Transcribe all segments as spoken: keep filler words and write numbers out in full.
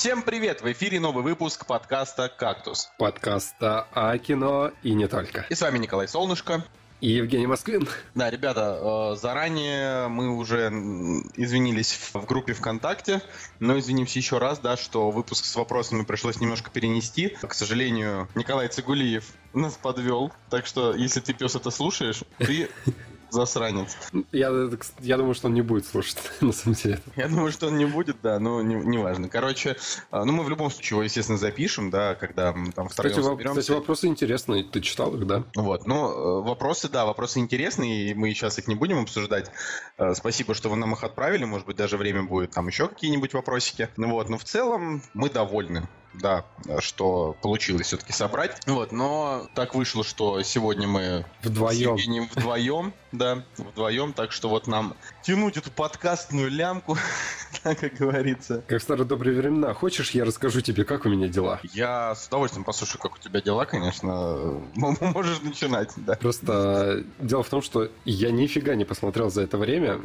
Всем привет! В эфире новый выпуск подкаста «Кактус». Подкаста о кино и не только. И с вами Николай Солнышко. И Евгений Москвин. Да, ребята, заранее мы уже извинились в группе ВКонтакте, но извинимся еще раз, да, что выпуск с вопросами пришлось немножко перенести. К сожалению, Николай Цигулиев нас подвел, так что, если ты, пес, это слушаешь, ты... засранец. Я, я думаю, что он не будет слушать, на самом деле. Я думаю, что он не будет, да, но не, не важно. Короче, ну мы в любом случае его, естественно, запишем, да, когда мы там втроем кстати, соберемся. Кстати, вопросы интересные, ты читал их, да? Вот, ну, вопросы, да, вопросы интересные, и мы сейчас их не будем обсуждать. Спасибо, что вы нам их отправили, может быть, даже время будет там еще какие-нибудь вопросики. Ну вот, но в целом мы довольны. Да, что получилось все-таки собрать. Вот, но так вышло, что сегодня мы вдвоем. с Евгением вдвоем, да, вдвоем, так что вот нам тянуть эту подкастную лямку, так как говорится. Как в старые добрые времена. Хочешь, я расскажу тебе, как у меня дела? Я с удовольствием послушаю, как у тебя дела, конечно. Можешь начинать, да. Просто дело в том, что я нифига не посмотрел за это время,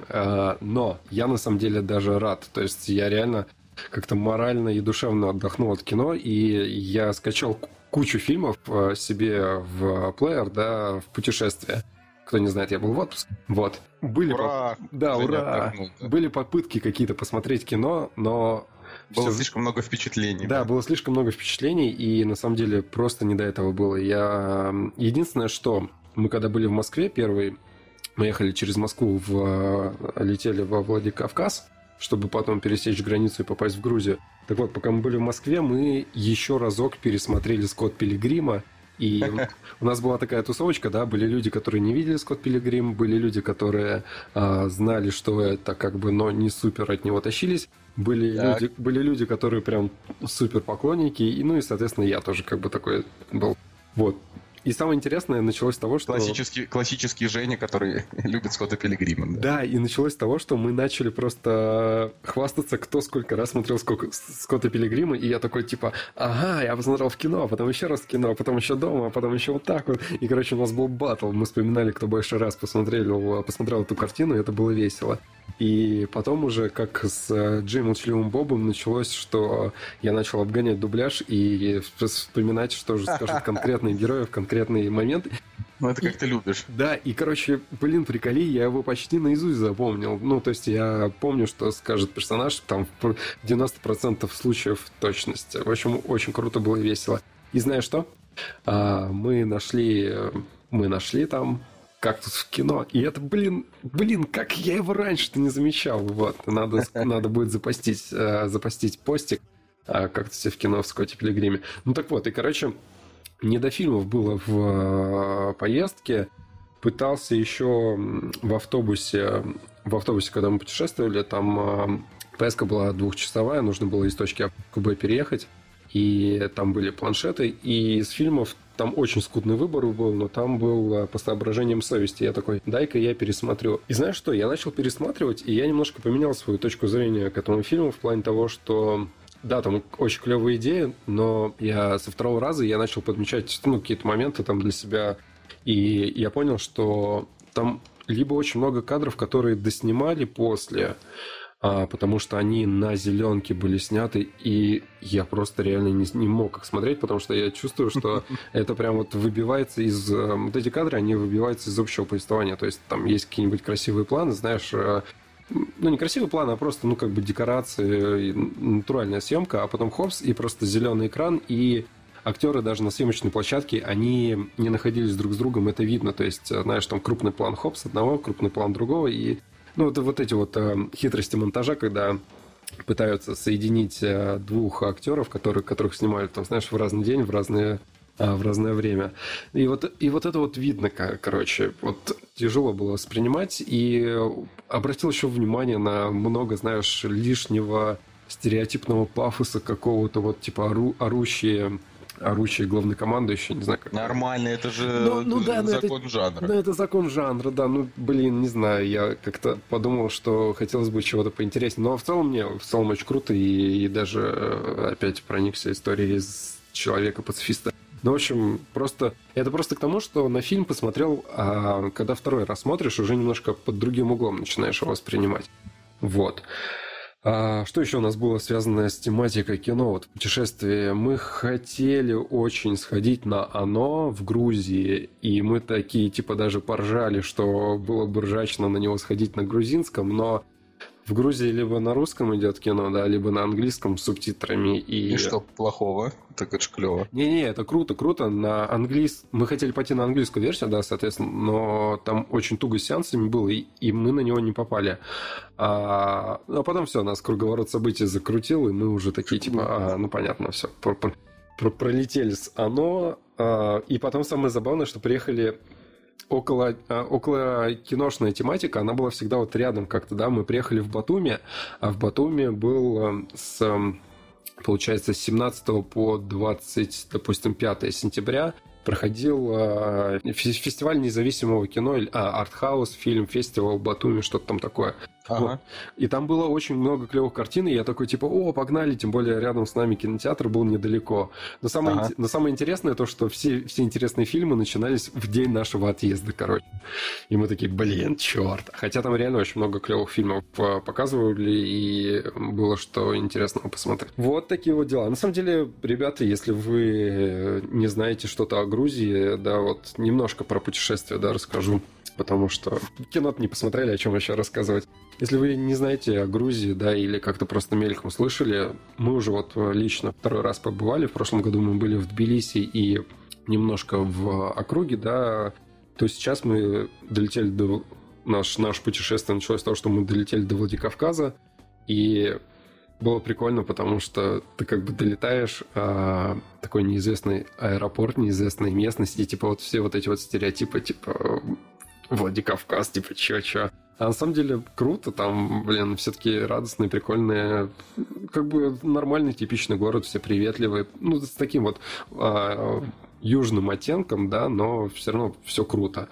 но я на самом деле даже рад. То есть я реально... как-то морально и душевно отдохнул от кино, и я скачал кучу фильмов себе в плеер, да, в путешествие. Кто не знает, я был в отпуске. Вот. Были ура! Поп... Да, Женя ура! отдохнул, да. Были попытки какие-то посмотреть кино, но... Было Всё... слишком много впечатлений. Да, да, было слишком много впечатлений, и на самом деле просто не до этого было. Я... Единственное, что мы когда были в Москве первый, мы ехали через Москву, в... летели во Владикавказ, чтобы потом пересечь границу и попасть в Грузию. Так вот, пока мы были в Москве, мы еще разок пересмотрели «Скотт Пилигрима», и у нас была такая тусовочка, да, были люди, которые не видели «Скотт Пилигрим», были люди, которые а, знали, что это как бы, но не супер от него тащились, были люди, были люди, которые прям супер поклонники, и, ну и, соответственно, я тоже как бы такой был. Вот. И самое интересное началось с того, что... Классический, классический Женя, который любит Скотта Пилигрима. Да. да, и началось с того, что мы начали просто хвастаться, кто сколько раз смотрел сколько... Скотта Пилигрима, и я такой, типа, ага, я посмотрел в кино, а потом еще раз в кино, а потом еще дома, а потом еще вот так вот. И, короче, у нас был баттл, мы вспоминали, кто больше раз посмотрел, посмотрел эту картину, и это было весело. И потом уже, как с Джей Молчаливым Бобом, началось, что я начал обгонять дубляж и вспоминать, что же скажут конкретные герои в конкретные моменты. Ну, это как ты любишь. Да, и, короче, блин, приколи, я его почти наизусть запомнил. Ну, то есть я помню, что скажет персонаж, там, в девяносто процентов случаев точности. В общем, очень круто было и весело. И знаешь что? Мы нашли, мы нашли там... «Кактус» в кино. И это, блин, блин, как я его раньше-то не замечал. Вот, надо, надо будет запостить, э, запостить постик о «Кактусе» в кино в «Скотте Пилигриме». Ну так вот, и, короче, не до фильмов было в э, поездке. Пытался еще в автобусе, в автобусе, когда мы путешествовали, там э, поездка была двухчасовая, нужно было из точки А к Б переехать. И там были планшеты, и из фильмов там очень скудный выбор был, но там был по соображениям совести. Я такой, дай-ка я пересмотрю. И знаешь что, я начал пересматривать, и я немножко поменял свою точку зрения к этому фильму в плане того, что да, там очень клевая идея, но я со второго раза я начал подмечать ну, какие-то моменты там для себя, и я понял, что там либо очень много кадров, которые доснимали после... А, потому что они на зеленке были сняты, и я просто реально не, не мог их смотреть, потому что я чувствую, что это прям вот выбивается из... Вот эти кадры, они выбиваются из общего повествования. То есть там есть какие-нибудь красивые планы, знаешь... Ну, не красивый план, а просто, ну, как бы декорации, натуральная съемка, а потом хопс, и просто зеленый экран, и актеры даже на съемочной площадке, они не находились друг с другом, это видно. То есть, знаешь, там крупный план хопс одного, крупный план другого, и... Ну, вот, вот эти вот э, хитрости монтажа, когда пытаются соединить э, двух актеров, которые, которых снимали, там, знаешь, в разный день, в, разные, э, в разное время. И вот, и вот это вот видно, короче, вот тяжело было воспринимать. И обратил еще внимание на много, знаешь, лишнего стереотипного пафоса какого-то, вот типа ору, орущие... орущий главнокомандующий, не знаю как. Нормально, это же ну, ну, да, закон это, жанра. Да, это закон жанра, да. Ну, блин, не знаю, я как-то подумал, что хотелось бы чего-то поинтереснее. Но в целом мне, в целом очень круто, и, и даже опять проникся историей из Человека-пацифиста. Ну, в общем, просто... Это просто к тому, что на фильм посмотрел, а когда второй раз смотришь, уже немножко под другим углом начинаешь его воспринимать. Вот. А что еще у нас было связано с тематикой кино? Вот путешествие. Мы хотели очень сходить на «Оно» в Грузии, и мы такие, типа, даже поржали, что было бы ржачно на него сходить на грузинском, но в Грузии либо на русском идет кино, да, либо на английском с субтитрами. И, и что плохого? Так это ж клево. Не-не, это круто, круто. На английском... Мы хотели пойти на английскую версию, да, соответственно, но там очень туго с сеансами было, и, и мы на него не попали. А, а потом все, нас круговорот событий закрутил, и мы уже такие, типа, а, ну понятно, все. Про, про, про, пролетели с «Оно». А, и потом самое забавное, что приехали... Около, около киношная тематика, она была всегда вот рядом как-то, да, мы приехали в Батуми, а в Батуми был с, получается, с семнадцатого по двадцать, допустим, пятое сентября проходил э, фестиваль независимого кино, а, артхаус, фильм, фестивал Батуми, что-то там такое. Ага. Вот. И там было очень много клевых картин, и я такой, типа, о, погнали, тем более рядом с нами кинотеатр был недалеко. Но самое, ага. но самое интересное то, что все, все интересные фильмы начинались в день нашего отъезда, короче. И мы такие, блин, черт. Хотя там реально очень много клевых фильмов показывали, и было что интересного посмотреть. Вот такие вот дела. На самом деле, ребята, если вы не знаете что-то о Грузии, да, вот немножко про путешествия, да, расскажу. Потому что кино-то не посмотрели, о чем еще рассказывать. Если вы не знаете о Грузии, да, или как-то просто мельком слышали, мы уже вот лично второй раз побывали. В прошлом году мы были в Тбилиси и немножко в округе, да. То сейчас мы долетели до... Наш, наше путешествие началось с того, что мы долетели до Владикавказа, и было прикольно, потому что ты как бы долетаешь а, такой неизвестный аэропорт, неизвестная местность, и типа вот все вот эти вот стереотипы, типа... Владикавказ, типа, чё-чё. А на самом деле круто, там, блин, все-таки радостные, прикольные, как бы нормальный, типичный город, все приветливые, ну, с таким вот а, южным оттенком, да, но все равно все круто.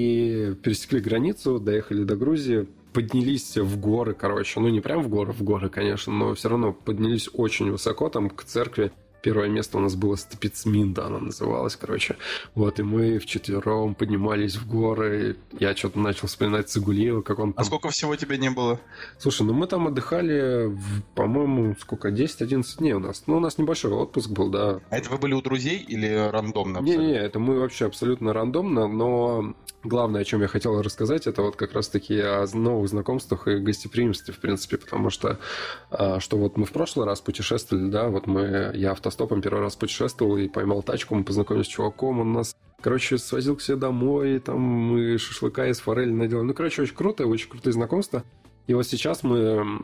И пересекли границу, доехали до Грузии, поднялись в горы, короче, ну, не прям в горы, в горы, конечно, но все равно поднялись очень высоко, там, к церкви. Первое место у нас было Степицминда, она называлась, короче. Вот, и мы вчетвером поднимались в горы. Я что-то начал вспоминать Цигулиева, как он там... А сколько всего тебя не было? Слушай, ну мы там отдыхали, в, по-моему, сколько, десять-одиннадцать дней у нас. Ну, у нас небольшой отпуск был, да. А это вы были у друзей или рандомно? Не-не-не, это мы вообще абсолютно рандомно, но... Главное, о чем я хотел рассказать, это вот как раз-таки о новых знакомствах и гостеприимстве, в принципе, потому что, что вот мы в прошлый раз путешествовали, да, вот мы, я автостопом первый раз путешествовал и поймал тачку, мы познакомились с чуваком, он нас, короче, свозил к себе домой, там мы шашлыка из форели наделали. Ну, короче, очень круто, очень крутые знакомства. И вот сейчас мы...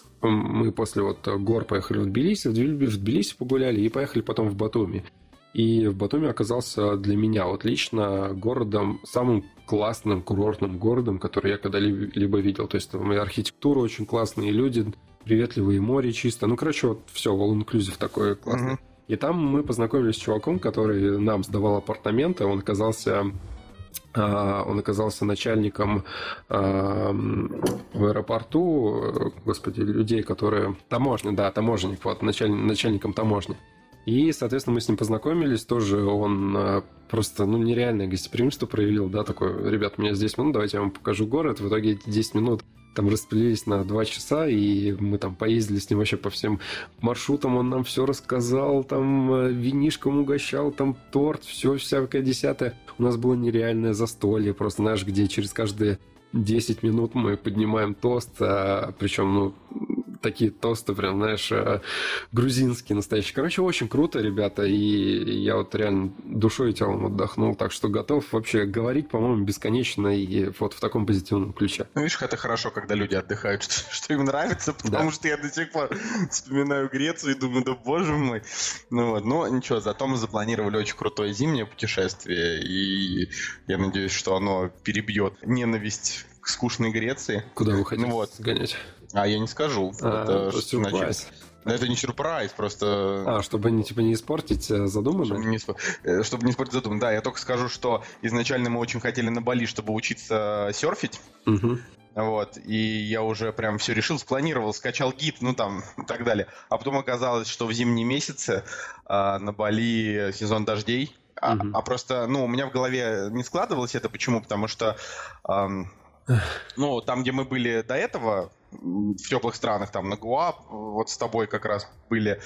Мы после вот гор поехали в Тбилиси, в Тбилиси погуляли и поехали потом в Батуми. И в Батуми оказался для меня вот лично городом, самым классным курортным городом, который я когда-либо видел. То есть там и архитектура очень классная, и люди приветливые, и море чисто. Ну, короче, вот все, all-inclusive такое классное. Mm-hmm. И там мы познакомились с чуваком, который нам сдавал апартаменты. Он оказался... Он оказался начальником в аэропорту, господи, людей, которые... Таможня, да, таможенник, вот, началь... начальником таможни. И, соответственно, мы с ним познакомились, тоже он просто, ну, нереальное гостеприимство проявил, да, такой, ребят, у меня здесь минут, давайте я вам покажу город. В итоге эти десять минут там распилились на два часа, и мы там поездили с ним вообще по всем маршрутам, он нам все рассказал, там винишком угощал, там торт, все всякое десятое. У нас было нереальное застолье, просто, знаешь, где через каждые десять минут мы поднимаем тост, а, причем, ну, такие тосты, прям, знаешь, грузинские настоящие. Короче, очень круто, ребята, и я вот реально душой и телом отдохнул, так что готов вообще говорить, по-моему, бесконечно и вот в таком позитивном ключе. Ну, видишь, это хорошо, когда люди отдыхают, что, что им нравится, потому да. что я до сих пор вспоминаю Грецию и думаю, да боже мой. Ну вот, но ничего, зато мы запланировали очень крутое зимнее путешествие, и я надеюсь, что оно перебьет ненависть к скучной Греции. Куда вы хотите ну, вот. сгонять? А я не скажу. А, это, это сюрприз. Да это не сюрприз, просто... А, чтобы не, типа, не испортить задуманное? Чтобы не, чтобы не испортить задуманное, да. Я только скажу, что изначально мы очень хотели на Бали, чтобы учиться серфить. Угу. Вот, и я уже прям все решил, спланировал, скачал гид, ну там, и так далее. А потом оказалось, что в зимние месяцы а, на Бали сезон дождей. А, угу. а просто, ну, у меня в голове не складывалось это. Почему? Потому что... А, ну, там, где мы были до этого, в теплых странах, там на Гоа, вот с тобой как раз были,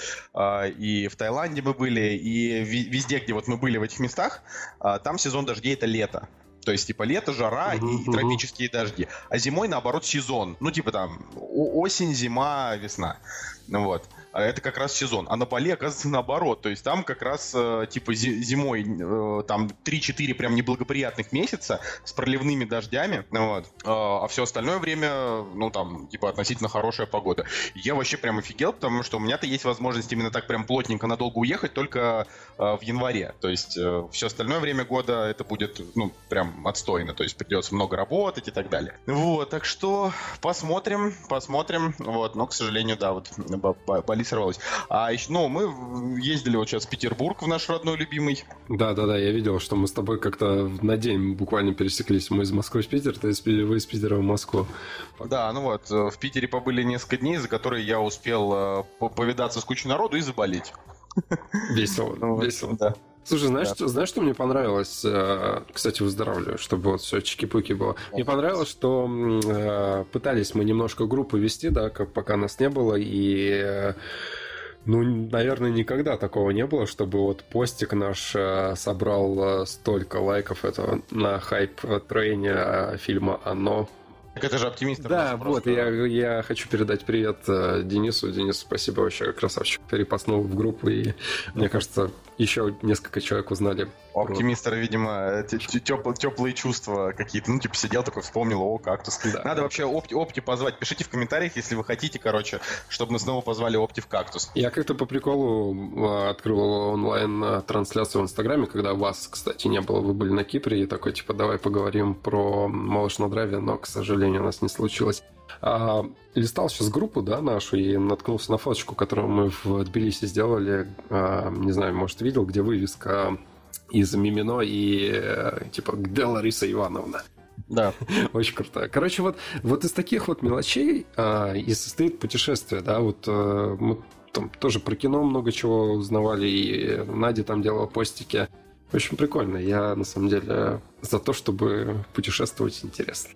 и в Таиланде мы были, и везде, где вот мы были в этих местах, там сезон дождей — это лето. То есть, типа, лето, жара uh-huh, и, и тропические uh-huh. дожди. А зимой, наоборот, сезон. Ну, типа, там, осень, зима, весна. Ну, вот. Это как раз сезон. А на Бали, оказывается, наоборот. То есть там как раз, э, типа, зимой э, там три-четыре прям неблагоприятных месяца с проливными дождями. Вот. Э, а все остальное время, ну, там, типа, относительно хорошая погода. Я вообще прям офигел, потому что у меня-то есть возможность именно так прям плотненько надолго уехать только э, в январе. То есть э, все остальное время года это будет, ну, прям отстойно. То есть придется много работать и так далее. Вот, так что посмотрим, посмотрим. Вот, но, к сожалению, да, вот Бали сорвалось. А еще, ну, мы ездили вот сейчас в Петербург, в наш родной любимый. Да-да-да, я видел, что мы с тобой как-то на день буквально пересеклись. Мы из Москвы в Питер, ты из, вы из Питера в Москву. Да, ну вот, в Питере побыли несколько дней, за которые я успел повидаться с кучей народу и заболеть. Весело, ну, весело. Да. Слушай, знаешь, да. что, знаешь, что мне понравилось? Кстати, выздоравливаю, чтобы вот все чики-пуки было. Мне понравилось, что э, пытались мы немножко группу вести, да, как, пока нас не было, и... Э, ну, наверное, никогда такого не было, чтобы вот постик наш э, собрал э, столько лайков это на хайп-трейне фильма «Оно». Так это же оптимист. Да, вот, просто... я, я хочу передать привет э, Денису. Денис, спасибо, вообще красавчик. Перепостнул в группу, и мне кажется, еще несколько человек узнали. У оптимистра, видимо, теплые чувства какие-то. Ну, типа, сидел такой, вспомнил, о, кактус. Да. Надо вообще опти, опти позвать. Пишите в комментариях, если вы хотите, короче, чтобы мы снова позвали опти в кактус. Я как-то по приколу открыл онлайн-трансляцию в Инстаграме, когда вас, кстати, не было. Вы были на Кипре, и такой, типа, давай поговорим про «Малыш на драйве», но, к сожалению, у нас не случилось. А, листал сейчас группу, да, нашу, и наткнулся на фоточку, которую мы в Тбилиси сделали. А, не знаю, может, видел, где вывеска из Мимино и типа «Где Лариса Ивановна?». Да. Очень круто. Короче, вот, вот из таких вот мелочей а, и состоит путешествие, да, вот а, мы там тоже про кино много чего узнавали, и Надя там делала постики. Очень прикольно. Я, на самом деле, за то, чтобы путешествовать интересно.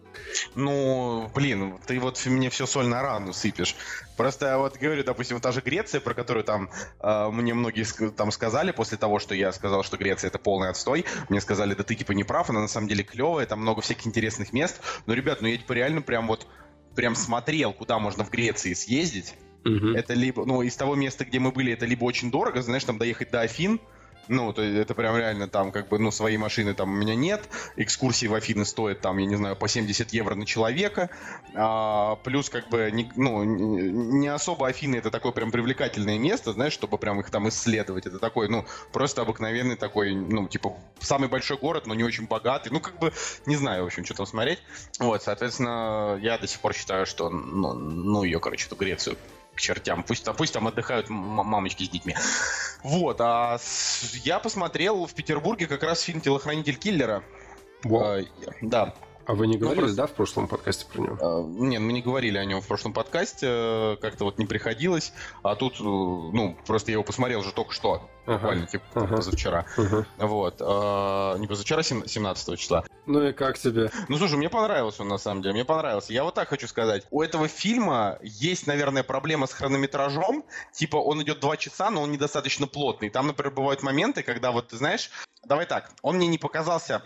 Ну, блин, ты вот мне все соль на рану сыпешь. Просто я вот говорю, допустим, та же Греция, про которую там э, мне многие там сказали после того, что я сказал, что Греция — это полный отстой. Мне сказали, да ты типа не прав, она на самом деле клевая, там много всяких интересных мест. Но, ребят, ну я типа реально прям вот прям смотрел, куда можно в Греции съездить. Угу. Это либо, ну, из того места, где мы были, это либо очень дорого, знаешь, там доехать до Афин. Ну, то есть это прям реально там, как бы, ну, своей машины там у меня нет. Экскурсии в Афины стоят там, я не знаю, по семьдесят евро на человека. А, плюс, как бы, не, ну, не особо Афины — это такое прям привлекательное место, знаешь, чтобы прям их там исследовать. Это такой, ну, просто обыкновенный такой, ну, типа, самый большой город, но не очень богатый. Ну, как бы, не знаю, в общем, что там смотреть. Вот, соответственно, я до сих пор считаю, что, ну, ну ее, короче, эту Грецию к чертям. Пусть, пусть там отдыхают мамочки с детьми. Вот, а с, я посмотрел в Петербурге как раз фильм «Телохранитель киллера». Wow. А, да. А вы не говорили, ну, просто... да, в прошлом подкасте про него? А, нет, мы не говорили о нем в прошлом подкасте, как-то вот не приходилось. А тут, ну, просто я его посмотрел уже только что, ага. буквально, типа, ага. позавчера. Ага. Вот. А, не позавчера, семнадцатого числа. Ну и как тебе? Ну, слушай, мне понравился он, на самом деле, мне понравился. Я вот так хочу сказать. У этого фильма есть, наверное, проблема с хронометражом. Типа, он идет два часа, но он недостаточно плотный. Там, например, бывают моменты, когда вот, ты знаешь... Давай так, он мне не показался...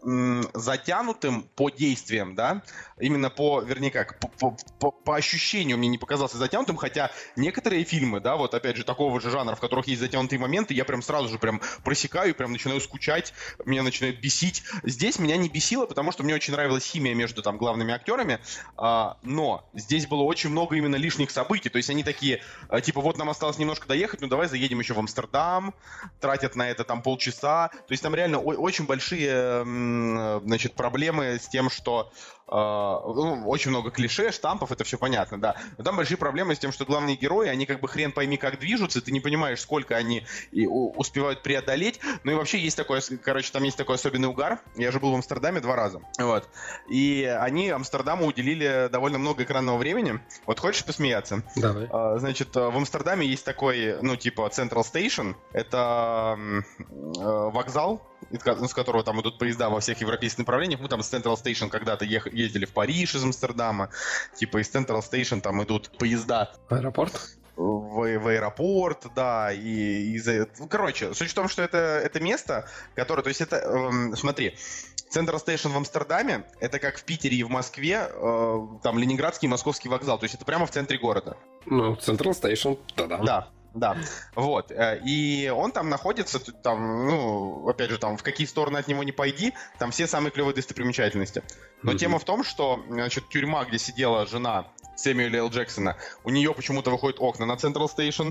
затянутым по действиям, да, именно по, вернее как, по, по, по ощущению мне не показался затянутым, хотя некоторые фильмы, да, вот опять же такого же жанра, в которых есть затянутые моменты, я прям сразу же прям просекаю, прям начинаю скучать, меня начинает бесить. Здесь меня не бесило, потому что мне очень нравилась химия между там главными актерами, а, но здесь было очень много именно лишних событий, то есть они такие, типа, вот нам осталось немножко доехать, ну давай заедем еще в Амстердам, тратят на это там полчаса, то есть там реально о- очень большие значит, проблемы с тем, что э, ну, очень много клише, штампов, это все понятно, да. Но там большие проблемы с тем, что главные герои, они как бы хрен пойми как движутся, ты не понимаешь, сколько они и, у, успевают преодолеть. Ну и вообще есть такой, короче, там есть такой особенный угар. Я же был в Амстердаме два раза. Вот. И они Амстердаму уделили довольно много экранного времени. Вот хочешь посмеяться? Давай. Э, значит, в Амстердаме есть такой, ну, типа, Central Station. Это э, вокзал, из которого там идут поезда во всех европейских направлениях. Мы там с Central Station когда-то ех- ездили в Париж из Амстердама, типа из Central Station там идут поезда. Аэропорт? В, в аэропорт, да, и, и за... ну, короче, суть в том, что это, это место, которое, то есть это, эм, смотри, Central Station в Амстердаме, это как в Питере и в Москве, э, там Ленинградский и Московский вокзал, то есть это прямо в центре города. Ну, Central Station, да-да. Да. Да, вот, и он там находится, там, ну, опять же, там, в какие стороны от него не пойди, там все самые клевые достопримечательности. Но mm-hmm. тема в том, что, значит, тюрьма, где сидела жена Сэмюэля Л. Джексона, у нее почему-то выходят окна на Central Station,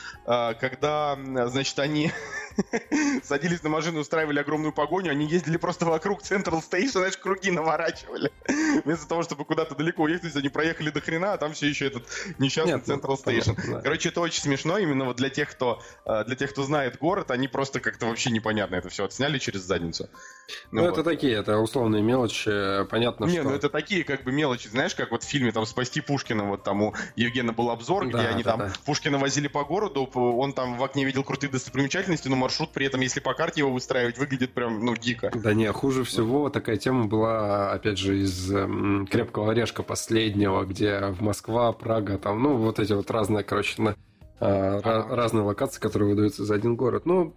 когда, значит, они садились на машину, устраивали огромную погоню, они ездили просто вокруг Central Station, знаешь, круги наворачивали. Вместо того, чтобы куда-то далеко уехать, они проехали до хрена, а там все еще этот несчастный Нет, Central Station. Понятно, да. Короче, это очень смешно, именно вот для тех, кто, для тех, кто знает город, они просто как-то вообще непонятно это все отсняли через задницу. Ну, ну это вот. Такие, это условные мелочи, понятно, Не, что... ну это такие как бы мелочи, знаешь, как вот в фильме там «Спасти Пушкина», вот там у Евгена был обзор, где да, они да, там да. Пушкина возили по городу, он там в окне видел крутые достопримечательности, но маршрут при этом, если по карте его выстраивать, выглядит прям, ну, дико. Да не, хуже всего такая тема была, опять же, из м, «Крепкого орешка» последнего, где в Москва, Прага, там, ну, вот эти вот разные, короче, на, а, ага. разные локации, которые выдаются за один город. Ну,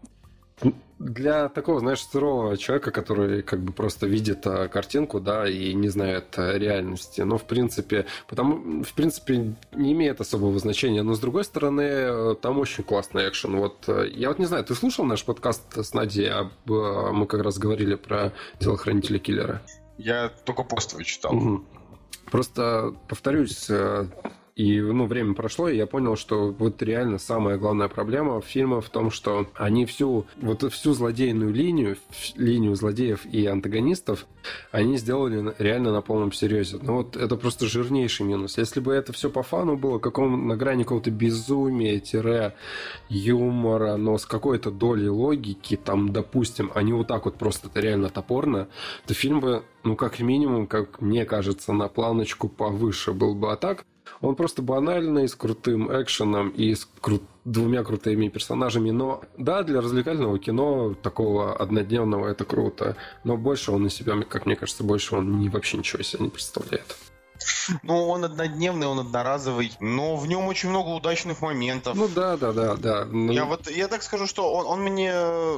для такого, знаешь, сырого человека, который как бы просто видит а, картинку, да, и не знает а, реальности, но в принципе, потому, в принципе, не имеет особого значения. Но с другой стороны, там очень классный экшен. Вот я вот не знаю, ты слушал наш подкаст с Надей? Об, мы как раз говорили про телохранителя киллера. Я только пост его читал. Угу. Просто повторюсь. И, ну, время прошло, и я понял, что вот реально самая главная проблема фильма в том, что они всю, вот всю злодейную линию, линию злодеев и антагонистов, они сделали реально на полном серьезе. Ну, вот это просто жирнейший минус. Если бы это все по фану было, каком, на грани какого-то безумия, тире, юмора, но с какой-то долей логики, там, допустим, они вот так вот просто это реально топорно, то фильм бы, ну, как минимум, как мне кажется, на планочку повыше был бы. А так, он просто банальный, с крутым экшеном и с кру- двумя крутыми персонажами. Но да, для развлекательного кино такого однодневного это круто. Но больше он из себя, как мне кажется, больше он не, вообще ничего себе не представляет. Ну, он однодневный, он одноразовый, но в нем очень много удачных моментов. Ну да, да, да, да. Ну... Я вот, я так скажу, что он, он мне,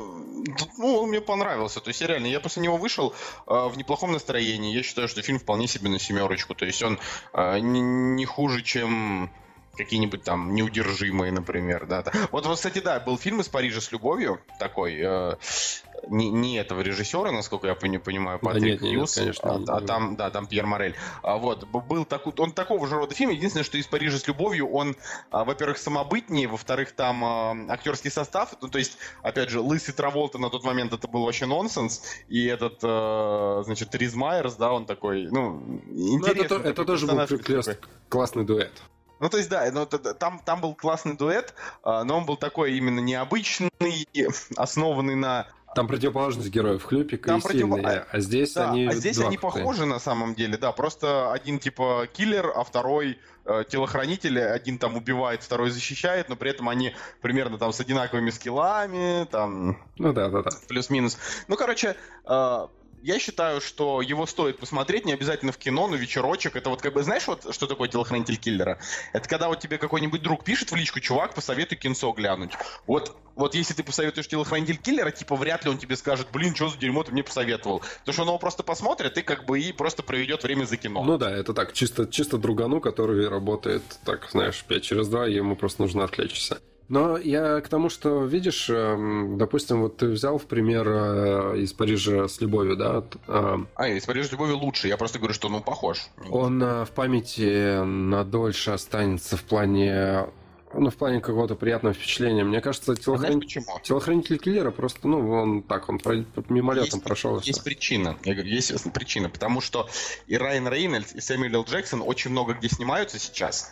ну, он мне понравился. То есть я реально, я после него вышел э, в неплохом настроении. Я считаю, что фильм вполне себе на семерочку. То есть он э, не, не хуже, чем какие-нибудь там неудержимые, например, да. Вот, вот, кстати, да, был фильм «Из Парижа с любовью», такой, э, не, не этого режиссера, насколько я понимаю, Патрик да, Хьюз, конечно, а, а там, да, там Пьер Морель. А, вот, был такой, он такого же рода фильм, единственное, что «Из Парижа с любовью», он, а, во-первых, самобытнее, во-вторых, там а, актерский состав, ну, то есть, опять же, лысый Траволта на тот момент это был вообще нонсенс, и этот, а, значит, Риз Майерс, да, он такой, ну, интересный. Ну, это, это тоже был класс, классный дуэт. Ну, то есть, да, ну, там, там был классный дуэт, но он был такой именно необычный, основанный на... Там противоположность героев, Хлюпик и против... Сильные, а здесь да, они... А здесь они крутые. Похожи на самом деле, да, просто один типа киллер, а второй э, телохранитель, один там убивает, второй защищает, но при этом они примерно там с одинаковыми скиллами, там... Ну, да-да-да. Плюс-минус. Ну, короче... Э, Я считаю, что его стоит посмотреть, не обязательно в кино, но вечерочек. Это вот как бы, знаешь, вот что такое телохранитель киллера? Это когда вот тебе какой-нибудь друг пишет в личку: чувак, посоветуй кинцо глянуть. Вот, вот если ты посоветуешь телохранитель киллера, типа вряд ли он тебе скажет: блин, что за дерьмо ты мне посоветовал. Потому что он его просто посмотрит и как бы и просто проведет время за кино. Ну да, это так, чисто, чисто другану, который работает, так, знаешь, пять через два, ему просто нужно отвлечься. Но я к тому, что, видишь, допустим, вот ты взял в пример «Из Парижа с любовью», да? А, «Из Парижа с любовью» лучше, я просто говорю, что, ну, похож. Он в памяти надольше останется в плане... Ну, в плане какого-то приятного впечатления. Мне кажется, телохран... телохранитель киллера просто, ну, он так, он мимолетом есть, прошел. Есть причина. Я говорю, есть причина. Потому что и Райан Рейнольдс, и Сэмюэл Л. Джексон очень много где снимаются сейчас.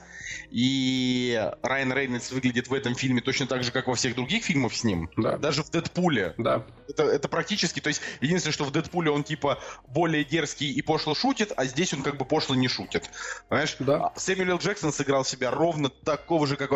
И Райан Рейнольдс выглядит в этом фильме точно так же, как во всех других фильмах с ним. Да. Даже в «Дэдпуле». Да. Это, это практически... То есть, единственное, что в «Дэдпуле» он типа более дерзкий и пошло шутит, а здесь он как бы пошло не шутит. Понимаешь? Да. Сэмюэл Л. Джексон сыграл себя ровно такого же, как вообще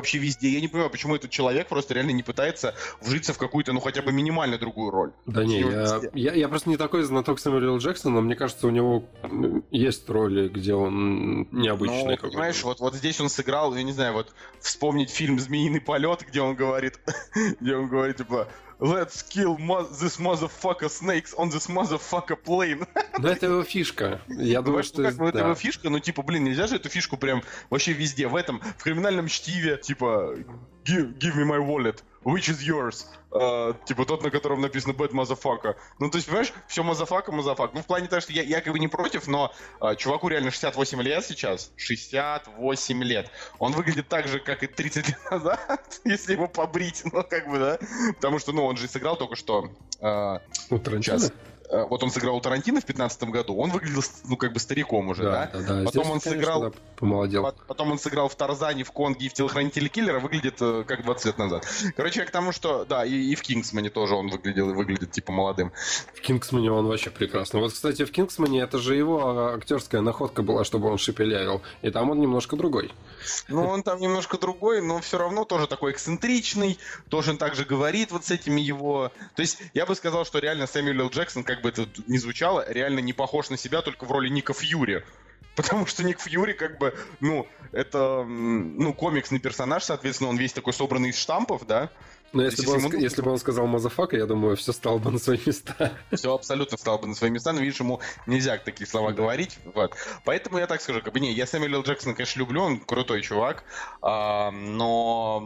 вообще везде. Я не понимаю, почему этот человек просто реально не пытается вжиться в какую-то, ну, хотя бы минимально другую роль. Да не, я, я, я просто не такой знаток Сэмюэля Джексона, но мне кажется, у него есть роли, где он необычный. Ну, понимаешь, вот, вот здесь он сыграл, я не знаю, вот вспомнить фильм «Змеиный полет», где он говорит, где он говорит, типа, let's kill mo- this motherfucker snakes on this motherfucker plane. Ну, это его фишка. Я думаю, ну, что... Как бы да. это его фишка, ну, типа, блин, нельзя же эту фишку прям вообще везде. В этом, в криминальном чтиве, типа, give, give me my wallet, which is yours. Uh, типа тот, на котором написано bad motherfucker. Ну, то есть, понимаешь, все мазафака, мазафак. Ну, в плане того, что я, я как бы не против, но uh, чуваку реально шестьдесят восемь лет сейчас. шестьдесят восемь лет. Он выглядит так же, как и тридцать лет назад, если его побрить, ну, как бы, да. Потому что, ну, он же сыграл только что... Uh, ну, Тарантино? Вот он сыграл у Тарантино в пятнадцатом году, он выглядел, ну, как бы стариком уже, да? Да, да, да. Потом Здесь, он конечно, сыграл... Да, помолодел. Потом он сыграл в Тарзане, в Конге и в Телохранителе Киллера, выглядит э, как двадцать лет назад. Короче, я к тому, что... Да, и, и в Кингсмане тоже он выглядел и выглядит, типа, молодым. В Кингсмане он вообще прекрасный. Вот, кстати, в Кингсмане это же его актерская находка была, чтобы он шепелявил. И там он немножко другой. Ну, он там немножко другой, но все равно тоже такой эксцентричный, тоже он также говорит вот с этими его... То есть, я бы сказал, что реально Сэмюэл Л. Джексон, как бы это ни звучало, реально не похож на себя, только в роли Ника Фьюри. Потому что Ник Фьюри, как бы, ну, это, ну, комиксный персонаж, соответственно, он весь такой собранный из штампов, да? Но если, бы он, ему... если бы он сказал «мазафака», я думаю, все стало бы на свои места. Все абсолютно стало бы на свои места, но, видишь, ему нельзя такие слова говорить. Вот. Поэтому я так скажу, как бы, не, я Сэмюэля Л. Джексона, конечно, люблю, он крутой чувак, а, но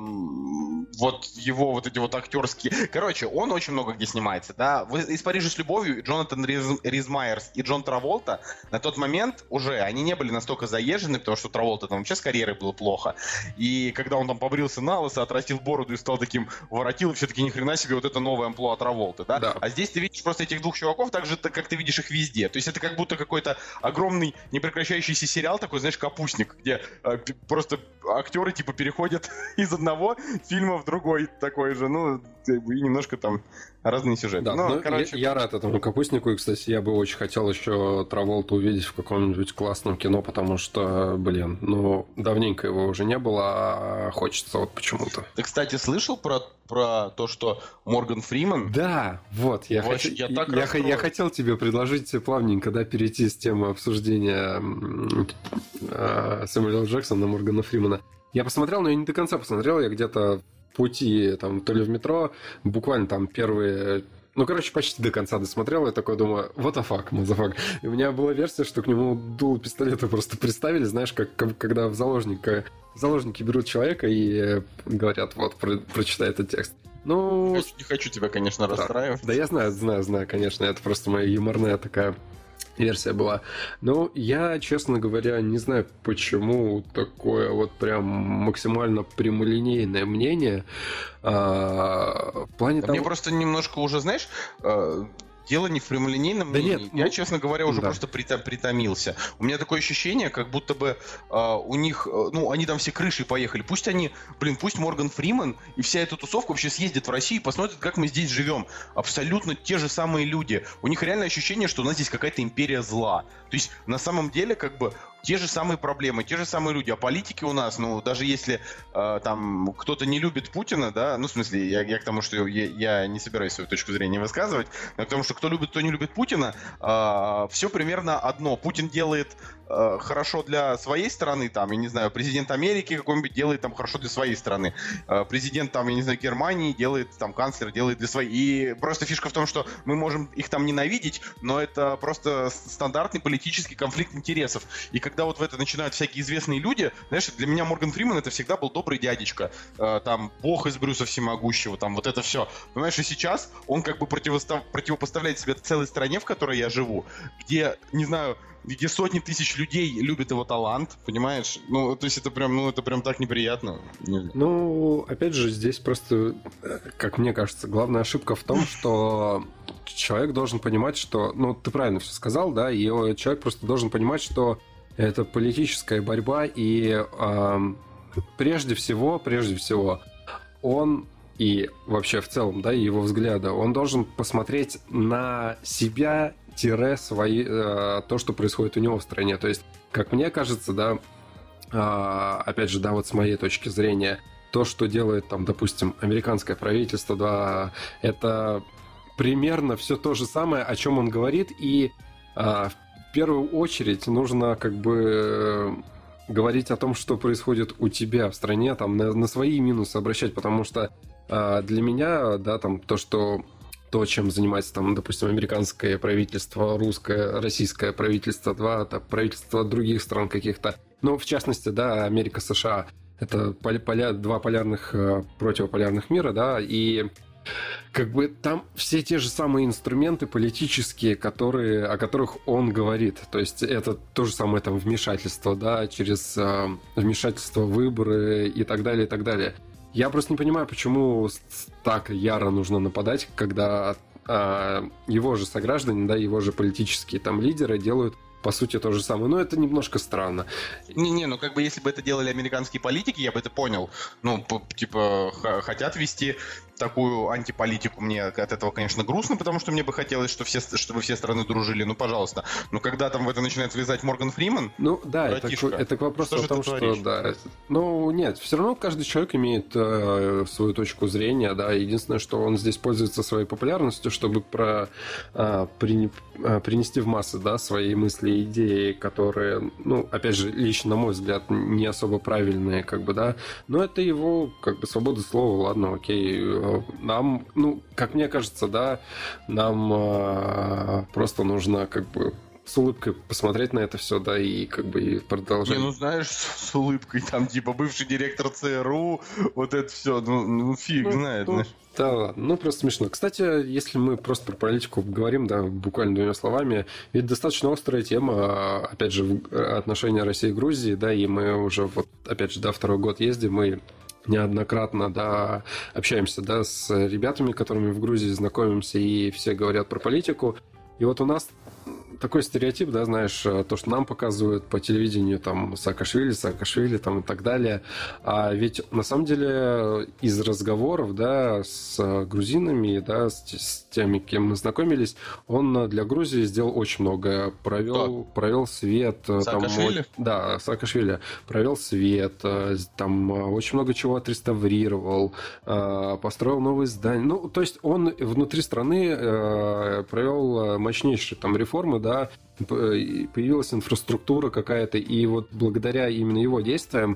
вот его вот эти вот актерские... Короче, он очень много где снимается, да. Из «Парижа с любовью» Джонатан Риз... Риз Майерс и Джон Траволта на тот момент уже, они не были настолько заезжены, потому что Траволта там вообще с карьерой было плохо. И когда он там побрился на лысо, отрастил бороду и стал таким... воротил, и все-таки ни хрена себе вот это новое амплуа Траволты, да? да? А здесь ты видишь просто этих двух чуваков так же, как ты видишь их везде. То есть это как будто какой-то огромный непрекращающийся сериал такой, знаешь, капустник, где э, просто актеры типа переходят из одного фильма в другой такой же, ну, и немножко там разные сюжеты. Да, но, но короче... я, я рад этому капустнику, и, кстати, я бы очень хотел еще Траволту увидеть в каком-нибудь классном кино, потому что, блин, ну, давненько его уже не было, а хочется вот почему-то. Ты, кстати, слышал про, про то, что Морган Фриман... Да, вот, я, хот... я, я, я, я хотел тебе предложить плавненько, да, перейти с темы обсуждения э, Сэмюэля Л. Джексона на Моргана Фримана. Я посмотрел, но я не до конца посмотрел, я где-то пути, там, то ли в метро, буквально там первые... Ну, короче, почти до конца досмотрел, я такой думаю, what the fuck, motherfucker. И у меня была версия, что к нему дуло пистолета просто приставили, знаешь, как, как когда в заложника, заложники берут человека и говорят, вот, про, прочитай этот текст. Ну... Не хочу, не хочу тебя, конечно, да, расстраивать. Да, я знаю, знаю, знаю, конечно, это просто моя юморная такая... версия была. Но я, честно говоря, не знаю, почему такое вот прям максимально прямолинейное мнение. А, в плане да того... Мне просто немножко уже, знаешь... Дело не в прямолинейном да мнении. Нет, я, ну, честно говоря, уже да. просто притомился. У меня такое ощущение, как будто бы э, у них, э, ну, они там все крышей поехали. Пусть они, блин, пусть Морган Фриман и вся эта тусовка вообще съездит в Россию и посмотрят, как мы здесь живем. Абсолютно те же самые люди. У них реально ощущение, что у нас здесь какая-то империя зла. То есть, на самом деле, как бы, те же самые проблемы, те же самые люди. А политики у нас, ну, даже если э, там кто-то не любит Путина, да, ну, в смысле, я, я к тому, что я, я не собираюсь свою точку зрения высказывать, но к тому, что кто любит, кто не любит Путина, э, все примерно одно. Путин делает э, хорошо для своей страны, там, я не знаю, президент Америки какой-нибудь делает там хорошо для своей страны. Э, президент, там, я не знаю, Германии делает, там, канцлер делает для своей. И просто фишка в том, что мы можем их там ненавидеть, но это просто стандартный политический конфликт интересов. И когда вот в это начинают всякие известные люди, знаешь, для меня Морган Фриман это всегда был добрый дядечка, э, там, бог из Брюса Всемогущего, там, вот это все. Понимаешь, и сейчас он как бы противостав... противопоставляет себя целой стране, в которой я живу, где, не знаю, где сотни тысяч людей любят его талант, понимаешь? Ну, то есть это прям, ну, это прям так неприятно. Не ну, опять же, здесь просто, как мне кажется, главная ошибка в том, что человек должен понимать, что, ну, ты правильно все сказал, да, и человек просто должен понимать, что это политическая борьба, и э, прежде всего, прежде всего, он и вообще в целом, да, его взгляды, он должен посмотреть на себя, тире свои, э, то, что происходит у него в стране. То есть, как мне кажется, да, э, опять же, да, вот с моей точки зрения, то, что делает там, допустим, американское правительство, да, это примерно все то же самое, о чем он говорит, и а, в первую очередь нужно как бы говорить о том, что происходит у тебя в стране, там на, на свои минусы обращать, потому что а, для меня, да, там то, что то, чем занимается, там, допустим, американское правительство, русское, российское правительство, два, там, правительства других стран каких-то, ну, в частности, да, Америка, США, это поля, поля, два полярных, противополярных мира, да, и как бы там все те же самые инструменты политические, которые, о которых он говорит. То есть это то же самое там вмешательство, да, через э, вмешательство в выборы и так далее, и так далее. Я просто не понимаю, почему так яро нужно нападать, когда э, его же сограждане, да, его же политические там лидеры делают по сути то же самое. Но это немножко странно. Не-не, ну как бы если бы это делали американские политики, я бы это понял. Ну, типа, х- хотят вести такую антиполитику. Мне от этого, конечно, грустно, потому что мне бы хотелось, что все, чтобы все страны дружили. Ну, пожалуйста. Но когда там в это начинает влезать Морган Фриман, ну да, это, это к вопросу о том, что да. Ну, нет, все равно каждый человек имеет э, свою точку зрения, да. Единственное, что он здесь пользуется своей популярностью, чтобы про, э, при, э, принести в массы, да, свои мысли и идеи, которые, ну, опять же, лично, на мой взгляд, не особо правильные, как бы, да. Но это его, как бы, свобода слова, ладно, окей. Нам, ну, как мне кажется, да, нам э, просто нужно, как бы, с улыбкой посмотреть на это все, да, и как бы и продолжать. Не, ну знаешь, с, с улыбкой, там, типа, бывший директор ЦРУ, вот это все, ну, ну фиг ну, знает, ну, знаешь. Да ладно, ну просто смешно. Кстати, если мы просто про политику говорим, да, буквально двумя словами, ведь достаточно острая тема, опять же, отношения России и Грузии, да, и мы уже, вот, опять же, да, второй год ездим, и неоднократно, да, общаемся, да, с ребятами, которыми в Грузии знакомимся, и все говорят про политику. И вот у нас такой стереотип, да, знаешь, то, что нам показывают по телевидению, там, Саакашвили, Саакашвили, там, и так далее. А ведь, на самом деле, из разговоров, да, с грузинами, да, с, с теми, кем мы знакомились, он для Грузии сделал очень много. Провел, провел свет. Саакашвили? Там, да, Саакашвили. Провел свет, там, очень много чего отреставрировал, построил новые здания. Ну, то есть, он внутри страны провел мощнейшие там реформы, да, появилась инфраструктура какая-то, и вот благодаря именно его действиям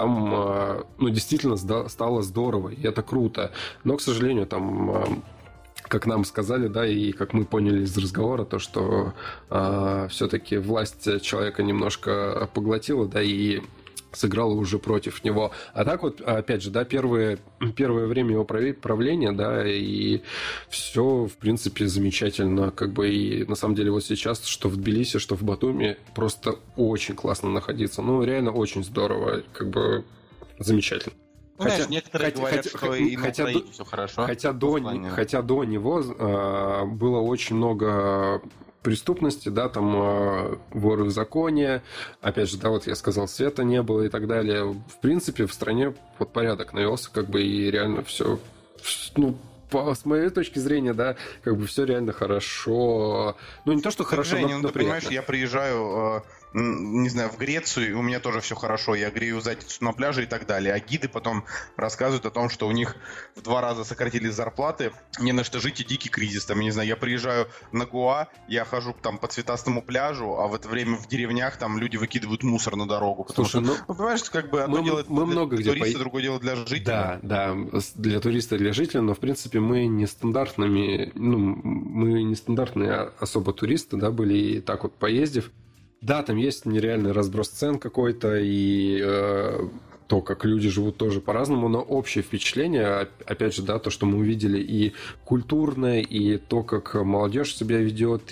там, ну, действительно стало здорово, и это круто. Но, к сожалению, там, как нам сказали, да, и как мы поняли из разговора, то, что а, все-таки власть человека немножко поглотила, да, и сыграла уже против него. А так вот, опять же, да, первые, первое время его правления, да, и все, в принципе, замечательно, как бы, и на самом деле вот сейчас, что в Тбилиси, что в Батуми, просто очень классно находиться. Ну, реально очень здорово, как бы, замечательно. Ну, хотя, знаешь, некоторые хотя, говорят, хотя, что и на хотя, Украине все хорошо. Хотя до, хотя до него э, было очень много преступности, да, там э, воры в законе, опять же, да, вот я сказал, света не было и так далее. В принципе, в стране вот порядок навелся, как бы, и реально все, ну, по, с моей точки зрения, да, как бы все реально хорошо. Ну, не то, что хорошо, Женя, но, ну, но ты приятно. понимаешь, я приезжаю... Э... не знаю, в Грецию, и у меня тоже все хорошо, я грею задницу на пляже и так далее. А гиды потом рассказывают о том, что у них в два раза сократились зарплаты, не на что жить и дикий кризис. Там, я не знаю, я приезжаю на Гоа, я хожу там по цветастому пляжу, а в это время в деревнях там люди выкидывают мусор на дорогу. Потому Слушай, что, ну, ну, понимаешь, как бы одно мы, дело мы для много туриста, где по... другое дело для жителя. Да, да, для туриста и для жителя, но в принципе мы нестандартными, ну, мы нестандартные особо туристы, да, были, и так вот поездив. Да, там есть нереальный разброс цен какой-то, и э, то, как люди живут, тоже по-разному, но общее впечатление, опять же, да, то, что мы увидели, и культурное, и то, как молодежь себя ведет,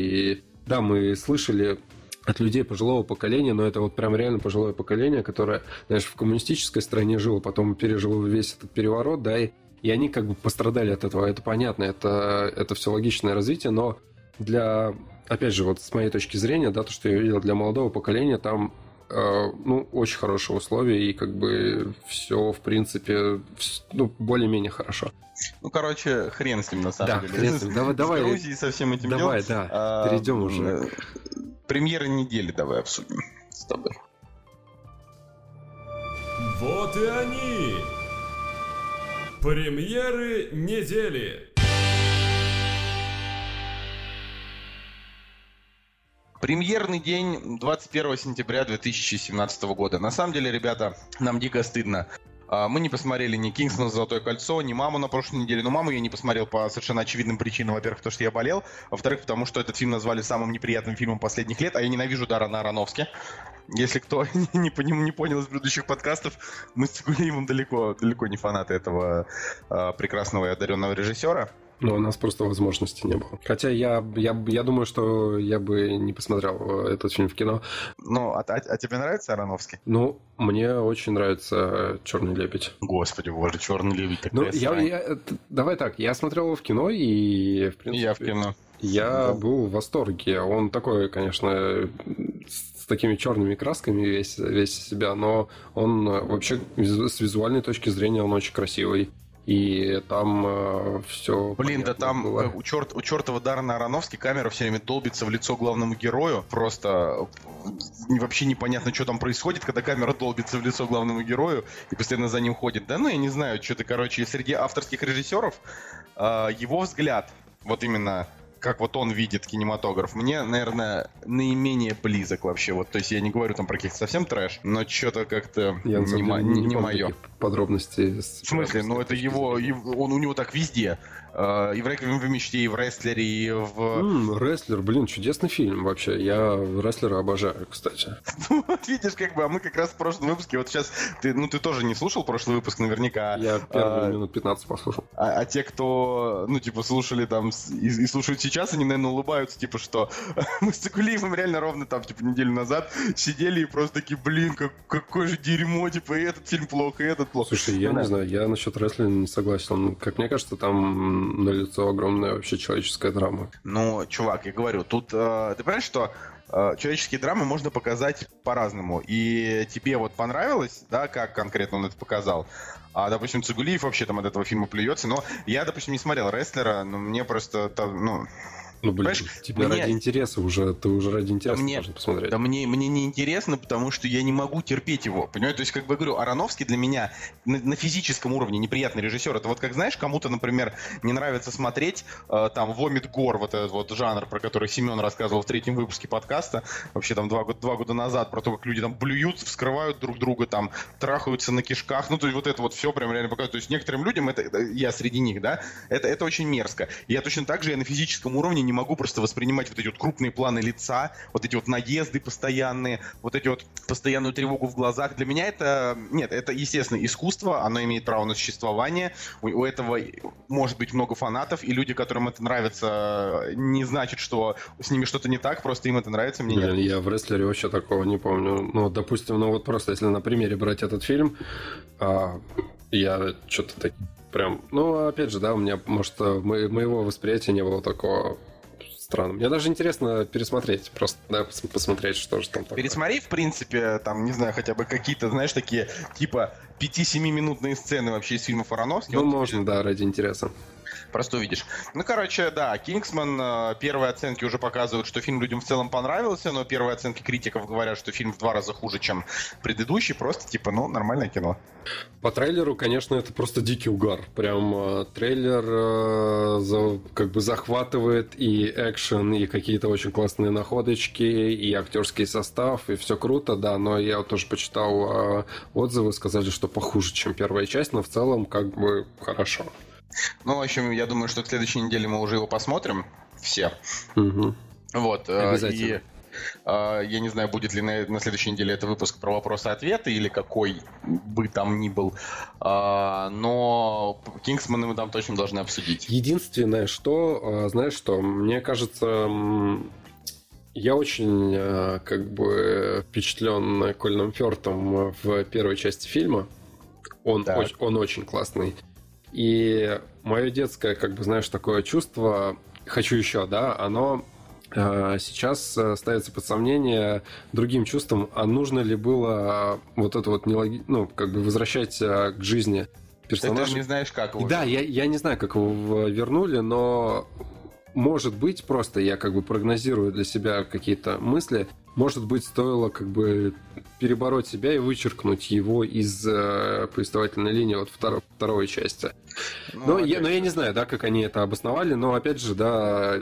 и да, мы слышали от людей пожилого поколения, но это вот прям реально пожилое поколение, которое, знаешь, в коммунистической стране жило, потом пережило весь этот переворот, да, и, и они как бы пострадали от этого, это понятно, это, это все логичное развитие, но для... Опять же, вот с моей точки зрения, да, то, что я видел для молодого поколения, там, э, ну, очень хорошие условия, и как бы все, в принципе, ну, более-менее хорошо. Ну, короче, хрен с ним, на самом да, деле. Хрен с ним. Давай, давай. С Грузией со всем этим давай, делом. да, а, перейдем уже. Премьеры недели давай обсудим с тобой. Вот и они! Премьеры недели. Премьерный день двадцать первого сентября две тысячи семнадцатого года. На самом деле, ребята, нам дико стыдно. Мы не посмотрели ни «Кингсман. Золотое кольцо», ни «Маму» на прошлой неделе. Но «Маму» я не посмотрел по совершенно очевидным причинам. Во-первых, потому что я болел. Во-вторых, потому что этот фильм назвали самым неприятным фильмом последних лет. А я ненавижу Даррена Аронофски. Если кто не, по нему не понял из предыдущих подкастов, мы с Цигулиевым далеко, далеко не фанаты этого а, прекрасного и одаренного режиссера. Но у нас просто возможности не было. Хотя я, я, я думаю, что я бы не посмотрел этот фильм в кино. Ну, а, а, а тебе нравится Аронофски? Ну, мне очень нравится «Черный лебедь». Господи боже, «Черный лебедь» такая ну, я, я, Давай так, я смотрел его в кино и, в принципе... Я в кино. Я да. был в восторге. Он такой, конечно, с такими черными красками весь, весь себя, но он вообще с визуальной точки зрения он очень красивый. И там э, все. Блин, да там было. у, черт, у чертова Даррена Аронофски камера все время долбится в лицо главному герою. Просто вообще непонятно, что там происходит, когда камера долбится в лицо главному герою и постоянно за ним ходит. Да ну, я не знаю, что-то, короче, среди авторских режиссеров э, его взгляд, вот именно как вот он видит кинематограф, мне, наверное, наименее близок вообще. Вот, то есть я не говорю там про каких-то совсем трэш, но что-то как-то я, не, мо- не, не, не мое. Подробности. В смысле? Ну это его, он у него так везде. И в «Реквиеме по мечте», и в «Рестлере», и в... Mm, «Рестлер», блин, чудесный фильм вообще. Я «Рестлера» обожаю, кстати. Вот видишь, как бы, а мы как раз в прошлом выпуске, вот сейчас, ты, ну ты тоже не слушал прошлый выпуск наверняка. Я первые а, минут пятнадцать послушал. А, а те, кто, ну типа, слушали там и, и слушают сейчас, они, наверное, улыбаются, типа, что мы с Цигулиевым реально ровно там, типа, неделю назад сидели и просто такие, блин, как, какое же дерьмо, типа, и этот фильм плохо, и этот плохо. Слушай, я ну, не да. знаю, я насчет «Рестлера» не согласен. Как мне кажется, там налицо огромная вообще человеческая драма. Ну, чувак, я говорю, тут э, ты понимаешь, что э, человеческие драмы можно показать по-разному. И тебе вот понравилось, да, как конкретно он это показал. А, допустим, Цигулиев вообще там от этого фильма плюется. Но я, допустим, не смотрел «Рестлера», но мне просто, ну... Ну, блин, тебе мне... ради интереса уже, ты уже ради интереса мне... должен посмотреть. Да мне, мне не интересно, потому что я не могу терпеть его, понимаешь? То есть, как бы я говорю, Аронофски для меня на, на физическом уровне неприятный режиссер. Это вот как, знаешь, кому-то, например, не нравится смотреть э, там «Вомит Гор», вот этот вот жанр, про который Семен рассказывал в третьем выпуске подкаста, вообще там два, два года назад, про то, как люди там блюются, вскрывают друг друга, там трахаются на кишках, ну, то есть вот это вот все прям реально показывает. То есть некоторым людям, это, это я среди них, да, это, это очень мерзко. И я точно так же, я на физическом уровне не могу просто воспринимать вот эти вот крупные планы лица, вот эти вот наезды постоянные, вот эти вот постоянную тревогу в глазах. Для меня это, нет, это, естественно, искусство, оно имеет право на существование, у, у этого может быть много фанатов, и люди, которым это нравится, не значит, что с ними что-то не так, просто им это нравится, мне нет. Я в «Рестлере» вообще такого не помню. Ну, допустим, ну вот просто если на примере брать этот фильм, а, я что-то так прям, ну, опять же, да, у меня, может, мо- моего восприятия не было такого странно. Мне даже интересно пересмотреть, просто, да, посмотреть, что же там такое. Пересмотри, в принципе, там, не знаю, хотя бы какие-то, знаешь, такие, типа, пяти-семиминутные сцены вообще из фильмов Аронофски. Ну, можно, да, ради интереса. Просто увидишь. Ну, короче, да, «Кингсман», первые оценки уже показывают, что фильм людям в целом понравился, но первые оценки критиков говорят, что фильм в два раза хуже, чем предыдущий, просто, типа, ну, нормальное кино. По трейлеру, конечно, это просто дикий угар. Прям э, трейлер э, за, как бы захватывает и экшен, и какие-то очень классные находочки, и актерский состав, и все круто, да, но я вот тоже почитал э, отзывы, сказали, что похуже, чем первая часть, но в целом как бы хорошо. Ну, в общем, я думаю, что к следующей неделе мы уже его посмотрим все. Угу. Вот. Обязательно. И я не знаю, будет ли на, на следующей неделе это выпуск про вопросы-ответы или какой бы там ни был. Но «Кингсмана» мы там точно должны обсудить. Единственное, что, знаешь что, мне кажется, я очень как бы впечатлен Колином Фёртом в первой части фильма. Он, очень, он очень классный. И мое детское, как бы, знаешь, такое чувство «хочу еще», да, оно э, сейчас ставится под сомнение другим чувством, а нужно ли было вот это вот нелоги... ну, как бы возвращать э, к жизни персонажа. Ты даже не знаешь, как его. Да, я, я не знаю, как его вернули, но может быть, просто я как бы прогнозирую для себя какие-то мысли, может быть, стоило как бы перебороть себя и вычеркнуть его из э, повествовательной линии вот второй, второй части. Ну, но, я, но я не знаю, да, как они это обосновали, но опять же, да,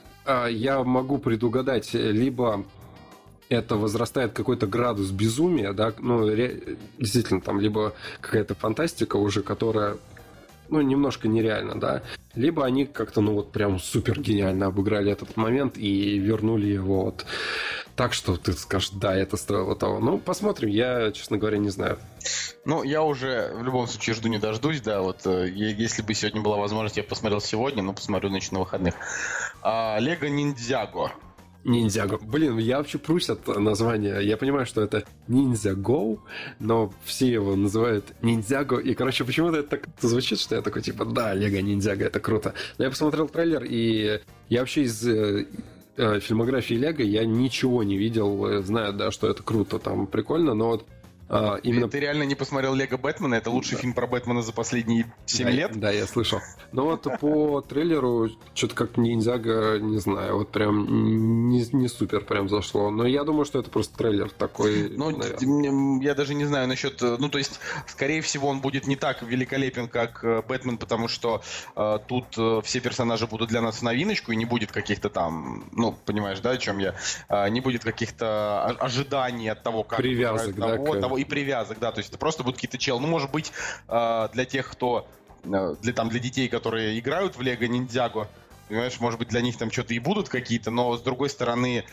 я могу предугадать, либо это возрастает какой-то градус безумия, да, ну, ре, действительно, там, либо какая-то фантастика уже, которая, ну, немножко нереально, да, либо они как-то, ну, вот прям супер гениально обыграли этот момент и вернули его вот так, что ты скажешь, да, это стоило того. Ну, посмотрим, я, честно говоря, не знаю. Ну, я уже в любом случае жду не дождусь, да, вот если бы сегодня была возможность, я посмотрел сегодня, но посмотрю, значит, на выходных. Лего Ниндзяго. Ниндзяго. Блин, я вообще прусь от названия. Я понимаю, что это Ninja Go, но все его называют Ниндзяго. И, короче, почему-то это так звучит, что я такой, типа, да, Лего Ниндзяго, это круто. Но я посмотрел трейлер, и я вообще из э, э, фильмографии Лего я ничего не видел. Знаю, да, что это круто, там прикольно, но вот А, именно... Ты реально не посмотрел Лего Бэтмена? Это лучший да. фильм про Бэтмена за последние семь да, лет? Да, я слышал. Но вот по трейлеру что-то как Ниндзяго, не знаю, вот прям не, не супер прям зашло. Но я думаю, что это просто трейлер такой. Ну, наверное. Я даже не знаю насчет... Ну, то есть, скорее всего, он будет не так великолепен, как Бэтмен, потому что э, тут э, все персонажи будут для нас в новиночку, и не будет каких-то там... Ну, понимаешь, да, о чем я? Э, не будет каких-то ожиданий от того, как... Привязок, да, того, того, и привязок, да, то есть это просто будут какие-то чел. Ну, может быть, э, для тех, кто, э, для, там, для детей, которые играют в Лего Ниндзяго, понимаешь, может быть, для них там что-то и будут какие-то, но, с другой стороны,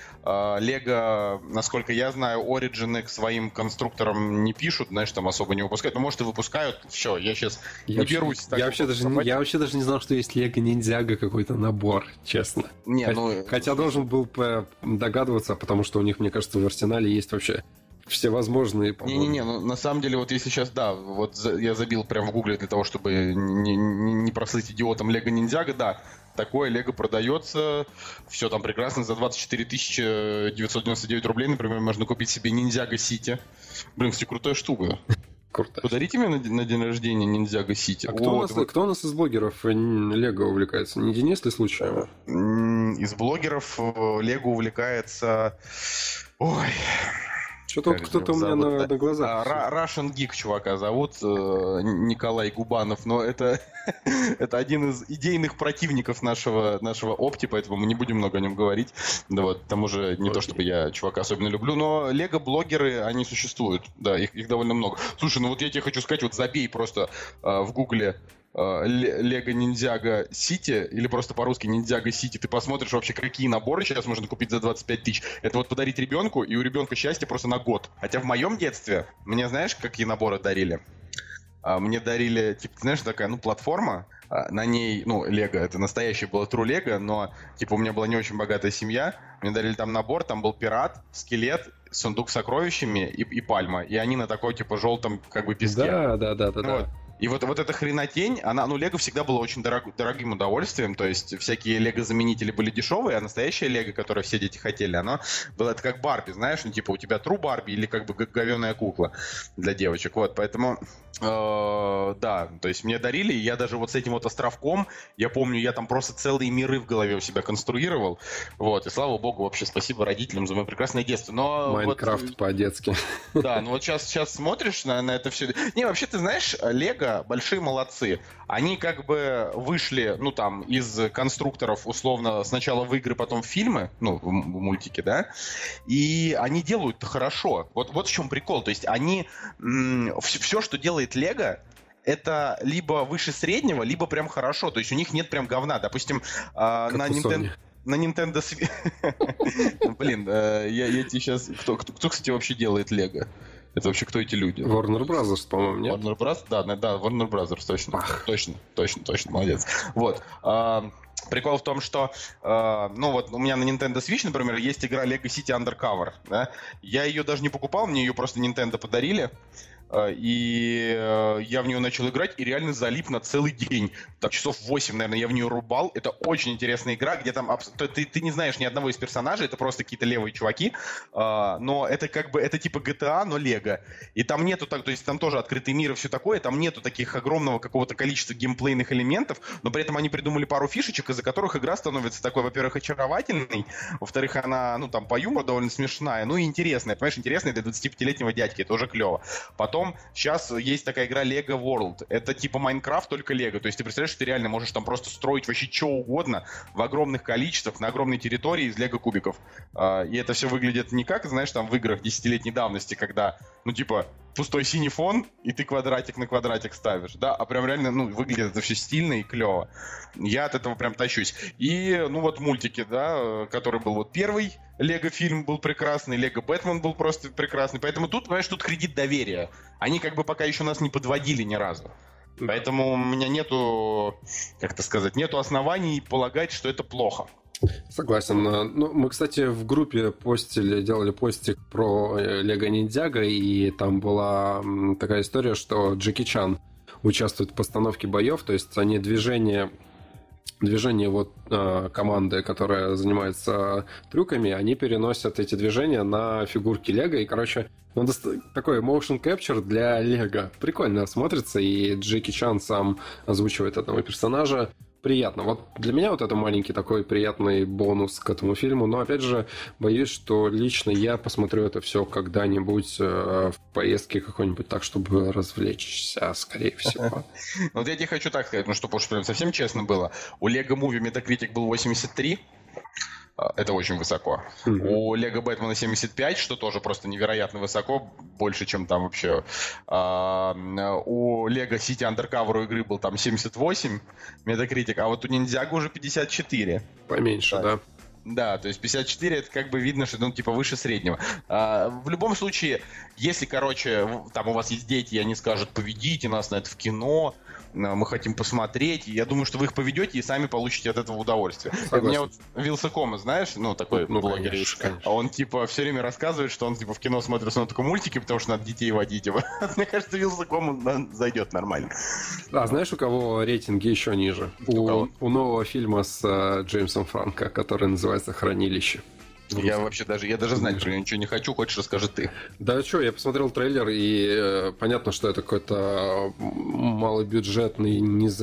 Лего, э, насколько я знаю, Origin к своим конструкторам не пишут, знаешь, там особо не выпускают, но, может, и выпускают, все, я сейчас я не вообще, берусь. Я вообще, даже не, я вообще даже не знал, что есть Лего Ниндзяго какой-то набор, честно. Не, хотя, ну... хотя должен был догадываться, потому что у них, мне кажется, в арсенале есть вообще всевозможные, по-моему. Не-не-не, ну на самом деле, вот если сейчас, да, вот за, я забил прямо в гугле для того, чтобы не, не, не прослыть идиотом Лего Ниндзяго, да, такое Лего продается, все там прекрасно, за двадцать четыре тысячи девятьсот девяносто девять рублей, например, можно купить себе Ниндзяго Сити. Блин, кстати, крутая штука. Круто. Подарите мне на, на день рождения Ниндзяго Сити. А кто, у нас, кто у нас из блогеров Лего увлекается? Не Денис ли случайно? Из блогеров Лего увлекается... Ой... Что-то вот кто-то у меня на, на глазах. А, Russian Geek чувака зовут, э, Николай Губанов, но это, это один из идейных противников нашего, нашего Опти, поэтому мы не будем много о нем говорить. Да вот, к тому же не okay. то, чтобы я чувака особенно люблю, но лего-блогеры, они существуют, да, их, их довольно много. Слушай, ну вот я тебе хочу сказать, вот забей просто э, в гугле Лего Ниндзяго Сити, или просто по-русски Ниндзяго Сити, ты посмотришь вообще, какие наборы сейчас можно купить за двадцать пять тысяч. Это вот подарить ребенку, и у ребенка счастье просто на год. Хотя в моем детстве, мне знаешь, какие наборы дарили? Мне дарили, типа, знаешь, такая, ну, платформа, на ней, ну, Лего, это настоящий был True Лего, но, типа, у меня была не очень богатая семья, мне дарили там набор, там был пират, скелет, сундук с сокровищами и, и пальма, и они на такой, типа, желтом, как бы, песке. Да, да, да, да, ну, да. И вот, вот эта хренотень, она, ну, Лего всегда было очень дорог, дорогим удовольствием, то есть всякие Лего-заменители были дешевые, а настоящее Лего, которое все дети хотели, оно было это как Барби, знаешь, ну, типа у тебя True Барби или как бы говёная кукла для девочек, вот, поэтому, э, да, то есть мне дарили, и я даже вот с этим вот островком, я помню, я там просто целые миры в голове у себя конструировал, вот, и слава богу, вообще спасибо родителям за мое прекрасное детство, но... Майнкрафт вот, по-детски. Да, ну вот сейчас, сейчас смотришь на, на это все, не, вообще, ты знаешь, Лего большие молодцы. Они как бы вышли, ну, там, из конструкторов, условно, сначала в игры, потом в фильмы, ну, в, в мультики, да, и они делают-то хорошо. Вот, вот в чем прикол. То есть они... М- все, что делает Лего, это либо выше среднего, либо прям хорошо. То есть у них нет прям говна. Допустим, на Nintendo... На Nintendo Switch... Блин, я тебе сейчас... Кто, кстати, вообще делает Лего? Это вообще кто эти люди? Warner Brothers, по-моему, нет? Warner Brothers? Да, да, Warner Brothers, точно. Ах. Точно, точно, точно, молодец. Вот. А, прикол в том, что, а, ну вот, у меня на Nintendo Switch, например, есть игра Lego City Undercover, да? Я ее даже не покупал, мне ее просто Nintendo подарили. и я в нее начал играть и реально залип на целый день. Там часов восемь, наверное, я в нее рубал. Это очень интересная игра, где там абс... ты, ты не знаешь ни одного из персонажей, это просто какие-то левые чуваки, но это как бы, это типа джи ти эй, но Лего. И там нету так, то есть там тоже открытый мир и все такое, там нету таких огромного какого-то количества геймплейных элементов, но при этом они придумали пару фишечек, из-за которых игра становится такой, во-первых, очаровательной, во-вторых, она, ну, там, по юмору довольно смешная, ну, и интересная, понимаешь, интересная для двадцатипятилетнего дядьки, это уже клево. Потом, сейчас есть такая игра Lego World, это типа Майнкрафт, только Лего, то есть ты представляешь, что ты реально можешь там просто строить вообще что угодно в огромных количествах, на огромной территории из Лего-кубиков. И это все выглядит не как, знаешь, там в играх десятилетней давности, когда, ну, типа, пустой синий фон, и ты квадратик на квадратик ставишь, да, а прям реально, ну, выглядит это все стильно и клево. Я от этого прям тащусь. И, ну, вот мультики, да, который был вот первый Лего-фильм был прекрасный, Лего Бэтмен был просто прекрасный, поэтому тут, понимаешь, тут кредит доверия. Они как бы пока еще нас не подводили ни разу. Поэтому у меня нету, как это сказать, нету оснований полагать, что это плохо. Согласен. Ну, мы, кстати, в группе постили, делали постик про Лего Ниндзяго, и там была такая история, что Джеки Чан участвует в постановке боев, то есть они движения, движения вот команды, которая занимается трюками, они переносят эти движения на фигурки Лего, и, короче, ну, такой motion capture для Лего. Прикольно смотрится, и Джеки Чан сам озвучивает одного персонажа. Приятно. Вот для меня вот это маленький такой приятный бонус к этому фильму. Но, опять же, боюсь, что лично я посмотрю это все когда-нибудь э, в поездке какой-нибудь так, чтобы развлечься, скорее всего. Вот я тебе хочу так сказать, ну, чтобы уж прям совсем честно было. У Lego Movie Metacritic был восемьдесят три. Это очень высоко. Mm-hmm. У Лего Бэтмена семьдесят пять, что тоже просто невероятно высоко, больше, чем там вообще. А, у Лего City Undercover у игры был там семьдесят восемь Metacritic, а вот у Ниндзяго уже пятьдесят четыре. Поменьше, да. да. Да, то есть пятьдесят четыре это как бы видно, что ну типа выше среднего. А, в любом случае, если, короче, там у вас есть дети, и они скажут, поведите нас на это в кино, мы хотим посмотреть, и я думаю, что вы их поведете и сами получите от этого удовольствие. У меня вот Вилсакома, знаешь, ну такой ну, блогер конечно, есть, конечно. А он типа все время рассказывает, что он типа в кино смотрит в основном только мультики, потому что надо детей водить. Мне кажется, Вилсакому зайдет нормально. А знаешь, у кого рейтинги еще ниже? У, у, у нового фильма с uh, Джеймсом Франко, который называется «Хранилище». Я вообще даже, я даже знать про него ничего не хочу, хочешь, расскажи ты. Да что, я посмотрел трейлер, и э, понятно, что это какой-то малобюджетный,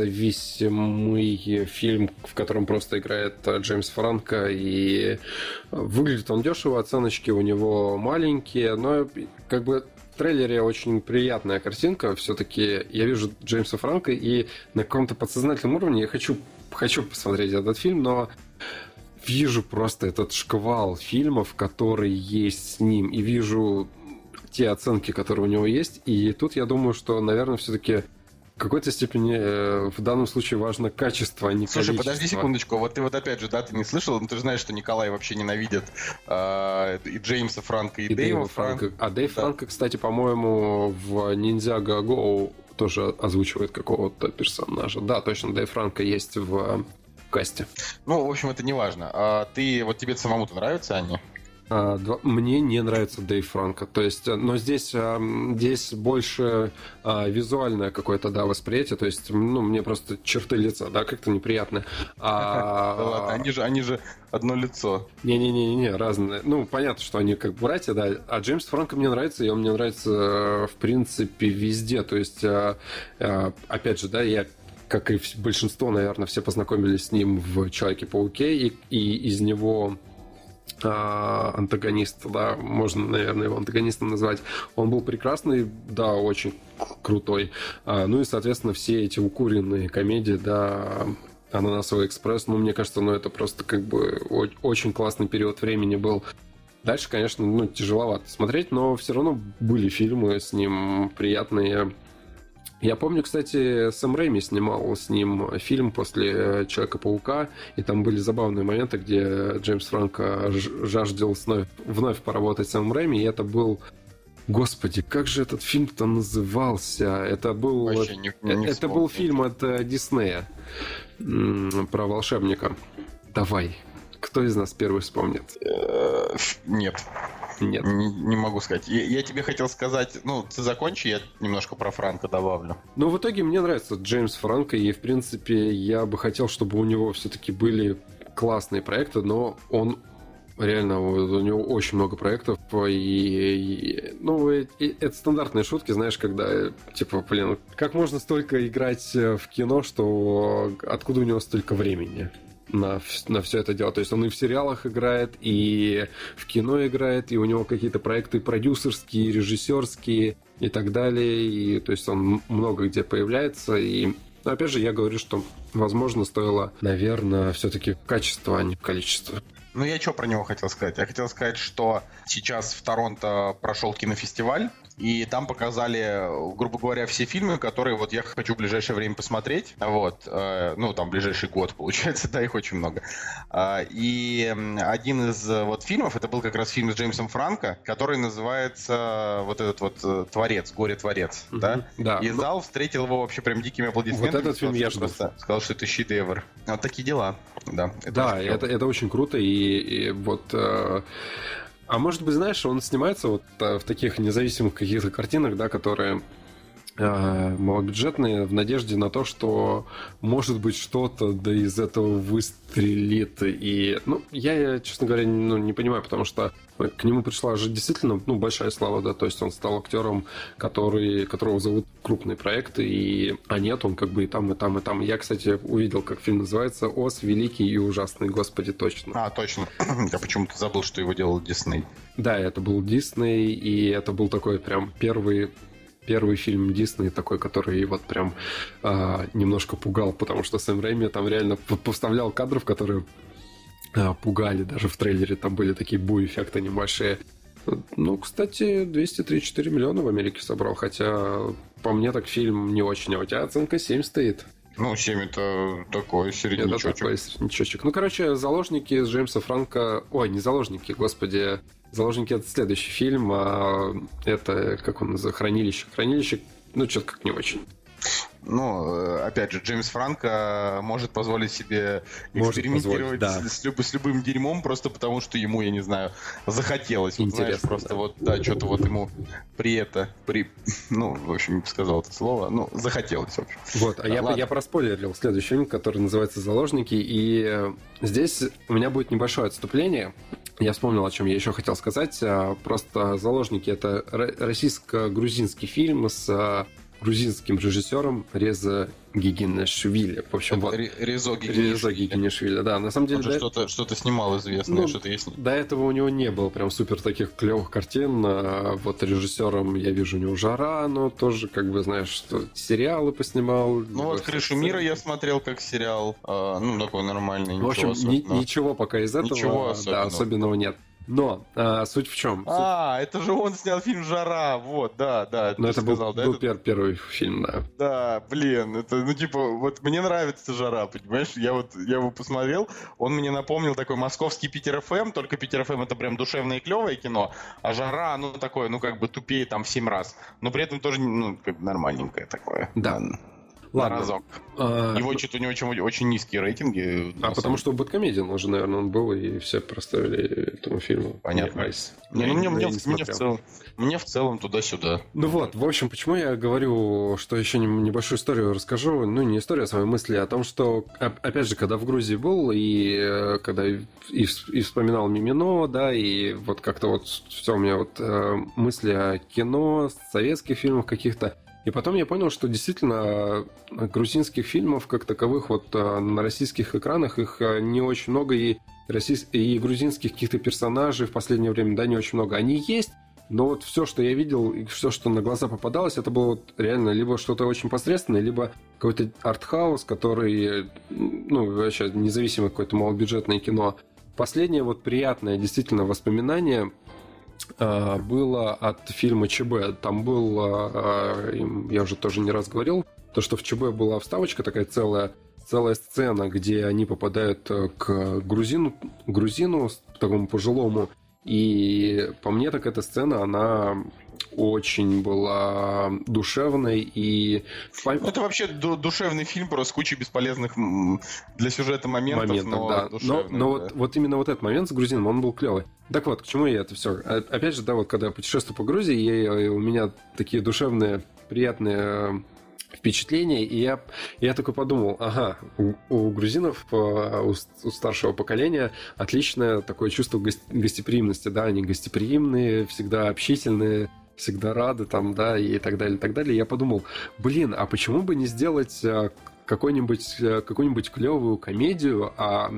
независимый фильм, в котором просто играет Джеймс Франко, и выглядит он дешево, оценочки у него маленькие, но как бы в трейлере очень приятная картинка, все-таки я вижу Джеймса Франко, и на каком-то подсознательном уровне я хочу, хочу посмотреть этот фильм, но вижу просто этот шквал фильмов, которые есть с ним, и вижу те оценки, которые у него есть, и тут я думаю, что, наверное, все-таки в какой-то степени э, в данном случае важно качество, а не Слушай, количество. Подожди секундочку, вот ты вот опять же, да, ты не слышал, но ты же знаешь, что Николай вообще ненавидит э, и Джеймса Франко, и, и Дэйва Франко. Франко. А Дэйв да. Франко, кстати, по-моему, в Ниндзяго Go тоже озвучивает какого-то персонажа. Да, точно, Дэйв Франко есть в касте. Ну, в общем, это не важно. А ты, вот тебе самому-то нравятся они? А, два, мне не нравится Дэйв Франко. То есть, но здесь, а, здесь больше а, визуальное какое-то, да, восприятие. То есть, ну, мне просто черты лица, да, как-то неприятно. Да ладно, они же, они же одно лицо. Не-не-не, разные. Ну, понятно, что они как братья, да. А Джеймс Франко мне нравится, и он мне нравится, в принципе, везде. То есть, опять же, да, я как и большинство, наверное, все познакомились с ним в Человеке-пауке, и, и из него а, антагонист, да, можно, наверное, его антагонистом назвать. Он был прекрасный, да, очень крутой. А, ну и, соответственно, все эти укуренные комедии, да, «Ананасовый экспресс», ну, мне кажется, ну, это просто как бы очень классный период времени был. Дальше, конечно, ну, тяжеловато смотреть, но все равно были фильмы с ним приятные. Я помню, кстати, Сэм Рэйми снимал с ним фильм после Человека-паука, и там были забавные моменты, где Джеймс Франко жаждал вновь, вновь поработать с Сэмом Рэйми, и это был... Господи, как же этот фильм-то назывался? Это был, не, не это был фильм от Диснея про волшебника. Давай, кто из нас первый вспомнит? Нет. Нет. Не, не могу сказать. Я, я тебе хотел сказать, ну, ты закончи, я немножко про Франко добавлю. Ну, в итоге мне нравится Джеймс Франко, и, в принципе, я бы хотел, чтобы у него все-таки были классные проекты, но он реально, у него очень много проектов, и, и ну, и, и, это стандартные шутки, знаешь, когда, типа, блин, как можно столько играть в кино, что откуда у него столько времени на, на все это дело. То есть он и в сериалах играет, и в кино играет, и у него какие-то проекты продюсерские, режиссерские и так далее. И, то есть он много где появляется, и но опять же, я говорю, что, возможно, стоило, наверное, все-таки качество, а не количество. Ну, я что про него хотел сказать? Я хотел сказать, что сейчас в Торонто прошел кинофестиваль, и там показали, грубо говоря, все фильмы, которые вот я хочу в ближайшее время посмотреть. Вот. Э, ну, там, ближайший год, получается, да, их очень много. Э, и один из вот фильмов, это был как раз фильм с Джеймсом Франко, который называется вот этот вот «Творец», «Горе-творец», mm-hmm. да? Да. И зал встретил его вообще прям дикими аплодисментами. Вот этот фильм я жду. Сказал, что это шедевр. Вот такие дела, да. Это да, это, это очень круто, и, и вот... Э... А может быть, знаешь, он снимается вот в таких независимых каких-то картинах, да, которые э, малобюджетные, в надежде на то, что может быть что-то да из этого выстрелит. И, ну, я, честно говоря, ну, не понимаю, потому что к нему пришла же действительно, ну, большая слава, да, то есть он стал актером, который, которого зовут крупные проекты, и, а нет, он как бы и там, и там, и там. Я, кстати, увидел, как фильм называется «Оз, великий и ужасный», господи, точно. А, точно. Я почему-то забыл, что его делал Дисней. Да, это был Дисней, и это был такой прям первый Первый фильм Дисней такой, который вот прям а, немножко пугал, потому что Сэм Рэйми там реально поставлял кадров, которые а, пугали. Даже в трейлере там были такие бу-эффекты небольшие. Ну, кстати, двести тридцать четыре миллиона в Америке собрал, хотя по мне так фильм не очень. А у тебя оценка семь стоит. Ну, семь это такой среднячочек. Это такой среднячочек. Ну, короче, «Заложники» с Джеймса Франко... Ой, не «Заложники», господи. «Заложники» — это следующий фильм, а это, как он называется, «Хранилище». «Хранилище», ну, что-то как не очень. Ну, опять же, Джеймс Франко может позволить себе экспериментировать да. с, с, люб, с любым дерьмом, просто потому что ему, я не знаю, захотелось. Вот, знаешь, просто да. вот, да, что-то вот ему при это, при, ну, в общем, не сказал это слово, ну, захотелось, в общем. Вот, а да, я, я проспойлерил следующий фильм, который называется «Заложники», и здесь у меня будет небольшое отступление. Я вспомнил, о чем я еще хотел сказать. Просто «Заложники» — это российско-грузинский фильм с грузинским режиссером Реза Гигинешвили. В общем, вот. Резо Гигинешвили. Резо Гигинешвили, да. На самом деле... Он же до... что-то, что-то снимал известное, ну, что-то есть. До этого у него не было прям супер таких клевых картин. Вот режиссером я вижу у него «Жара», но тоже, как бы, знаешь, что сериалы поснимал. Ну вот «Крышу мира» я смотрел как сериал. Ну, такой нормальный. В общем, ни- ничего пока из этого ничего особенного. Да, особенного нет. Но а, суть в чем? А, суть... это же он снял фильм «Жара», вот, да, да. Ну, это сказал, был, да, был это... первый фильм, да. Да, блин, это, ну, типа, вот мне нравится «Жара», понимаешь? Я вот, я его посмотрел, он мне напомнил такой московский Питер эф эм, только Питер эф эм это прям душевное и клевое кино, а «Жара», ну, такое, ну, как бы тупее там в семь раз, но при этом тоже, ну, как бы нормальненькое такое. Да. Ладно. Ладно. На разок. А... Его что-то у него очень, очень низкие рейтинги. А потому что в Бэдкомедиан уже, наверное, он был, и все проставили этому фильму. Понятно. Не, ну, мне, мне, мне, в целом, мне в целом туда-сюда. Ну вот, в общем, почему я говорю, что еще небольшую историю расскажу. Ну, не историю, а свои мысли о том, что, опять же, когда в Грузии был, и когда и, и вспоминал Мимино, да, и вот как-то вот все у меня вот мысли о кино, советских фильмах каких-то. И потом я понял, что действительно грузинских фильмов как таковых вот на российских экранах их не очень много, и, российс... и грузинских каких-то персонажей в последнее время, да, не очень много. Они есть, но вот все, что я видел, и все, что на глаза попадалось, это было вот реально либо что-то очень посредственное, либо какой-то артхаус, который, ну, вообще независимое какое-то малобюджетное кино. Последнее вот приятное действительно воспоминание было от фильма ЧБ. Там был, я уже тоже не раз говорил, то, что в ЧБ была вставочка такая целая, целая сцена, где они попадают к грузину, грузину такому пожилому. И по мне так эта сцена, она очень была душевной и... Это вообще душевный фильм, просто с кучей бесполезных для сюжета моментов, моментов но да. душевный. Но, но да. вот, вот именно вот этот момент с грузином, он был клевый. Так вот, к чему я это все? Опять же, да, вот когда я путешествую по Грузии, я, у меня такие душевные, приятные впечатления, и я, я такой подумал, ага, у, у грузинов, у, у старшего поколения отличное такое чувство гостеприимности, да, они гостеприимные, всегда общительные, всегда рады там, да, и так далее, и так далее. Я подумал, блин, а почему бы не сделать какой-нибудь, какую-нибудь клевую комедию о,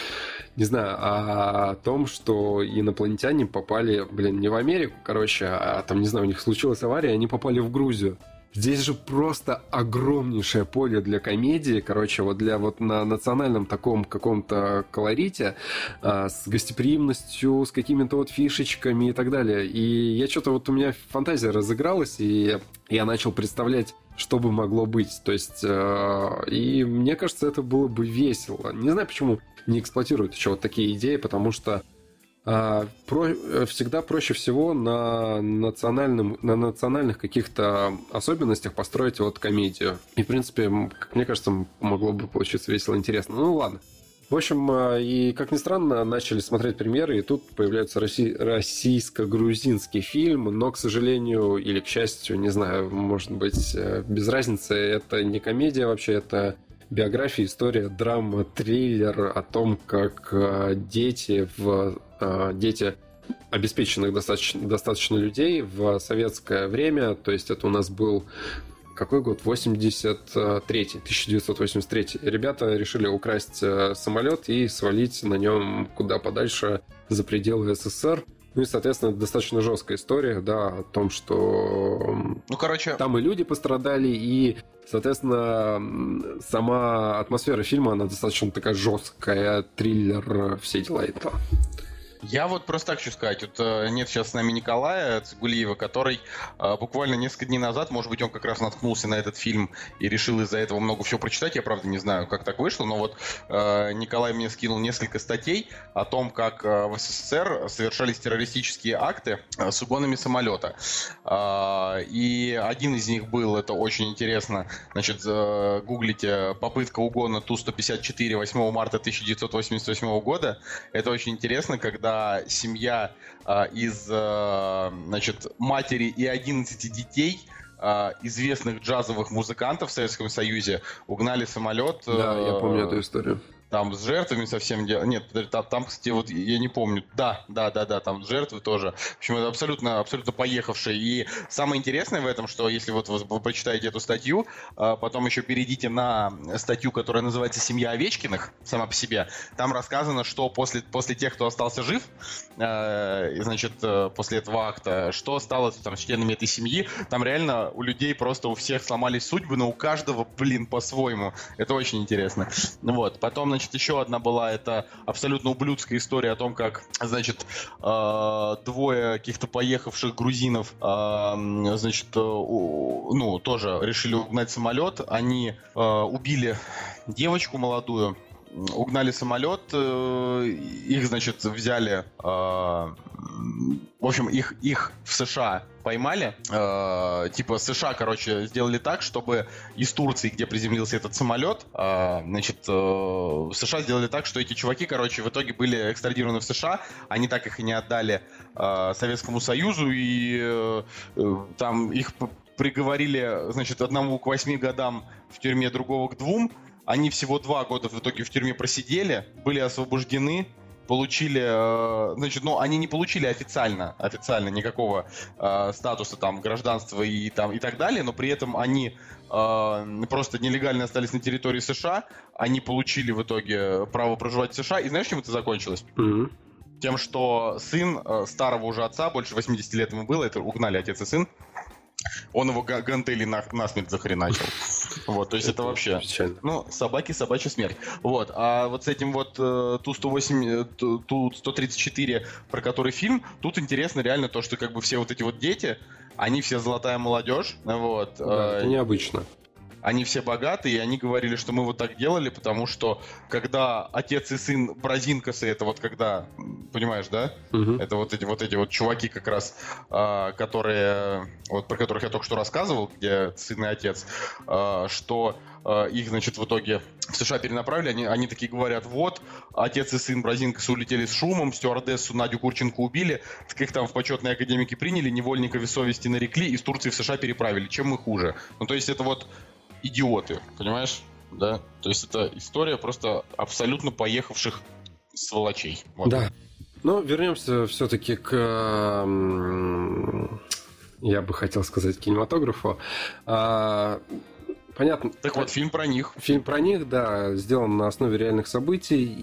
не знаю, о том, что инопланетяне попали, блин, не в Америку, короче, а там, не знаю, у них случилась авария, они попали в Грузию. Здесь же просто огромнейшее поле для комедии, короче, вот для вот на национальном таком каком-то колорите, а, с гостеприимностью, с какими-то вот фишечками и так далее. И я что-то вот у меня фантазия разыгралась, и я начал представлять, что бы могло быть. То есть, э, и мне кажется, это было бы весело. Не знаю, почему не эксплуатируют еще вот такие идеи, потому что А, про, всегда проще всего на, национальном, на национальных каких-то особенностях построить вот комедию. И, в принципе, как мне кажется, могло бы получиться весело, интересно. Ну, ладно. В общем, и, как ни странно, начали смотреть премьеры, и тут появляется россий, российско-грузинский фильм, но, к сожалению, или к счастью, не знаю, может быть, без разницы, это не комедия вообще, это биография, история, драма, триллер о том, как дети в дети обеспеченных достаточно, достаточно людей в советское время, то есть это у нас был какой год? восемьдесят третий, тысяча девятьсот восемьдесят третий. Ребята решили украсть самолет и свалить на нем куда подальше за пределы СССР. Ну и, соответственно, достаточно жесткая история, да, о том, что ну, короче... там и люди пострадали, и, соответственно, сама атмосфера фильма, она достаточно такая жесткая, триллер, все дела и то. Я вот просто так хочу сказать, вот э, нет сейчас с нами Николая Цигулиева, который э, буквально несколько дней назад, может быть, он как раз наткнулся на этот фильм и решил из-за этого много всего прочитать, я правда не знаю, как так вышло, но вот э, Николай мне скинул несколько статей о том, как э, в СССР совершались террористические акты э, с угонами самолета. Э, и один из них был, это очень интересно, значит, э, гуглите попытка угона Ту сто пятьдесят четыре восьмого марта тысяча девятьсот восемьдесят восьмого года. Это очень интересно, когда семья а, из а, значит, матери и одиннадцати детей а, известных джазовых музыкантов в Советском Союзе угнали самолет. Да, а, я помню эту историю. Там с жертвами совсем... Нет, там, там, кстати, вот я не помню. Да, да, да, да, там жертвы тоже. В общем, это абсолютно, абсолютно поехавшие. И самое интересное в этом, что если вот вы прочитаете эту статью, потом еще перейдите на статью, которая называется «Семья Овечкиных», сама по себе, там рассказано, что после, после тех, кто остался жив, значит, после этого акта, что стало там с членами этой семьи, там реально у людей просто у всех сломались судьбы, но у каждого, блин, по-своему. Это очень интересно. Вот, потом, значит, Значит, еще одна была, это абсолютно ублюдская история о том, как, значит, э, двое каких-то поехавших грузинов, э, значит, э, ну, тоже решили угнать самолет. Они э, убили девочку молодую, угнали самолет, э, их, значит, взяли, э, в общем, их, их в США поймали, э, типа США, короче, сделали так, чтобы из Турции, где приземлился этот самолет, э, значит, э, в США сделали так, что эти чуваки, короче, в итоге были экстрадированы в США, они так их и не отдали э, Советскому Союзу, и э, там их приговорили, значит, одному к восьми годам в тюрьме, другого к двум. Они всего два года в итоге в тюрьме просидели, были освобождены, получили, э, значит, ну, они не получили официально, официально никакого э, статуса там гражданства и там и так далее, но при этом они э, просто нелегально остались на территории США, они получили в итоге право проживать в США, и знаешь, чем это закончилось? Mm-hmm. Тем, что сын э, старого уже отца, больше восемьдесят лет ему было, это угнали отец и сын, он его гантели на, насмерть захреначил. Вот, то есть это, это вообще... Печально. Ну, собаки, собачья смерть. Вот, а вот с этим вот э, Ту сто восемь, Ту сто тридцать четыре, про который фильм, тут интересно реально то, что как бы все вот эти вот дети, они все золотая молодежь, вот. Да, э, это необычно. Они все богатые, и они говорили, что мы вот так делали, потому что когда отец и сын бразинкасы, это вот когда понимаешь, да? Угу. Это вот эти вот эти вот чуваки как раз, а, которые, вот про которых я только что рассказывал, где сын и отец, а, что а, их, значит, в итоге в США перенаправили, они, они такие говорят, вот, отец и сын бразинкасы улетели с шумом, стюардессу Надю Курченко убили, так их там в почетные академики приняли, невольников совести нарекли, из Турции в США переправили. Чем мы хуже? Ну, то есть это вот идиоты, понимаешь? Да? То есть это история просто абсолютно поехавших сволочей. Вот. Да. Но вернемся все-таки к, я бы хотел сказать, кинематографу. Понятно. Так вот, фильм про них. Фильм про них, да, сделан на основе реальных событий,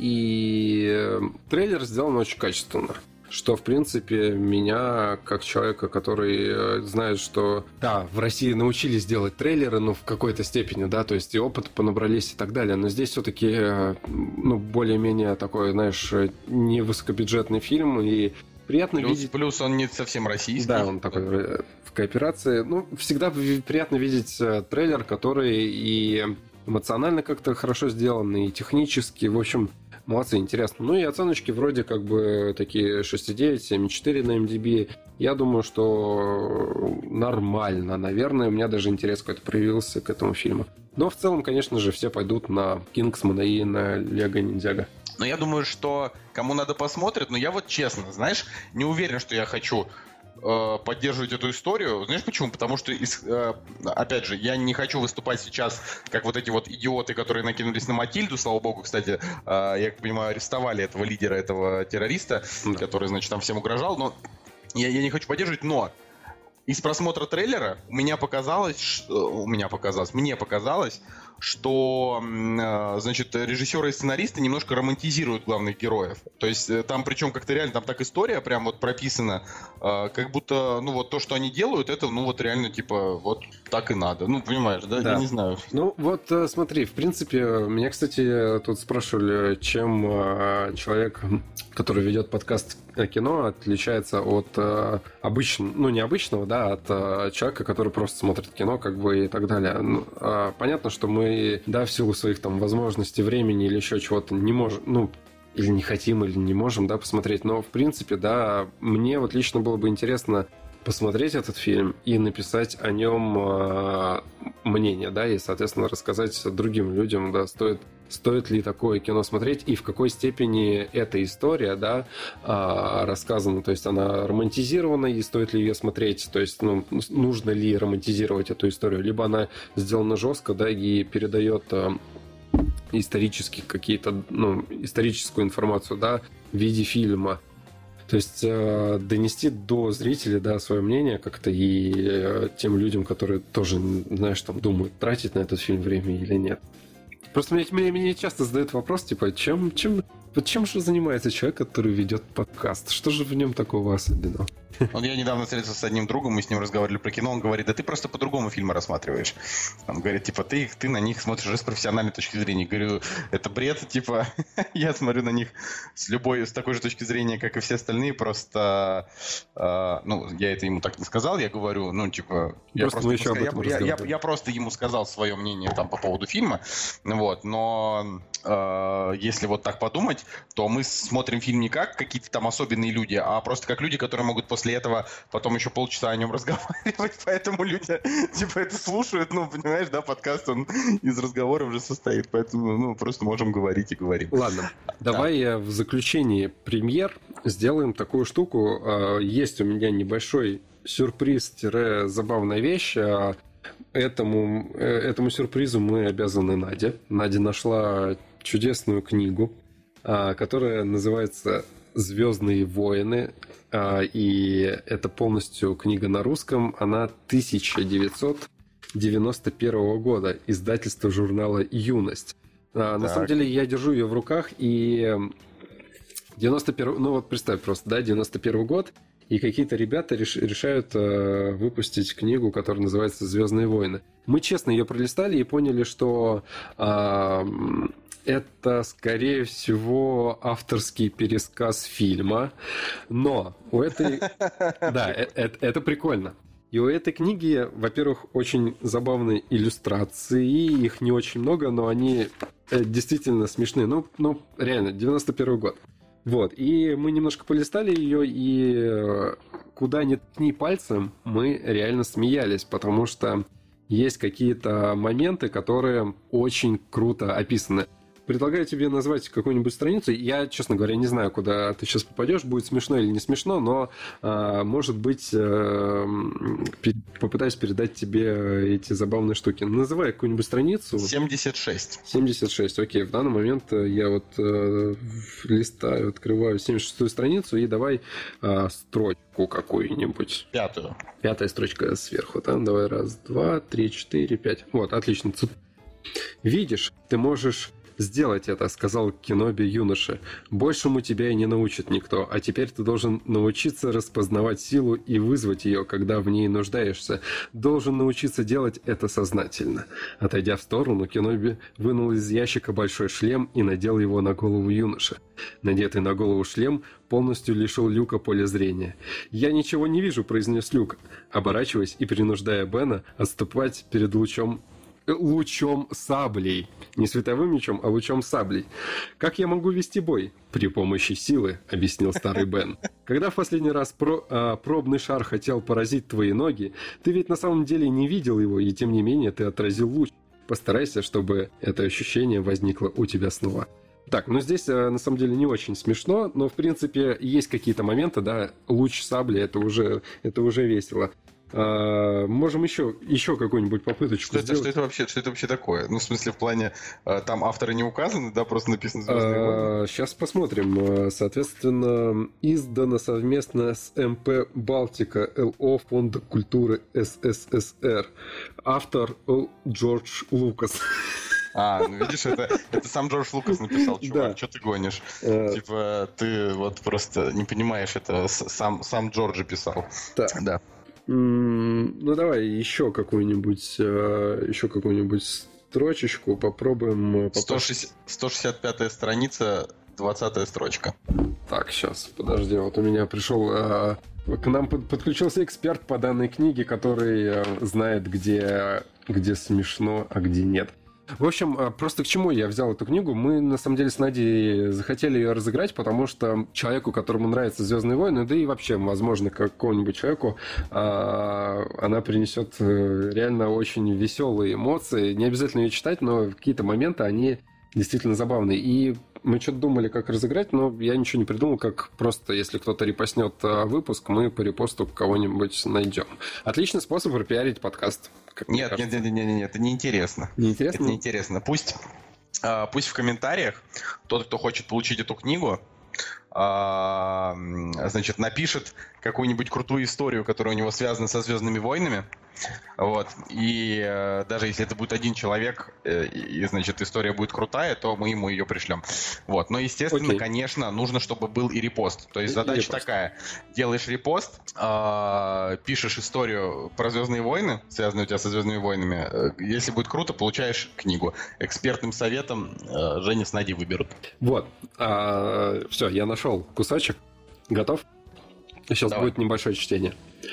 и трейлер сделан очень качественно. Что, в принципе, меня, как человека, который знает, что, да, в России научились делать трейлеры, ну, в какой-то степени, да, то есть и опыт понабрались и так далее, но здесь все-таки, ну, более-менее такой, знаешь, не высокобюджетный фильм, и приятно плюс, видеть... Плюс он не совсем российский. Да, он такой в кооперации. Ну, всегда приятно видеть трейлер, который и эмоционально как-то хорошо сделан, и технически, в общем... Молодцы, интересно. Ну и оценочки вроде как бы такие шесть и девять, семь и четыре на эм ди би. Я думаю, что нормально. Наверное, у меня даже интерес какой-то проявился к этому фильму. Но в целом, конечно же, все пойдут на Кингсмана и на Лего Ниндзяго. Но я думаю, что кому надо посмотрит, но я вот честно, знаешь, не уверен, что я хочу поддерживать эту историю. Знаешь почему? Потому что, опять же, я не хочу выступать сейчас как вот эти вот идиоты, которые накинулись на Матильду. Слава богу, кстати, я как понимаю, арестовали этого лидера, этого террориста, да. который, значит, там всем угрожал. Но я, я не хочу поддерживать, но из просмотра трейлера у меня показалось, что, у меня показалось, мне показалось, что, значит, режиссеры и сценаристы немножко романтизируют главных героев. То есть там, причем как-то реально, там так история прям вот прописана, как будто, ну вот то, что они делают, это, ну вот реально, типа, вот так и надо. Ну, понимаешь, да? да. Я не знаю. Ну, вот смотри, в принципе, меня, кстати, тут спрашивали, чем человек, который ведет подкаст кино, отличается от обычного, ну, не обычного, да, от человека, который просто смотрит кино, как бы, и так далее. Ну, понятно, что мы да, в силу своих там возможностей, времени или еще чего-то не можем, ну, или не хотим, или не можем, да, посмотреть. Но, в принципе, да, мне вот лично было бы интересно посмотреть этот фильм и написать о нем э, мнение, да, и, соответственно, рассказать другим людям, да, стоит, стоит ли такое кино смотреть и в какой степени эта история, да, э, рассказана, то есть она романтизирована и стоит ли ее смотреть, то есть, ну, нужно ли романтизировать эту историю, либо она сделана жестко, да, и передает э, исторические какие-то, ну, историческую информацию, да, в виде фильма. То есть э, донести до зрителей, да, свое мнение как-то и э, тем людям, которые тоже, знаешь, там думают, тратить на этот фильм время или нет. Просто мне, мне, мне часто задают вопрос, типа, чем, чем, вот чем же занимается человек, который ведет подкаст? Что же в нем такого особенного? Вот я недавно встретился с одним другом, мы с ним разговаривали про кино, он говорит, да ты просто по-другому фильмы рассматриваешь. Он говорит, типа, ты, ты на них смотришь с профессиональной точки зрения. Я говорю, это бред, типа, я смотрю на них с любой, с такой же точки зрения, как и все остальные, просто, э, ну, я это ему так не сказал, я говорю, ну, типа, я просто, просто, ему сказал, я, я, я, я просто ему сказал свое мнение там по поводу фильма, вот, но э, если вот так подумать, то мы смотрим фильм не как какие-то там особенные люди, а просто как люди, которые могут после этого потом еще полчаса о нем разговаривать, поэтому люди, типа, это слушают, ну, понимаешь, да, подкаст, он из разговоров уже состоит, поэтому, ну, просто можем говорить и говорим. Ладно, да. Давай я в заключении премьер сделаем такую штуку. Есть у меня небольшой сюрприз-забавная вещь. Этому, этому сюрпризу мы обязаны Наде. Надя нашла чудесную книгу, которая называется «Звездные войны». И это полностью книга на русском. Она тысяча девятьсот девяносто первого года. Издательство журнала «Юность». Так. На самом деле я держу ее в руках. И девяносто первый... Ну вот представь просто, да, девяносто первый год. И какие-то ребята реш... решают э, выпустить книгу, которая называется «Звездные войны». Мы честно ее пролистали и поняли, что... Э, это, скорее всего, авторский пересказ фильма, но у этой... Да, это, это прикольно. И у этой книги, во-первых, очень забавные иллюстрации, их не очень много, но они действительно смешные. Ну, ну реально, девяносто первый год. Вот, и мы немножко полистали ее, и куда ни ткни пальцем, мы реально смеялись, потому что есть какие-то моменты, которые очень круто описаны. Предлагаю тебе назвать какую-нибудь страницу. Я, честно говоря, не знаю, куда ты сейчас попадешь, будет смешно или не смешно, но, а, может быть, а, попытаюсь передать тебе эти забавные штуки. Называй какую-нибудь страницу. семьдесят шесть. семьдесят шесть, окей. В данный момент я вот э, листаю, открываю семьдесят шестую страницу и давай э, строчку какую-нибудь. Пятую. Пятая строчка сверху. Там давай раз, два, три, четыре, пять. Вот, отлично. Видишь, ты можешь сделать это, сказал Кеноби юноше. Большему тебя и не научит никто, а теперь ты должен научиться распознавать силу и вызвать ее, когда в ней нуждаешься. Должен научиться делать это сознательно. Отойдя в сторону, Кеноби вынул из ящика большой шлем и надел его на голову юноши. Надетый на голову шлем полностью лишил Люка поля зрения. «Я ничего не вижу», — произнес Люк, оборачиваясь и принуждая Бена отступать перед лучом лучом саблей. Не световым мечом, а лучом саблей. «Как я могу вести бой?» «При помощи силы», — объяснил старый Бен. «Когда в последний раз про, а, пробный шар хотел поразить твои ноги, ты ведь на самом деле не видел его, и тем не менее ты отразил луч. Постарайся, чтобы это ощущение возникло у тебя снова». Так, ну здесь на самом деле не очень смешно, но в принципе есть какие-то моменты, да, луч сабли, это уже, это уже весело. А, можем еще, еще какую-нибудь попыточку что это, сделать. Что это, вообще, что это вообще такое? Ну, в смысле, в плане, там авторы не указаны, да, просто написано «Звездные войны». А, сейчас посмотрим. Соответственно, издано совместно с эм пэ «Балтика» эл о Фонда культуры эс эс эс эр. Автор Джордж Лукас. А, ну видишь, это, это сам Джордж Лукас написал, чувак, да. Что ты гонишь? А... Типа, ты вот просто не понимаешь, это сам, сам Джордж писал. Да. Да. Ну, давай еще какую-нибудь, еще какую-нибудь строчечку попробуем. сто шестьдесят пятая страница, двадцатая строчка. Так, сейчас, подожди, вот у меня пришел... К нам подключился эксперт по данной книге, который знает, где, где смешно, а где нет. В общем, просто к чему я взял эту книгу? Мы, на самом деле, с Надей захотели ее разыграть, потому что человеку, которому нравятся «Звездные войны», да и вообще, возможно, какому-нибудь человеку, она принесет реально очень веселые эмоции. Не обязательно ее читать, но какие-то моменты, они действительно забавные. И мы что-то думали, как разыграть, но я ничего не придумал, как просто, если кто-то репостнет выпуск, мы по репосту кого-нибудь найдем. Отличный способ пропиарить подкаст. Нет, нет, нет, нет, нет, это неинтересно. Неинтересно? Это неинтересно. Пусть, а, пусть в комментариях тот, кто хочет получить эту книгу, а, значит, напишет какую-нибудь крутую историю, которая у него связана со «Звездными войнами». Вот. И э, даже если это будет один человек, э, и, значит, история будет крутая, то мы ему ее пришлем. Вот. Но, естественно, okay. конечно, нужно, чтобы был и репост. То есть задача репост. такая. Делаешь репост, э, пишешь историю про «Звездные войны», связанную у тебя со «Звездными войнами». Э, если будет круто, получаешь книгу. Экспертным советом э, Женя с Надей выберут. Вот. А, все, я нашел кусочек. Готов? Сейчас Давай. будет небольшое чтение.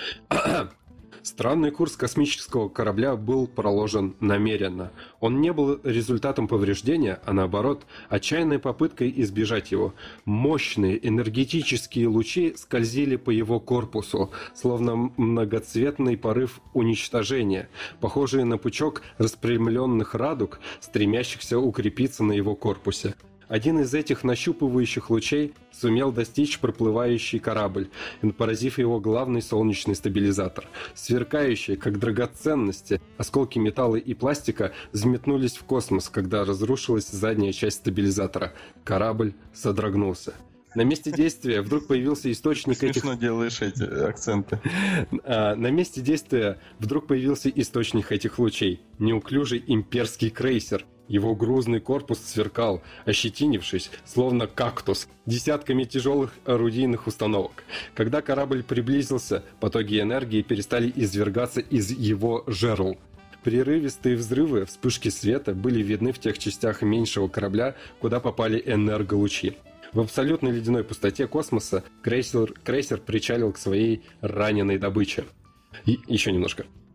Странный курс космического корабля был проложен намеренно. Он не был результатом повреждения, а наоборот, отчаянной попыткой избежать его. Мощные энергетические лучи скользили по его корпусу, словно многоцветный порыв уничтожения, похожий на пучок распрямленных радуг, стремящихся укрепиться на его корпусе. Один из этих нащупывающих лучей сумел достичь проплывающий корабль, поразив его главный солнечный стабилизатор. Сверкающие, как драгоценности, осколки металла и пластика взметнулись в космос, когда разрушилась задняя часть стабилизатора. Корабль содрогнулся. На месте действия вдруг появился источник Ты этих... Смешно делаешь эти акценты. На месте действия вдруг появился источник этих лучей. Неуклюжий имперский крейсер. Его грузный корпус сверкал, ощетинившись, словно кактус, десятками тяжелых орудийных установок. Когда корабль приблизился, потоки энергии перестали извергаться из его жерл. Прерывистые взрывы, вспышки света были видны в тех частях меньшего корабля, куда попали энерголучи. В абсолютной ледяной пустоте космоса крейсер, крейсер причалил к своей раненой добыче. И еще немножко.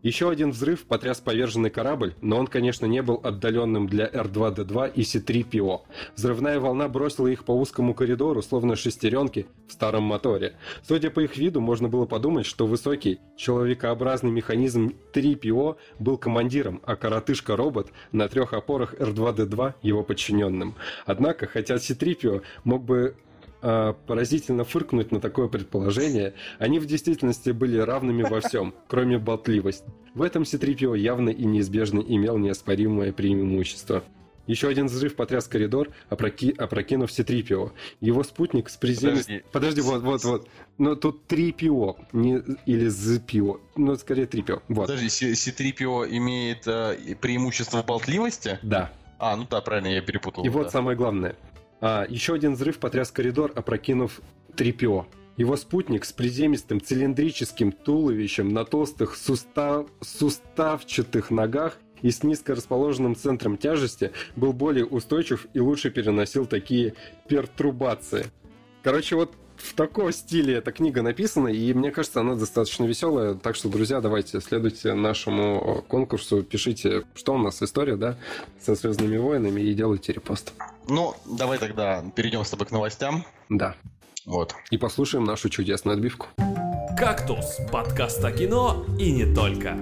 Еще один взрыв потряс поверженный корабль, но он, конечно, не был отдаленным для эр два дэ два и си три пи о. Взрывная волна бросила их по узкому коридору, словно шестеренки в старом моторе. Судя по их виду, можно было подумать, что высокий, человекообразный механизм три пи о был командиром, а коротышка-робот на трех опорах эр два дэ два его подчиненным. Однако, хотя си три пи о мог бы поразительно фыркнуть на такое предположение, они в действительности были равными во всем, кроме болтливости. В этом си три пи о явно и неизбежно имел неоспоримое преимущество. Еще один взрыв потряс коридор, опроки... опрокинув си три пи о. Его спутник с приземистым... Подожди, Подожди вот, вот, вот. Но тут три пи о, не... или зэ пи о. Ну, скорее три пи о. Вот. Подожди, си три пи о имеет э, преимущество в болтливости? Да. А, ну да, правильно, я перепутал. И да. вот самое главное. А, еще один взрыв потряс коридор, опрокинув три пи о. Его спутник с приземистым цилиндрическим туловищем на толстых сустав... суставчатых ногах и с низко расположенным центром тяжести был более устойчив и лучше переносил такие пертурбации. Короче, вот в таком стиле эта книга написана, и мне кажется, она достаточно веселая. Так что, друзья, давайте следуйте нашему конкурсу, пишите, что у нас история, да, со «Звездными войнами», и делайте репост. Ну, давай тогда перейдем с тобой к новостям. Да. Вот. И послушаем нашу чудесную отбивку. «Кактус» — подкаст о кино и не только.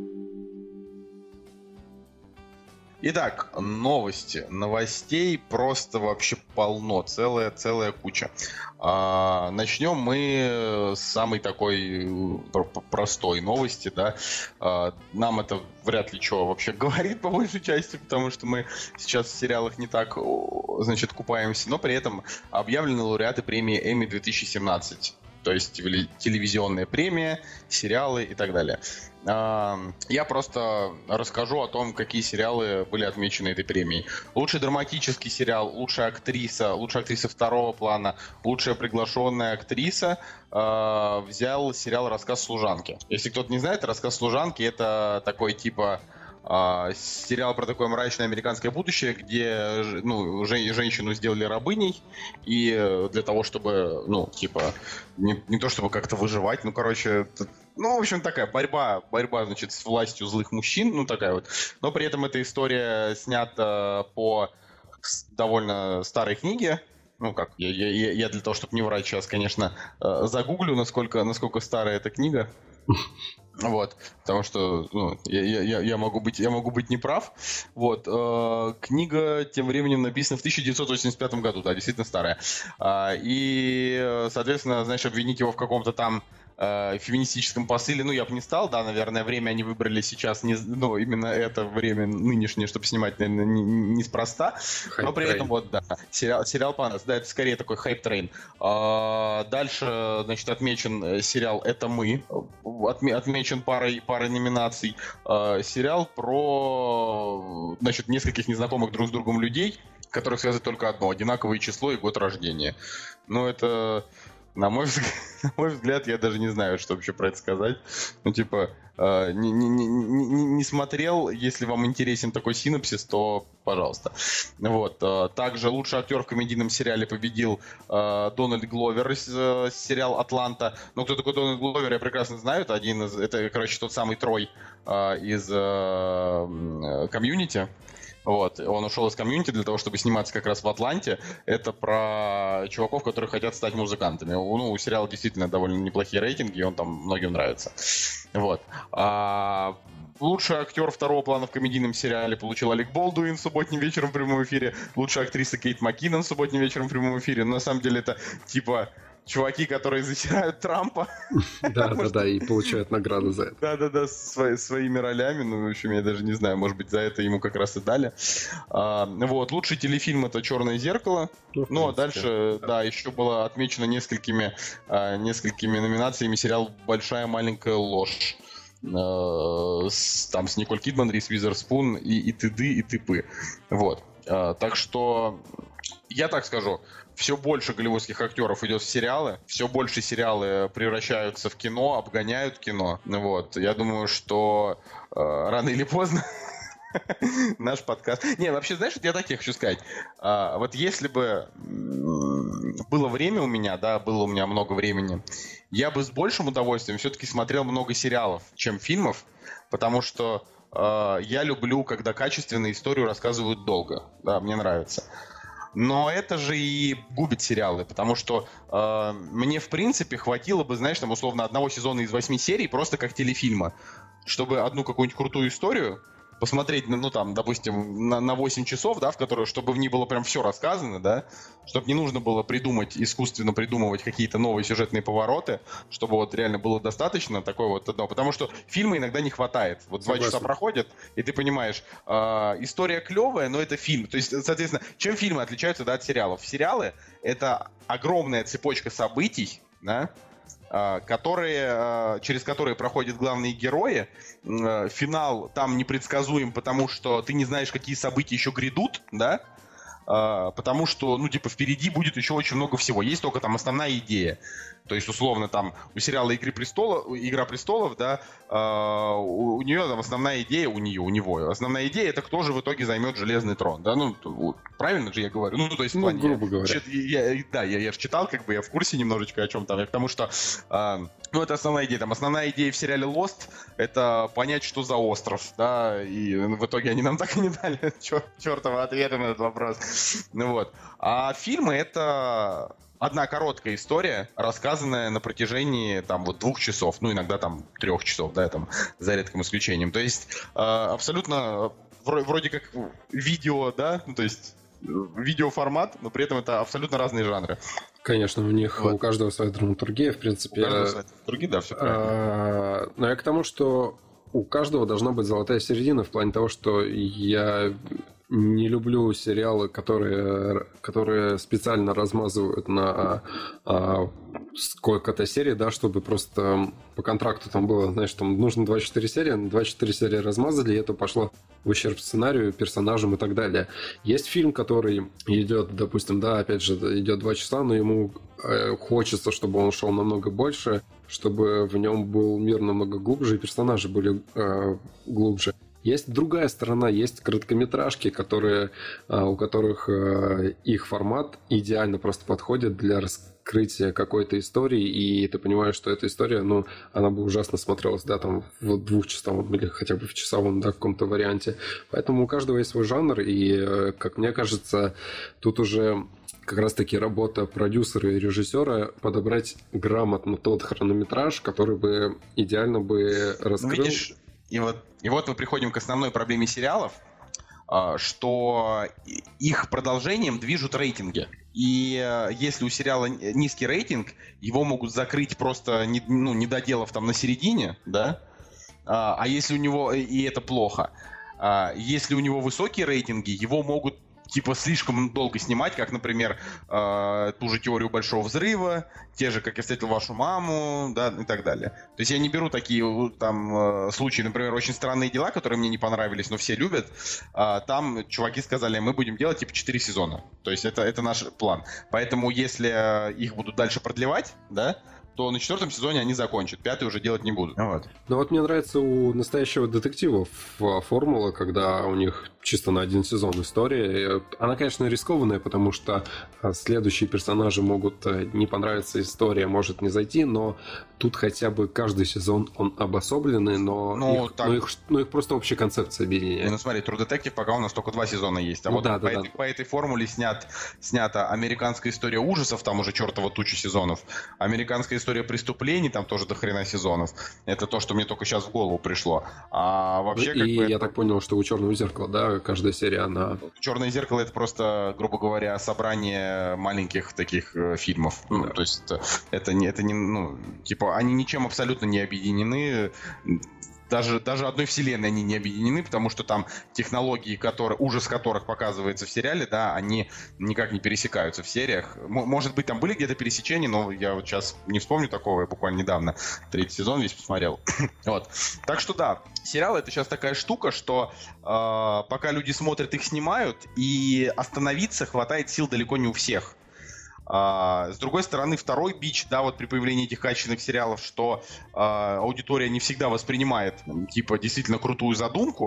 Итак, новости. Новостей просто вообще полно, целая, целая куча. А, начнем мы с самой такой простой новости, да. А, нам это вряд ли что вообще говорит по большей части, потому что мы сейчас в сериалах не так, значит, купаемся, но при этом объявлены лауреаты премии Эмми две тысячи семнадцать. То есть телевизионная премия, сериалы и так далее. Я просто расскажу о том, какие сериалы были отмечены этой премией. Лучший драматический сериал, лучшая актриса, лучшая актриса второго плана, лучшая приглашенная актриса э, взял сериал «Рассказ служанки». Если кто-то не знает, «Рассказ служанки» — это такой типа... Uh, сериал про такое мрачное американское будущее, где ну, же, женщину сделали рабыней, и для того, чтобы, ну, типа, не, не то чтобы как-то выживать, ну, короче, ну, в общем, такая борьба, борьба, значит, с властью злых мужчин, ну, такая вот. Но при этом эта история снята по довольно старой книге. Ну, как, я, я, я для того, чтобы не врать, сейчас, конечно, загуглю, насколько, насколько старая эта книга. Вот, потому что ну, я, я, я, могу быть, я могу быть неправ. Вот, э, книга тем временем написана в тысяча девятьсот восемьдесят пятом году, да, действительно старая. А, и, соответственно, знаешь, обвинить его в каком-то там э, феминистическом посыле, ну, я бы не стал, да, наверное, время они выбрали сейчас, не, ну, именно это время нынешнее, чтобы снимать, наверное, неспроста. Но при этом, вот, да, сериал, сериал понравился, да, это скорее такой хайп-трейн. А, дальше, значит, отмечен сериал «Это мы», отме, отмечен парой, парой номинаций. Э, сериал про, значит, нескольких незнакомых друг с другом людей, которых связывает только одно — одинаковое число и год рождения. Ну, это, на мой взгляд, на мой взгляд, я даже не знаю, что вообще про это сказать. Ну, типа, э, не, не, не, не, не смотрел, если вам интересен такой синопсис, то пожалуйста. Вот. Также лучший актер в комедийном сериале победил э, Дональд Гловер из э, сериала «Атланта». Ну, кто такой Дональд Гловер, я прекрасно знаю. Это один из, это, короче, тот самый Трой э, из э, «Комьюнити». Вот, он ушел из «Комьюнити» для того, чтобы сниматься как раз в «Атланте». Это про чуваков, которые хотят стать музыкантами. Ну, у сериала действительно довольно неплохие рейтинги, и он там многим нравится. Вот. А лучший актер второго плана в комедийном сериале получил Алек Болдуин субботним вечером в прямом эфире. Лучшая актриса Кейт МакКиннон субботним вечером в прямом эфире. Но на самом деле это типа... чуваки, которые затирают Трампа. Да-да-да, и получают награду за это. Да-да-да, своими ролями. Ну, в общем, я даже не знаю, может быть, за это ему как раз и дали. Вот, лучший телефильм — это «Черное зеркало». Ну, а дальше, да, еще было отмечено несколькими несколькими номинациями сериал «Большая маленькая ложь». Там с Николь Кидман, Риз Уизерспун и, и т.д. и т.п. Вот. Так что, я так скажу, все больше голливудских актеров идет в сериалы, все больше сериалы превращаются в кино, обгоняют кино. Вот. Я думаю, что э, рано или поздно наш подкаст... Не, вообще, знаешь, вот я так тебе хочу сказать. А, вот если бы было время у меня, да, было у меня много времени, я бы с большим удовольствием все-таки смотрел много сериалов, чем фильмов, потому что э, я люблю, когда качественную историю рассказывают долго, да, мне нравится. Но это же и губит сериалы, потому что э, мне, в принципе, хватило бы, знаешь, там, условно, одного сезона из восьми серий просто как телефильма, чтобы одну какую-нибудь крутую историю посмотреть, ну, там, допустим, на, на восемь часов, да, в которую, чтобы в ней было прям все рассказано, да, чтобы не нужно было придумать, искусственно придумывать какие-то новые сюжетные повороты, чтобы вот реально было достаточно такой вот одного, потому что фильма иногда не хватает. Вот два часа проходят, и ты понимаешь, э, история клевая, но это фильм. То есть, соответственно, чем фильмы отличаются, да, от сериалов? Сериалы — это огромная цепочка событий, да, которые, через которые проходят главные герои. Финал там непредсказуем, потому что ты не знаешь, какие события еще грядут, да? Потому что, ну, типа, впереди будет еще очень много всего. Есть только там основная идея. То есть, условно, там, у сериала «Игры престолов», «Игра престолов», да, у, у нее там основная идея, у нее, у него, основная идея — это кто же в итоге займет Железный трон, да, ну, вот, правильно же я говорю? Ну, то есть, в плане... Ну, грубо говоря. Я, я, да, я, я же читал, как бы, я в курсе немножечко о чем там, я к тому, что, э, ну, это основная идея, там, основная идея в сериале Lost — это понять, что за остров, да, и в итоге они нам так и не дали чер- чертова ответа на этот вопрос, ну, вот. А фильмы — это... одна короткая история, рассказанная на протяжении там вот двух часов, ну иногда там трех часов, да, там за редким исключением. То есть э, абсолютно вроде, вроде как видео, да, ну то есть видеоформат, но при этом это абсолютно разные жанры. Конечно, у них вот. У каждого своя драматургия, в принципе. У каждого своя драматургия, да, все правильно. А, но я к тому, что у каждого должна быть золотая середина в плане того, что я не люблю сериалы, которые, которые специально размазывают на а, сколько-то серий, да, чтобы просто по контракту там было, знаешь, там нужно двадцать четыре серии, двадцать четыре серии размазали, и это пошло в ущерб сценарию, персонажам и так далее. Есть фильм, который идет, допустим, да, опять же, идет два часа, но ему э, хочется, чтобы он шел намного больше, чтобы в нем был мир намного глубже, и персонажи были э, глубже. Есть другая сторона, есть короткометражки, которые, у которых их формат идеально просто подходит для раскрытия какой-то истории, и ты понимаешь, что эта история, ну, она бы ужасно смотрелась, да, там, в двухчасовом или хотя бы в часовом, да, каком-то варианте. Поэтому у каждого есть свой жанр, и, как мне кажется, тут уже как раз-таки работа продюсера и режиссера подобрать грамотно тот хронометраж, который бы идеально бы раскрыл... Видишь, и вот, и вот мы приходим к основной проблеме сериалов, что их продолжением движут рейтинги. И если у сериала низкий рейтинг, его могут закрыть просто, не, ну, не доделав там на середине, да? А если у него, и это плохо, если у него высокие рейтинги, его могут типа слишком долго снимать, как, например, э, ту же «Теорию большого взрыва», те же «Как я встретил вашу маму», да, и так далее. То есть я не беру такие там э, случаи, например, «Очень странные дела», которые мне не понравились, но все любят. Э, там чуваки сказали, мы будем делать типа четыре сезона. То есть это, это наш план. Поэтому если их будут дальше продлевать, да, то на четвертом сезоне они закончат. Пятый уже делать не будут. Вот. Ну вот мне нравится у настоящего детектива формула, когда у них чисто на один сезон история. Она, конечно, рискованная, потому что следующие персонажи могут не понравиться, история может не зайти, но тут хотя бы каждый сезон он обособленный, но, ну, их, так... но, их, но их просто общая концепция объединяет. Ну смотри, True Detective пока у нас только два сезона есть. А ну, вот да, по, да, этой, да. по этой формуле снят, снята «Американская история ужасов», там уже чертова туча сезонов. «Американская история преступлений», там тоже до хрена сезонов. Это то, что мне только сейчас в голову пришло. А вообще, и как и бы, я это... так понял, что у «Черного зеркала», да, каждая серия, она... «Черное зеркало» — это просто, грубо говоря, собрание маленьких таких э, фильмов. Да. Ну, то есть это, это не, это не, ну, типа, они ничем абсолютно не объединены. Даже, даже одной вселенной они не объединены, потому что там технологии, которые, ужас которых показывается в сериале, да, они никак не пересекаются в сериях. М- может быть, там были где-то пересечения, но я вот сейчас не вспомню такого, я буквально недавно третий сезон весь посмотрел. Вот. Так что да, сериалы — это сейчас такая штука, что э, пока люди смотрят, их снимают, и остановиться хватает сил далеко не у всех. Uh, с другой стороны, второй бич, да, вот при появлении этих качественных сериалов, что uh, аудитория не всегда воспринимает, типа, действительно крутую задумку,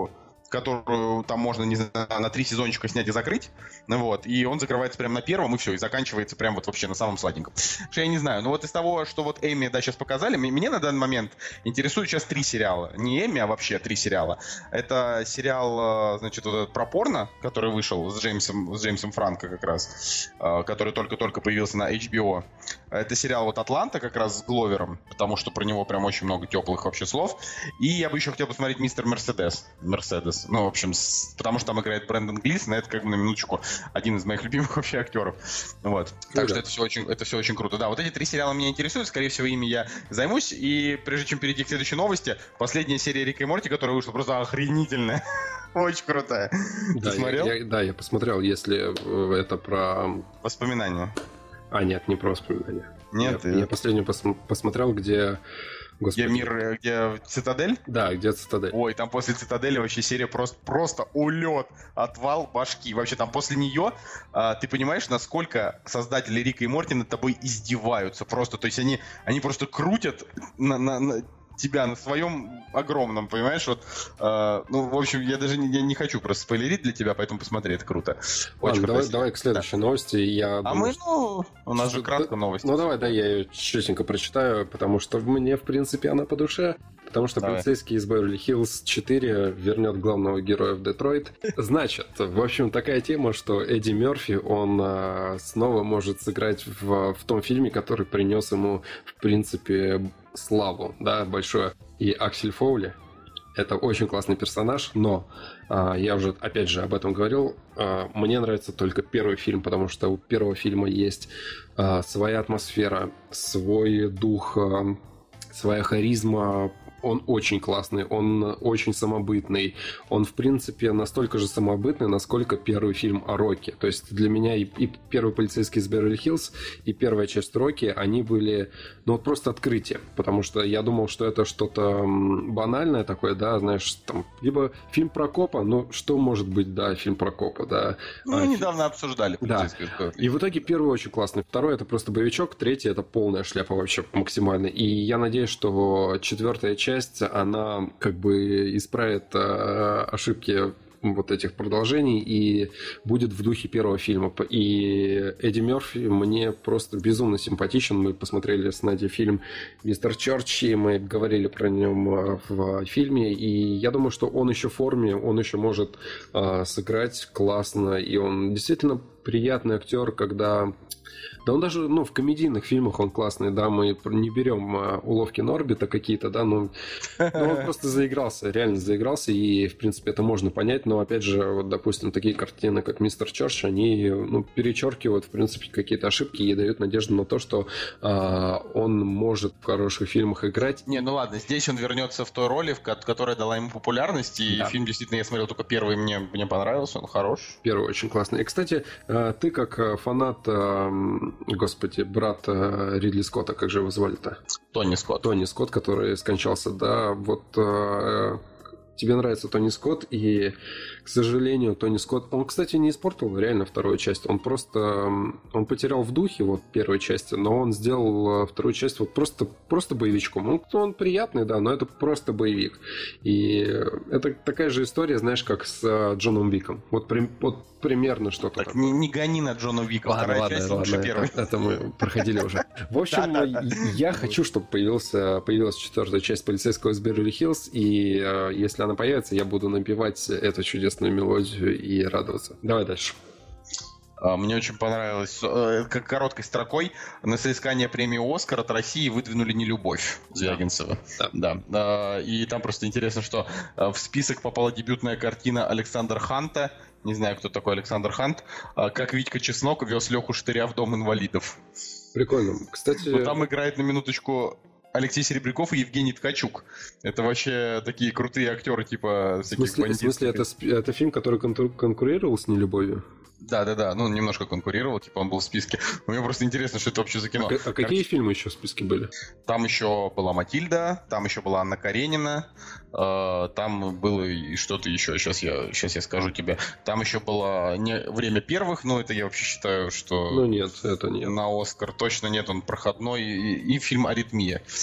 которую там можно, не знаю, на три сезончика снять и закрыть, вот, и он закрывается прямо на первом, и все, и заканчивается прям вот вообще на самом сладеньком. Что я не знаю, но вот из того, что вот Эмми, да, сейчас показали, мне на данный момент интересуют сейчас три сериала. Не Эмми, а вообще три сериала. Это сериал, значит, вот этот про порно, который вышел с Джеймсом, с Джеймсом Франко как раз, который только-только появился на эйч би о. Это сериал вот «Атланта» как раз с Гловером, потому что про него прям очень много теплых вообще слов. И я бы еще хотел посмотреть «Мистер Мерседес». Мерседес. Ну, в общем, с... потому что там играет Брэндон Глисон, это как бы на минуточку один из моих любимых вообще актеров. Вот. Ну, так да. что это все, очень, это все очень круто. Да, вот эти три сериала меня интересуют, скорее всего, ими я займусь. И прежде чем перейти к следующей новости, последняя серия Рика и Морти, которая вышла, просто охренительная. Очень крутая. Да, Ты смотрел? Я, я, да, я посмотрел, если это про... Воспоминания. А, нет, не про воспоминания. Нет, я, и... я последнюю пос- посмотрел, где... Господи. Где мир, где Цитадель? Да, где Цитадель. Ой, там после Цитадели вообще серия просто, просто улет, отвал башки. Вообще там после нее а, ты понимаешь, насколько создатели Рика и Морти над тобой издеваются просто. То есть они, они просто крутят на, на, на тебя на своем огромном, понимаешь? Вот, э, ну, в общем, я даже не, я не хочу просто спойлерить для тебя, поэтому посмотри, это круто. Ладно, давай, давай к следующей да. новости. Я а думаю, мы, что... ну, у нас же кратко новости. Ну, давай, да, я ее честненько прочитаю, потому что мне, в принципе, она по душе. Потому что давай. Полицейский из Беверли-Хиллз четыре вернет главного героя в Детройт. Значит, в общем, такая тема, что Эдди Мерфи, он а, снова может сыграть в, в том фильме, который принес ему, в принципе, славу, да, большое. И Аксель Фоули — это очень классный персонаж, но а, я уже, опять же, об этом говорил, а, мне нравится только первый фильм, потому что у первого фильма есть а, своя атмосфера, свой дух, а, своя харизма. Он очень классный, он очень самобытный. Он, в принципе, настолько же самобытный, насколько первый фильм о Рокки. То есть для меня и, и первый «Полицейский из Беверли-Хиллз», и первая часть Рокки, они были, ну, вот просто открытие. Потому что я думал, что это что-то банальное такое, да, знаешь, там, либо фильм про копа, ну, что может быть, да, фильм про копа, да. Ну, мы а, недавно фи... обсуждали «Полицейский из Беверли-Хиллз». Да. И в итоге первый очень классный, второй — это просто боевичок, третий — это полная шляпа вообще максимально. И я надеюсь, что четвертая часть часть, она как бы исправит э, ошибки вот этих продолжений и будет в духе первого фильма. И Эдди Мерфи мне просто безумно симпатичен. Мы посмотрели с Надей фильм «Мистер Чорч», и мы говорили про него в фильме, и я думаю, что он еще в форме, он еще может э, сыграть классно, и он действительно приятный актер, когда... Да он даже, ну, в комедийных фильмах он классный, да, мы не берем а, уловки Норбита какие-то, да, ну, ну, он просто заигрался, реально заигрался, и, в принципе, это можно понять, но, опять же, вот, допустим, такие картины, как «Мистер Чорч», они, ну, перечеркивают, в принципе, какие-то ошибки и дают надежду на то, что а, он может в хороших фильмах играть. Не, ну ладно, здесь он вернется в той роли, в которая дала ему популярность, и да. Фильм, действительно, я смотрел только первый, мне, мне понравился, он хорош. Первый очень классный. И, кстати, ты как фанат... Господи, брат Ридли Скотта, как же его звали-то? Тони Скотт. Тони Скотт, который скончался, да, вот э, тебе нравится Тони Скотт, и, к сожалению, Тони Скотт, он, кстати, не испортил реально вторую часть, он просто, он потерял в духе вот первой части, но он сделал вторую часть вот просто, просто боевичком. Он, он приятный, да, но это просто боевик. И это такая же история, знаешь, как с Джоном Виком. Вот, при, вот примерно что-то так. такое. Не, не гони на Джона Вика, ладно, вторая ладно, часть ладно, лучше первой. Это, это мы проходили уже. В общем, я хочу, чтобы появился, появилась четвертая часть «Полицейского из Беверли-Хиллз», и если она появится, я буду напевать эту чудесную мелодию и радоваться. Давай дальше. Мне очень понравилось, как короткой строкой, на соискание премии «Оскар» от России выдвинули «Нелюбовь» Звягинцева. Да. да. И там просто интересно, что в список попала дебютная картина Александра Ханта. Не знаю, кто такой Александр Хант. Как Витька Чеснок вез Леху Штыря в дом инвалидов. Прикольно. Кстати... Но там играет на минуточку Алексей Серебряков и Евгений Ткачук. Это вообще такие крутые актеры, типа всяких в смысле, бандитов. В смысле, это, это фильм, который конкурировал с «Нелюбовью»? Да-да-да, ну немножко конкурировал, типа он был в списке. Но мне просто интересно, что это вообще за кино. А, а какие фильмы еще в списке были? Там еще была «Матильда», там еще была Анна Каренина, э, там было и что-то еще, сейчас я, сейчас я скажу тебе. Там еще было не «Время первых», но это я вообще считаю, что... Ну нет, это нет. На «Оскар» точно нет, он проходной. И, и фильм «Аритмия».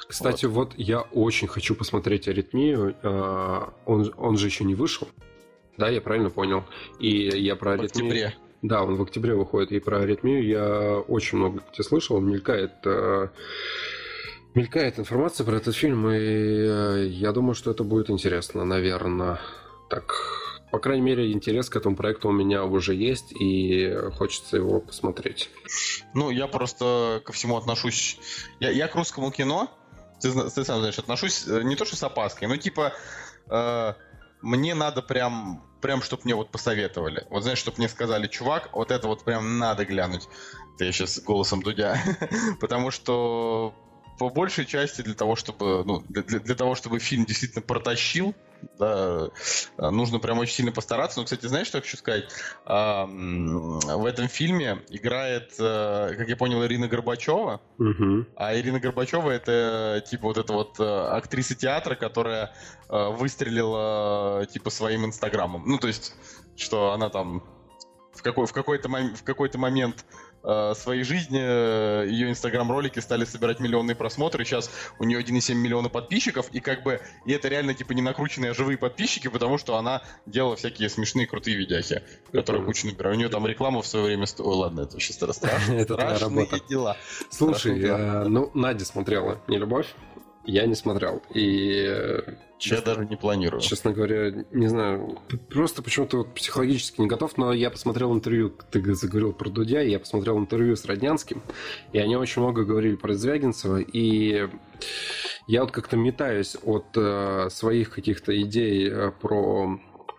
Кстати, вот. вот я очень хочу посмотреть «Аритмию». Он, он же еще не вышел. Да, я правильно понял. И я про «Аритмию». В октябре. Да, он в октябре выходит. И про «Аритмию» я очень много где слышал. Мелькает, мелькает информация про этот фильм. И я думаю, что это будет интересно, наверное. Так, по крайней мере, интерес к этому проекту у меня уже есть. И хочется его посмотреть. Ну, я просто ко всему отношусь... Я, я к русскому кино, ты, ты сам знаешь, отношусь не то что с опаской, но типа... Э, мне надо прям, прям, чтобы мне вот посоветовали. Вот знаешь, чтобы мне сказали, чувак, вот это вот прям надо глянуть. Это я сейчас голосом Дудя. Потому что по большей части для того, чтобы, ну, для, для того, чтобы фильм действительно протащил, да, нужно прям очень сильно постараться. Но, кстати, знаешь, что я хочу сказать? А, в этом фильме играет, как я понял, Ирина Горбачева. Угу. А Ирина Горбачева — это типа вот эта вот актриса театра, которая выстрелила типа своим инстаграмом. Ну, то есть, что она там в, какой, в, какой-то, в какой-то момент своей жизни ее инстаграм-ролики стали собирать миллионные просмотры. Сейчас у нее один и семь миллиона подписчиков, и как бы и это реально типа не накрученные, а живые подписчики, потому что она делала всякие смешные крутые видяхи, которые кучу набирают. У нее там реклама в свое время стоила. Ладно, это вообще страшно. Это твоя работа. Дела. Слушай, ну Надя смотрела «Не любовь». Я не смотрел. И честно, я даже не планирую. Честно говоря, не знаю. Просто почему-то вот психологически не готов. Но я посмотрел интервью, ты заговорил про Дудя, я посмотрел интервью с Роднянским, и они очень много говорили про Звягинцева. И я вот как-то метаюсь от э, своих каких-то идей э, про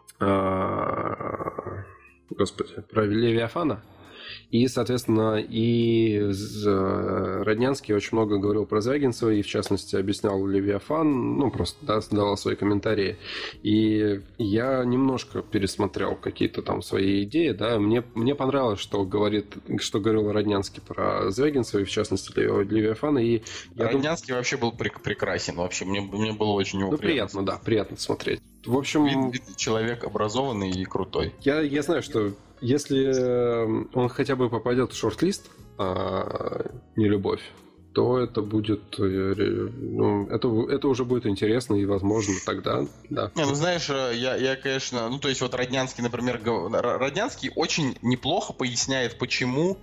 э, господи, про Левиафана. И, соответственно, и Роднянский очень много говорил про Звягинцева, и, в частности, объяснял Левиафан, ну, просто, да, давал свои комментарии. И я немножко пересмотрел какие-то там свои идеи, да, мне, мне понравилось, что говорит, что говорил Роднянский про Звягинцева, и, в частности, Левиафана. И Роднянский дум... вообще был прек- прекрасен, вообще, мне, мне было очень его ну, приятно. приятно, да, приятно смотреть. В общем... Вид, вид, человек образованный и крутой. Я, я знаю, что если он хотя бы попадет в шорт-лист, а не любовь, то это будет, ну, это, это уже будет интересно и, возможно, тогда, да. Не, ну, знаешь, я, я, конечно, ну, то есть, вот Роднянский, например, Роднянский очень неплохо поясняет, почему,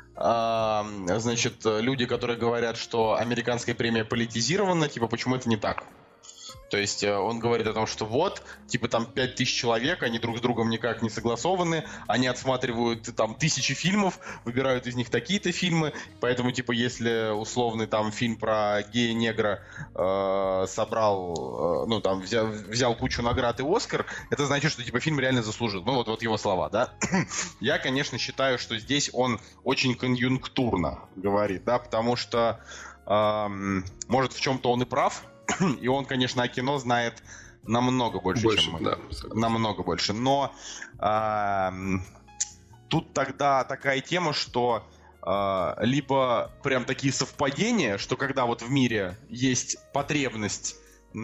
а, значит, люди, которые говорят, что американская премия политизирована, типа, почему это не так. То есть он говорит о том, что вот, типа там пять тысяч человек, они друг с другом никак не согласованы, они отсматривают там тысячи фильмов, выбирают из них такие-то фильмы, поэтому типа если условный там фильм про гея-негра э, собрал, э, ну там взял, взял кучу наград и Оскар, это значит, что типа фильм реально заслужил. Ну вот, вот его слова, да. Я, конечно, считаю, что здесь он очень конъюнктурно говорит, да, потому что э, может в чем-то он и прав, и он, конечно, о кино знает намного больше, больше чем мы. Да, намного больше. Но э, тут тогда такая тема, что э, либо прям такие совпадения, что когда вот в мире есть потребность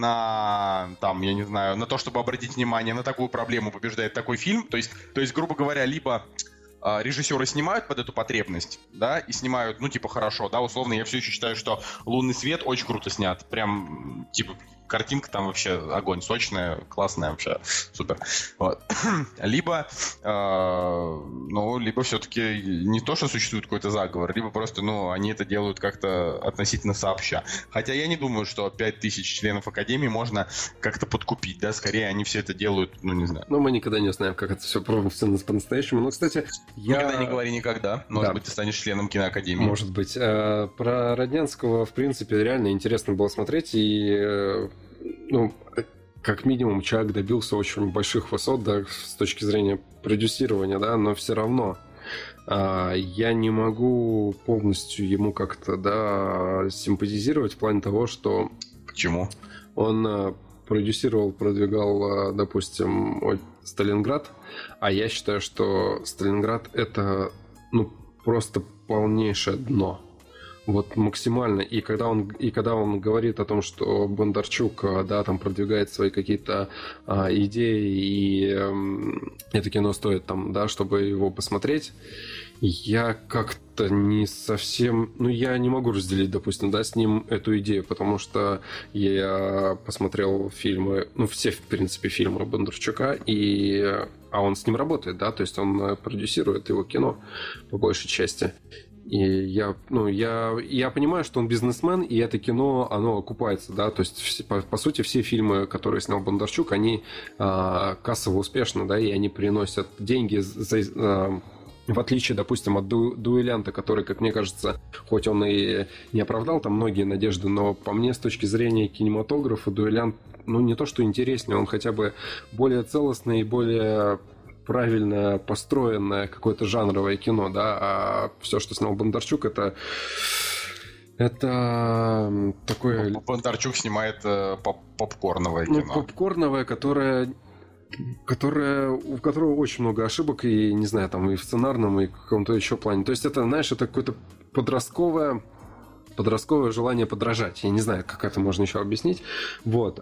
на, там, я не знаю, на то, чтобы обратить внимание на такую проблему, побеждает такой фильм. То есть, то есть грубо говоря, либо э, режиссеры снимают под эту потребность, да, и снимают, ну, типа, хорошо, да, условно, я все еще считаю, что «Лунный свет» очень круто снят, прям, типа, картинка там вообще огонь, сочная, классная вообще, супер. Вот. Либо, э, ну, либо все-таки не то, что существует какой-то заговор, либо просто, ну, они это делают как-то относительно сообща. Хотя я не думаю, что пять тысяч членов Академии можно как-то подкупить, да, скорее они все это делают, ну, не знаю. Ну, мы никогда не узнаем, как это все по-настоящему. Но, кстати, я... Никогда не говори никогда. Может да. быть, ты станешь членом киноакадемии. Может быть. Про Роднянского, в принципе, реально интересно было смотреть, и ну, как минимум, человек добился очень больших высот, да, с точки зрения продюсирования, да, но все равно а, я не могу полностью ему как-то, да, симпатизировать в плане того, что... Почему? Он а, продюсировал, продвигал, а, допустим, Сталинград, а я считаю, что Сталинград — это, ну, просто полнейшее дно. Вот максимально. И когда он, и когда он говорит о том, что Бондарчук, да, там продвигает свои какие-то а, идеи, и а, это кино стоит там, да, чтобы его посмотреть, я как-то не совсем... Ну, я не могу разделить, допустим, да, с ним эту идею, потому что я посмотрел фильмы, ну, все, в принципе, фильмы Бондарчука, и... а он с ним работает, да, то есть он продюсирует его кино по большей части. И я, ну, я, я понимаю, что он бизнесмен, и это кино, оно окупается, да, то есть, по, по сути, все фильмы, которые снял Бондарчук, они а, кассово успешны, да, и они приносят деньги, за, а, в отличие, допустим, от ду, «Дуэлянта», который, как мне кажется, хоть он и не оправдал там многие надежды, но по мне, с точки зрения кинематографа, «Дуэлянт», ну, не то, что интереснее, он хотя бы более целостный и более... правильно построенное какое-то жанровое кино, да, а все, что снял Бондарчук, это это такое... Бондарчук снимает э, поп- попкорновое кино. Ну, попкорновое, которое которое, у которого очень много ошибок, и, не знаю, там и в сценарном, и в каком-то еще плане. То есть это, знаешь, это какое-то подростковое подростковое желание подражать. Я не знаю, как это можно еще объяснить. Вот.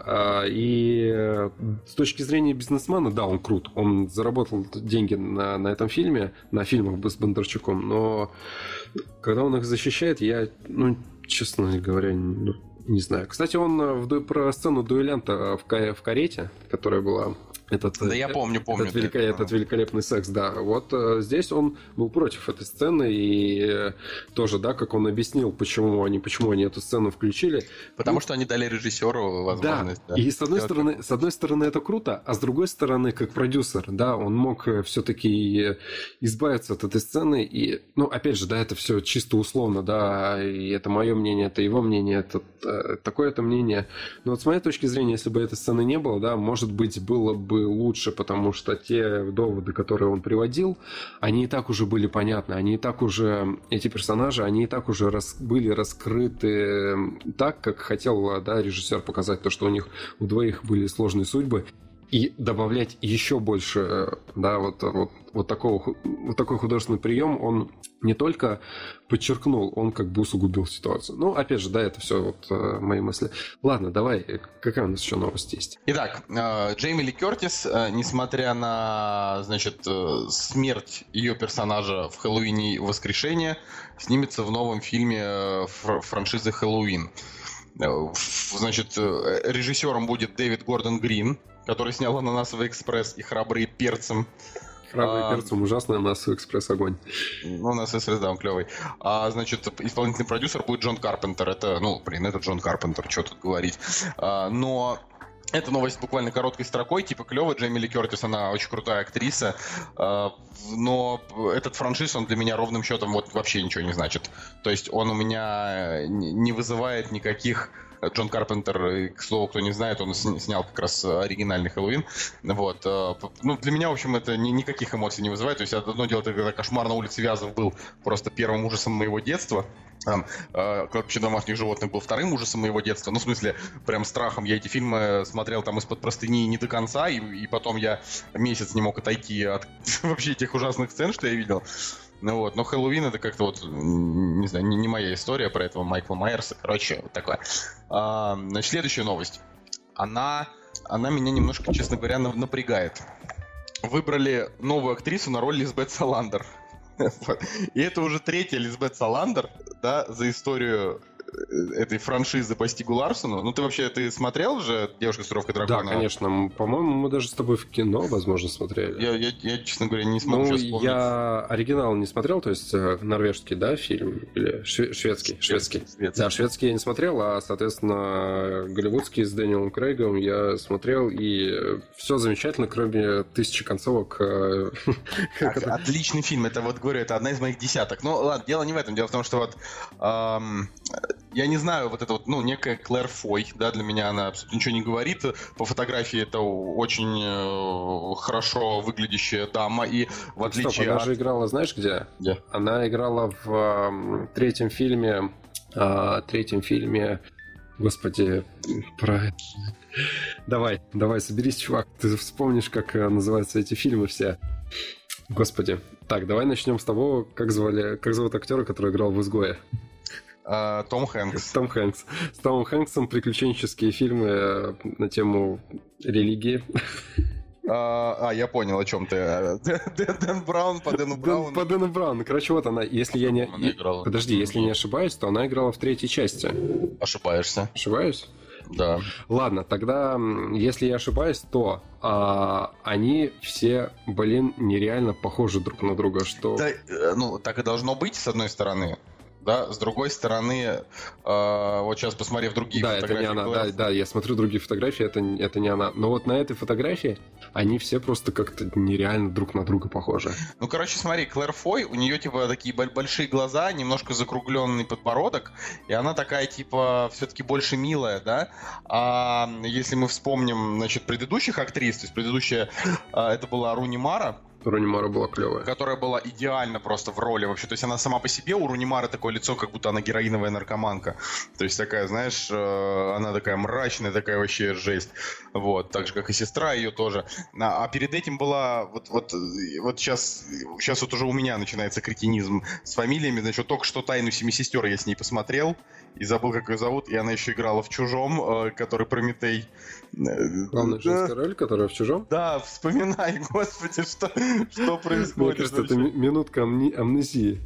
И с точки зрения бизнесмена, да, он крут. Он заработал деньги на, на этом фильме, на фильмах с Бондарчуком, но когда он их защищает, я, ну, честно говоря, ну, не знаю. Кстати, он в, про сцену дуэлянта в, в карете, которая была... Этот, да я помню, помню. Этот, велико, этот великолепный секс, да. Вот э, здесь он был против этой сцены, и э, тоже, да, как он объяснил, почему они, почему они эту сцену включили. Потому ну, что они дали режиссеру возможность. Да, да, и с одной, стороны, с одной стороны это круто, а с другой стороны, как продюсер, да, он мог все-таки избавиться от этой сцены, и, ну, опять же, да, это все чисто условно, да, и это мое мнение, это его мнение, это э, такое-то мнение. Но вот с моей точки зрения, если бы этой сцены не было, да, может быть, было бы лучше, потому что те доводы, которые он приводил, они и так уже были понятны, они и так уже, эти персонажи, они и так уже рас, были раскрыты так, как хотел, да, режиссер показать, то, что у них у двоих были сложные судьбы, и добавлять еще больше, да, вот, вот, вот, такого, вот такой художественный прием, он не только подчеркнул, он как бы усугубил ситуацию. Ну, опять же, да, это все вот э, мои мысли. Ладно, давай, какая у нас еще новость есть? Итак, э, Джейми Ли Кертис, э, несмотря на, значит, э, смерть ее персонажа в «Хэллоуине. Воскрешение», снимется в новом фильме э, фр- франшизы «Хэллоуин». Э, значит, э, режиссером будет Дэвид Гордон Грин, который снял «Ананасовый экспресс» и «Храбрые перцем». «Храбрые а, перцем» ужасный, «Ананасовый экспресс» огонь. Ну, «Ананасовый экспресс», да, он клевый. А, значит, исполнительный продюсер будет Джон Карпентер. Это, ну, блин, это Джон Карпентер, что тут говорить. А, но... Эта новость буквально короткой строкой, типа клевая. Джейми Ли Кертис, она очень крутая актриса, э, но этот франшиз, он для меня ровным счетом вот вообще ничего не значит. То есть он у меня не вызывает никаких... Джон Карпентер, к слову, кто не знает, он снял как раз оригинальный «Хэллоуин». Вот. Ну, для меня, в общем, это ни, никаких эмоций не вызывает. То есть одно дело, это когда «Кошмар на улице Вязов» был просто первым ужасом моего детства. Там, э, «Кладбище домашних животных» был вторым ужасом моего детства. Ну, в смысле, прям страхом. Я эти фильмы смотрел там из-под простыни не до конца, и, и потом я месяц не мог отойти от вообще этих ужасных сцен, что я видел. Ну вот, но «Хэллоуин» это как-то вот, не знаю, не, не моя история про этого Майкла Майерса. Короче, вот такое. А, значит, следующая новость. Она, она меня немножко, честно говоря, напрягает. Выбрали новую актрису на роль Лизбет Саландер. И это уже третья Лизбет Саландер, да, за историю этой франшизы по Стигу Ларсону. Ну, ты вообще, ты смотрел же «Девушка с суровкой дракона»? Да, конечно. По-моему, мы даже с тобой в кино, возможно, смотрели. Я, я, я честно говоря, не смогу ну, сейчас вспомнить. Я оригинал не смотрел, то есть норвежский, да, фильм? Или шве- шведский? Шведский. шведский. Да, шведский я не смотрел, а, соответственно, голливудский с Дэниелом Крейгом я смотрел, и все замечательно, кроме тысячи концовок. Отличный фильм, это вот, говорю, это одна из моих десяток. Ну, ладно, дело не в этом, дело в том, что вот... Эм, я не знаю, вот это вот, ну, некая Клэр Фой, да, для меня она абсолютно ничего не говорит. По фотографии это очень э, хорошо выглядящая дама, и в отличие Стоп, она от... же играла, знаешь где? Где? Она играла в э, третьем фильме, э, третьем фильме, господи, про... Давай, давай, соберись, чувак, ты вспомнишь, как называются эти фильмы все. Господи. Так, давай начнем с того, как звали, как зовут актера, который играл в «Изгое». А, Том Хэнкс. Том Хэнкс. С Томом Хэнксом приключенческие фильмы на тему религии. А, а, я понял, о чем ты. Дэн Браун по Дэну Брауну. По Дэну Брауну. Короче, вот она, если я не... Подожди, если не ошибаюсь, то она играла в третьей части. Ошибаешься. Ошибаюсь? Да. Ладно, тогда, если я ошибаюсь, то а, они все, блин, нереально похожи друг на друга, что... Да, ну, так и должно быть, с одной стороны. Да, с другой стороны, э, вот сейчас посмотрев другие да, фотографии... Да, это не она, Клэр... да, да, я смотрю другие фотографии, это, это не она. Но вот на этой фотографии они все просто как-то нереально друг на друга похожи. Ну, короче, смотри, Клэр Фой, у нее, типа, такие большие глаза, немножко закругленный подбородок, и она такая, типа, все-таки больше милая, да? А если мы вспомним, значит, предыдущих актрис, то есть предыдущая, э, это была Руни Мара, Руни Мара была клевая. Которая была идеально просто в роли вообще. То есть она сама по себе, у Руни Мары такое лицо, как будто она героиновая наркоманка. То есть такая, знаешь, она такая мрачная, такая вообще жесть. Вот, так же, как и сестра ее тоже. А, а перед этим была, вот, вот, вот сейчас, сейчас вот уже у меня начинается кретинизм с фамилиями. Значит, только что «Тайну семи сестер» я с ней посмотрел. И забыл, как ее зовут. И она еще играла в «Чужом», который Прометей. Главная женская роль, которая в «Чужом»? Да, вспоминай, господи, что, что происходит. Мне кажется, вообще? Это минутка амни- амнезии.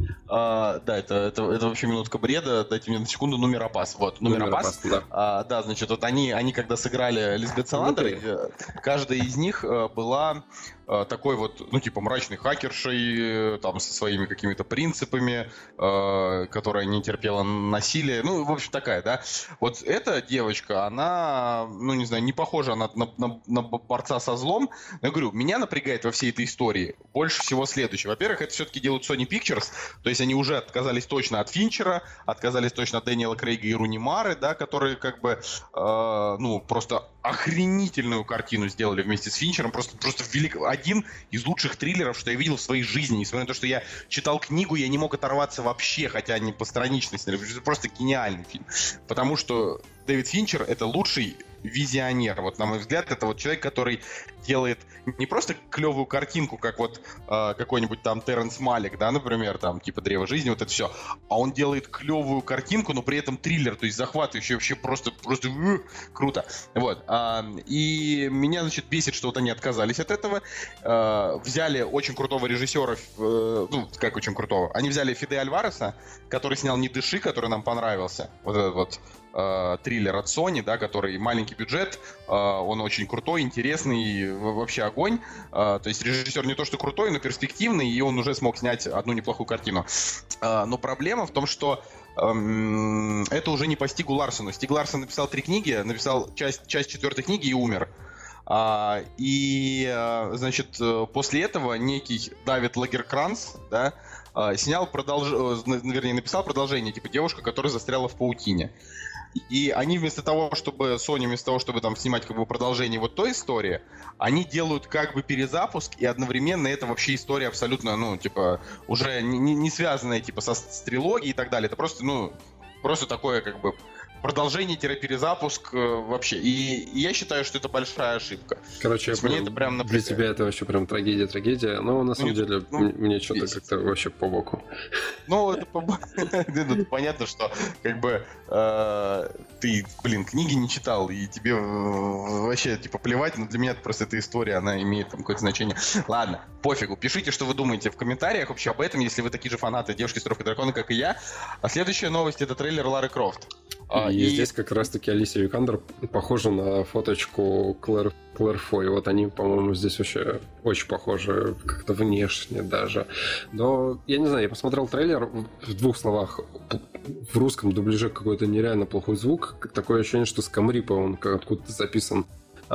А, да, это, это, это вообще минутка бреда. Дайте мне на секунду Нумеропас. Вот, Нумеропас. Да. А, да, значит, вот они, они когда сыграли Лизбет Саландер, каждая из них была такой вот, ну, типа, мрачной хакершей, там, со своими какими-то принципами, э, которая не терпела насилия. Ну, в общем, такая, да. Вот эта девочка, она, ну, не знаю, не похожа на, на, на, на борца со злом. Но я говорю, меня напрягает во всей этой истории больше всего следующее. Во-первых, это все-таки делают Sony Pictures, то есть они уже отказались точно от Финчера, отказались точно от Дэниела Крейга и Руни Мары, да, которые, как бы, э, ну, просто охренительную картину сделали вместе с Финчером. Просто, просто велик... один из лучших триллеров, что я видел в своей жизни. Несмотря на то, что я читал книгу, я не мог оторваться вообще, хотя они по страничности. Это просто гениальный фильм. Потому что Дэвид Финчер — это лучший визионер. Вот, на мой взгляд, это вот человек, который делает не просто клевую картинку, как вот э, какой-нибудь там Терренс Малик, да, например, там, типа «Древо жизни», вот это все, а он делает клевую картинку, но при этом триллер, то есть захватывающий, вообще просто, просто э, круто. Вот. А, и меня, значит, бесит, что вот они отказались от этого. Э, взяли очень крутого режиссера, э, ну, как очень крутого, они взяли Феде Альвареса, который снял «Не дыши», который нам понравился, вот этот вот э, триллер от Sony, да, который маленький бюджет, э, он очень крутой, интересный, вообще огонь. Э, то есть режиссер не то что крутой, но перспективный, и он уже смог снять одну неплохую картину. Э, но проблема в том, что эм, это уже не по Стигу Ларсону. Стиг Ларсон написал три книги, написал часть, часть четвертой книги и умер. А, и, а, значит, после этого некий Давид Лагеркранц, да, а, снял продолж... вернее, написал продолжение, типа «Девушка, которая застряла в паутине». И они вместо того, чтобы Sony, вместо того, чтобы там снимать как бы продолжение вот той истории, они делают как бы перезапуск, и одновременно это вообще история абсолютно, ну, типа, уже не, не связанная, типа, со с трилогией и так далее. Это просто, ну, просто такое, как бы, продолжение-перезапуск э, вообще. И, и я считаю, что это большая ошибка. Короче, я мне это прям напрягает. Для тебя это вообще прям трагедия-трагедия. Но на самом ну, деле ну, мне что-то как-то вообще по боку. Ну, это понятно, что как бы ты, блин, книги не читал, и тебе вообще типа плевать, но для меня просто эта история, она имеет там какое-то значение. Ладно, пофигу. Пишите, что вы думаете в комментариях вообще об этом, если вы такие же фанаты «Девушки с трёх дракона», как и я. А следующая новость — это трейлер Лары Крофт. И, и здесь как раз-таки Алисия Викандер похожа на фоточку Клэр, Клэр Фой. Вот они, по-моему, здесь вообще очень похожи, как-то внешне даже. Но, я не знаю, я посмотрел трейлер, в двух словах, в русском дубляже какой-то нереально плохой звук. Такое ощущение, что Скамрипа, он откуда-то записан.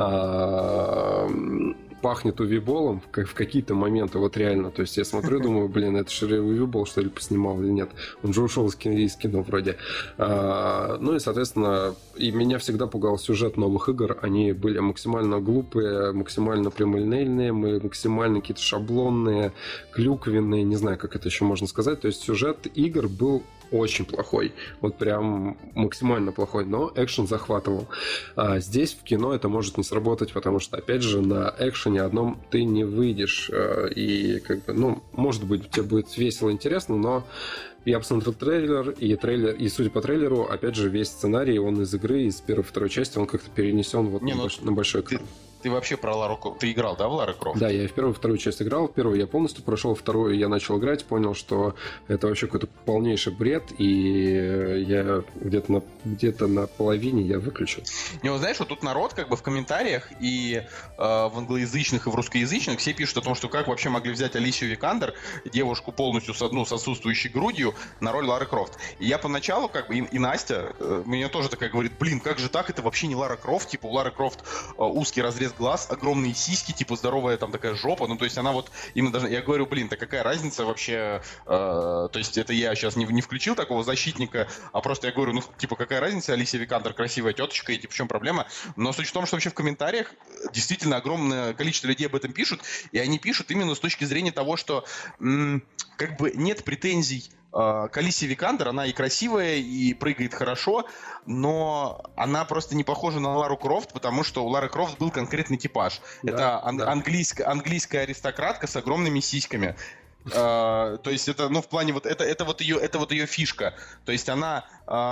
Пахнет увиболом в, в какие-то моменты, вот реально. То есть я смотрю, думаю, блин, это же увибол, что ли, поснимал или нет. Он же ушел из кино, из кино вроде. А, ну и, соответственно, и меня всегда пугал сюжет новых игр. Они были максимально глупые, максимально прямолинейные, максимально какие-то шаблонные, клюквенные, не знаю, как это еще можно сказать. То есть сюжет игр был очень плохой. Вот прям максимально плохой, но экшен захватывал. А здесь в кино это может не сработать, потому что, опять же, на экшене одном ты не выйдешь. И как бы, ну, может быть, тебе будет весело, интересно, но я посмотрел трейлер, и трейлер, и судя по трейлеру, опять же, весь сценарий, он из игры, из первой, второй части, он как-то перенесен вот не, на, ну, больш, на большой экран. Ты, ты вообще про Лару Крофт, ты играл, да, в Лара Крофт? Да, я в первую, вторую часть играл, первую я полностью прошел, вторую я начал играть, понял, что это вообще какой-то полнейший бред, и я где-то на, где-то на половине я выключил. Не, вот знаешь, вот тут народ как бы в комментариях и э, в англоязычных, и в русскоязычных все пишут о том, что как вообще могли взять Алисию Викандер, девушку полностью с одну с отсутствующей грудью, на роль Лары Крофт. И я поначалу, как бы, и, и Настя, э, мне тоже такая говорит, блин, как же так, это вообще не Лара Крофт, типа у Лары Крофт э, узкий разрез глаз, огромные сиськи, типа здоровая там такая жопа, ну то есть она вот именно даже, я говорю, блин, так какая разница вообще, э, то есть это я сейчас не, не включил такого защитника, а просто я говорю, ну типа какая разница, Алисия Викандер красивая теточка, и типа в чем проблема, но суть в том, что вообще в комментариях действительно огромное количество людей об этом пишут, и они пишут именно с точки зрения того, что м- как бы нет претензий к Алисии Викандер, она и красивая, и прыгает хорошо, но она просто не похожа на Лару Крофт, потому что у Лары Крофт был конкретный типаж. Да, это ан- да. английская, английская аристократка с огромными сиськами. Uh, то есть это, ну, в плане вот это, это вот ее, это вот ее фишка. То есть она,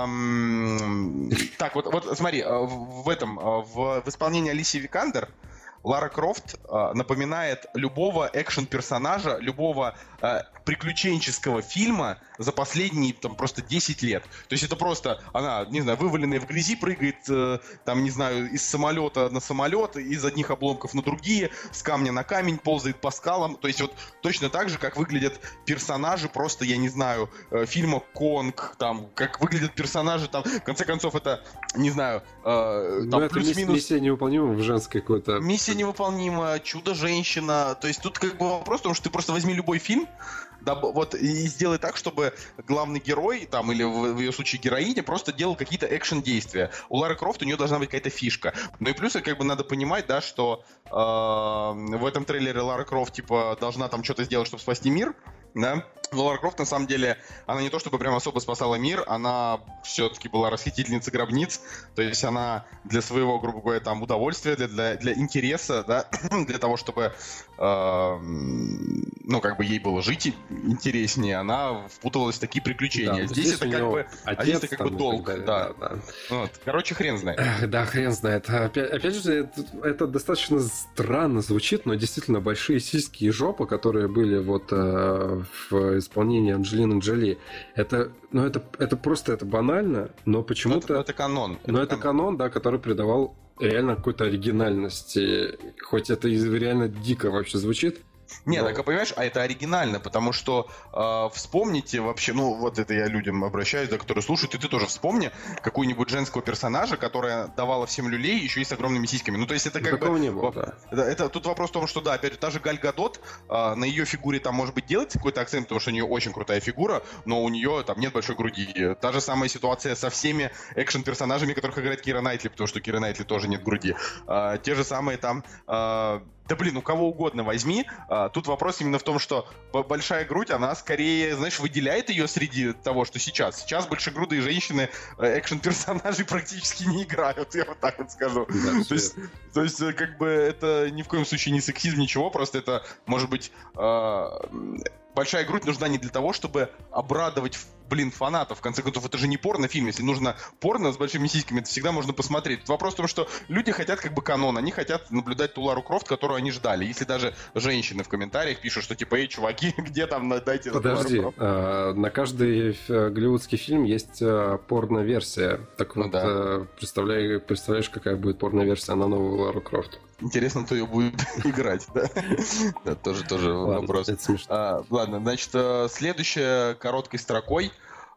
эм, так вот, вот смотри, в, в этом, в, в исполнении Алисии Викандер Лара Крофт э, напоминает любого экшен-персонажа, любого э, приключенческого фильма за последние там просто десять лет. То есть это просто она, не знаю, вываленная в грязи, прыгает э, там, не знаю, из самолета на самолет, из одних обломков на другие, с камня на камень, ползает по скалам. То есть вот точно так же, как выглядят персонажи просто, я не знаю, э, фильма «Конг», там, как выглядят персонажи, там, в конце концов, это, не знаю, э, там, ну, плюс-минус... Миссия невыполнима в женской какой-то... Миссия невыполнима, Чудо-женщина. То есть тут как бы вопрос в том, что ты просто возьми любой фильм, да, вот, и сделай так, чтобы главный герой, там, или в, в ее случае героиня, просто делал какие-то экшен-действия. У Лары Крофт у нее должна быть какая-то фишка. Ну и плюс, как бы надо понимать, да, что э, в этом трейлере Лара Крофт, типа, должна там что-то сделать, чтобы спасти мир, да. Но Лара Крофт, на самом деле, она не то чтобы прям особо спасала мир, она все-таки была расхитительницей гробниц, то есть она для своего, грубо говоря, там, удовольствия, для, для, для интереса, да, для того, чтобы, э, ну, как бы ей было жить интереснее, она впутывалась в такие приключения. Да, здесь, здесь это как бы, а здесь это как бы долг, далее, да. да, да. Вот. Короче, хрен знает. Да, хрен знает. Опять, опять же, это, это достаточно странно звучит, но действительно большие сиськи и жопа, которые были вот э, в исполнении Анджелины Джоли, это, ну, это, это просто это банально, но почему-то... Но это, это канон. Но это, это канон. канон, да, который придавал реально какой-то оригинальности, хоть это реально дико вообще звучит. Нет, но... так, понимаешь, а это оригинально, потому что э, вспомните вообще, ну, вот это я людям обращаюсь, да, которые слушают, и ты тоже вспомни какую-нибудь женского персонажа, которая давала всем люлей, еще и с огромными сиськами. Ну, то есть это как Такого бы... не было, да. Это, это, тут вопрос в том, что, да, опять же, та же Галь Гадот, э, на ее фигуре там, может быть, делается какой-то акцент, потому что у нее очень крутая фигура, но у нее там нет большой груди. Та же самая ситуация со всеми экшен-персонажами, которых играет Кира Найтли, потому что Кира Найтли тоже нет груди. Э, те же самые там... Э, Да блин, у кого угодно возьми. А, тут вопрос именно в том, что большая грудь, она скорее, знаешь, выделяет ее среди того, что сейчас. Сейчас большегрудые женщины экшен-персонажей практически не играют, я вот так вот скажу. Да, то, есть, то есть, как бы, это ни в коем случае не сексизм, ничего, просто это, может быть... А... Большая грудь нужна не для того, чтобы обрадовать, блин, фанатов. В конце концов, это же не порнофильм. Если нужно порно с большими сиськами, это всегда можно посмотреть. Тут вопрос в том, что люди хотят как бы канон. Они хотят наблюдать ту Лару Крофт, которую они ждали. Если даже женщины в комментариях пишут, что типа, эй, чуваки, где там, дайте Лару Крофт. Подожди, а, на каждый голливудский фильм есть а, порно-версия. Так вот, ну, да. а, представляешь, представляешь, какая будет порно-версия на новую Лару Крофт? Интересно, кто ее будет играть, да? Да, тоже, тоже вопрос. Это смешно. А, ладно, значит, следующая короткой строкой.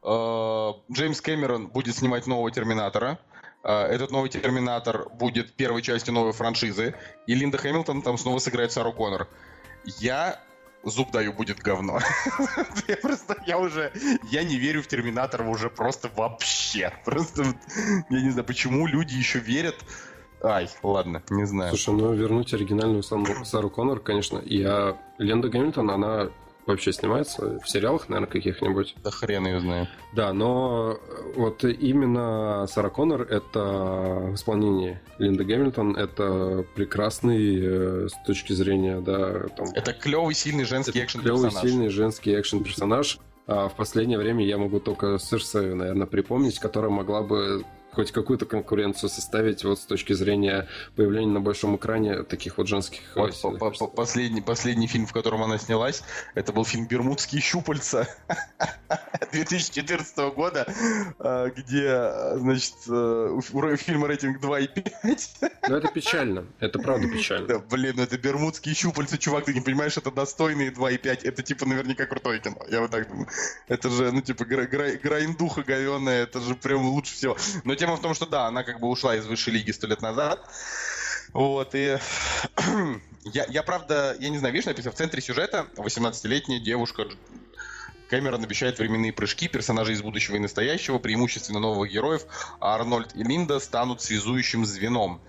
Джеймс Кэмерон будет снимать нового Терминатора. Этот новый Терминатор будет первой частью новой франшизы. И Линда Хэмилтон там снова сыграет Сару Коннор. Я... Зуб даю, будет говно. я просто, я уже, я не верю в Терминатора уже просто вообще. Просто, я не знаю, почему люди еще верят. Ай, ладно, не знаю. Слушай, ну вернуть оригинальную саму Сару Коннор, конечно. Я... Линда Гамильтон, она вообще снимается в сериалах, наверное, каких-нибудь. Да хрен ее знает. Да, но вот именно Сара Коннор, это в исполнении Линды Гэмильтон, это прекрасный с точки зрения, да... Там, это клевый, сильный женский экшен-персонаж. Клевый, сильный женский экшен-персонаж. А в последнее время я могу только Серсею, наверное, припомнить, которая могла бы хоть какую-то конкуренцию составить вот с точки зрения появления на большом экране таких вот женских... Вот по- по- последний, последний фильм, в котором она снялась, это был фильм «Бермудские щупальца» две тысячи четырнадцатого года, где, значит, у фильма рейтинг два и пять. Ну, это печально. Это правда печально. Да, блин, ну это «Бермудские щупальца», чувак, ты не понимаешь, это достойные два и пять. Это, типа, наверняка крутое кино. Я вот так думаю. Это же, ну, типа, гра- гра- грайндуха говёная, это же прям лучше всего. Но тема в том, что да, она как бы ушла из высшей лиги сто лет назад. Вот, и я, я, правда, я не знаю, видишь, написано, в центре сюжета восемнадцатилетняя девушка Кэмерон обещает временные прыжки, персонажи из будущего и настоящего, преимущественно новых героев, а Арнольд и Линда станут связующим звеном.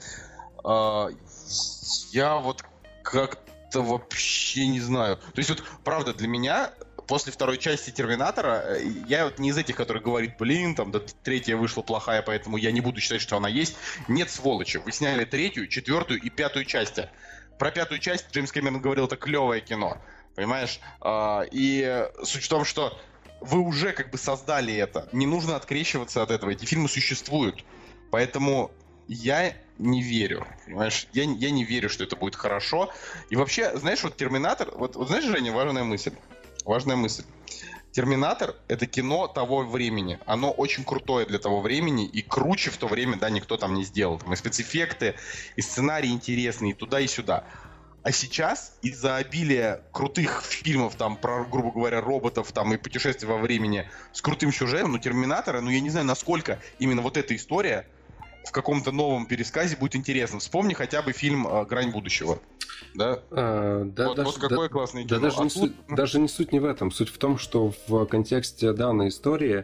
Я вот как-то вообще не знаю. То есть вот, правда, для меня... После второй части «Терминатора» я вот не из этих, которые говорят, блин, там, да, третья вышла плохая, поэтому я не буду считать, что она есть. Нет, сволочи, вы сняли третью, четвертую и пятую части. Про пятую часть Джеймс Кэмерон говорил, это клевое кино, понимаешь? И суть в том, что вы уже как бы создали это. Не нужно открещиваться от этого, эти фильмы существуют. Поэтому я не верю, понимаешь? Я, я не верю, что это будет хорошо. И вообще, знаешь, вот «Терминатор», вот, вот знаешь, Женя, важная мысль. Важная мысль. «Терминатор» — это кино того времени. Оно очень крутое для того времени, и круче в то время, да, никто там не сделал. Там и спецэффекты, и сценарий интересный, и туда, и сюда. А сейчас из-за обилия крутых фильмов, там, про, грубо говоря, роботов, там, и путешествия во времени с крутым сюжетом, ну, «Терминатора», ну, я не знаю, насколько именно вот эта история в каком-то новом пересказе будет интересно. Вспомни хотя бы фильм «Грань будущего». Да? А, да, вот, даже, вот какое да, классное да, кино. даже, а не тут... суть, даже не суть не в этом. Суть в том, что в контексте данной истории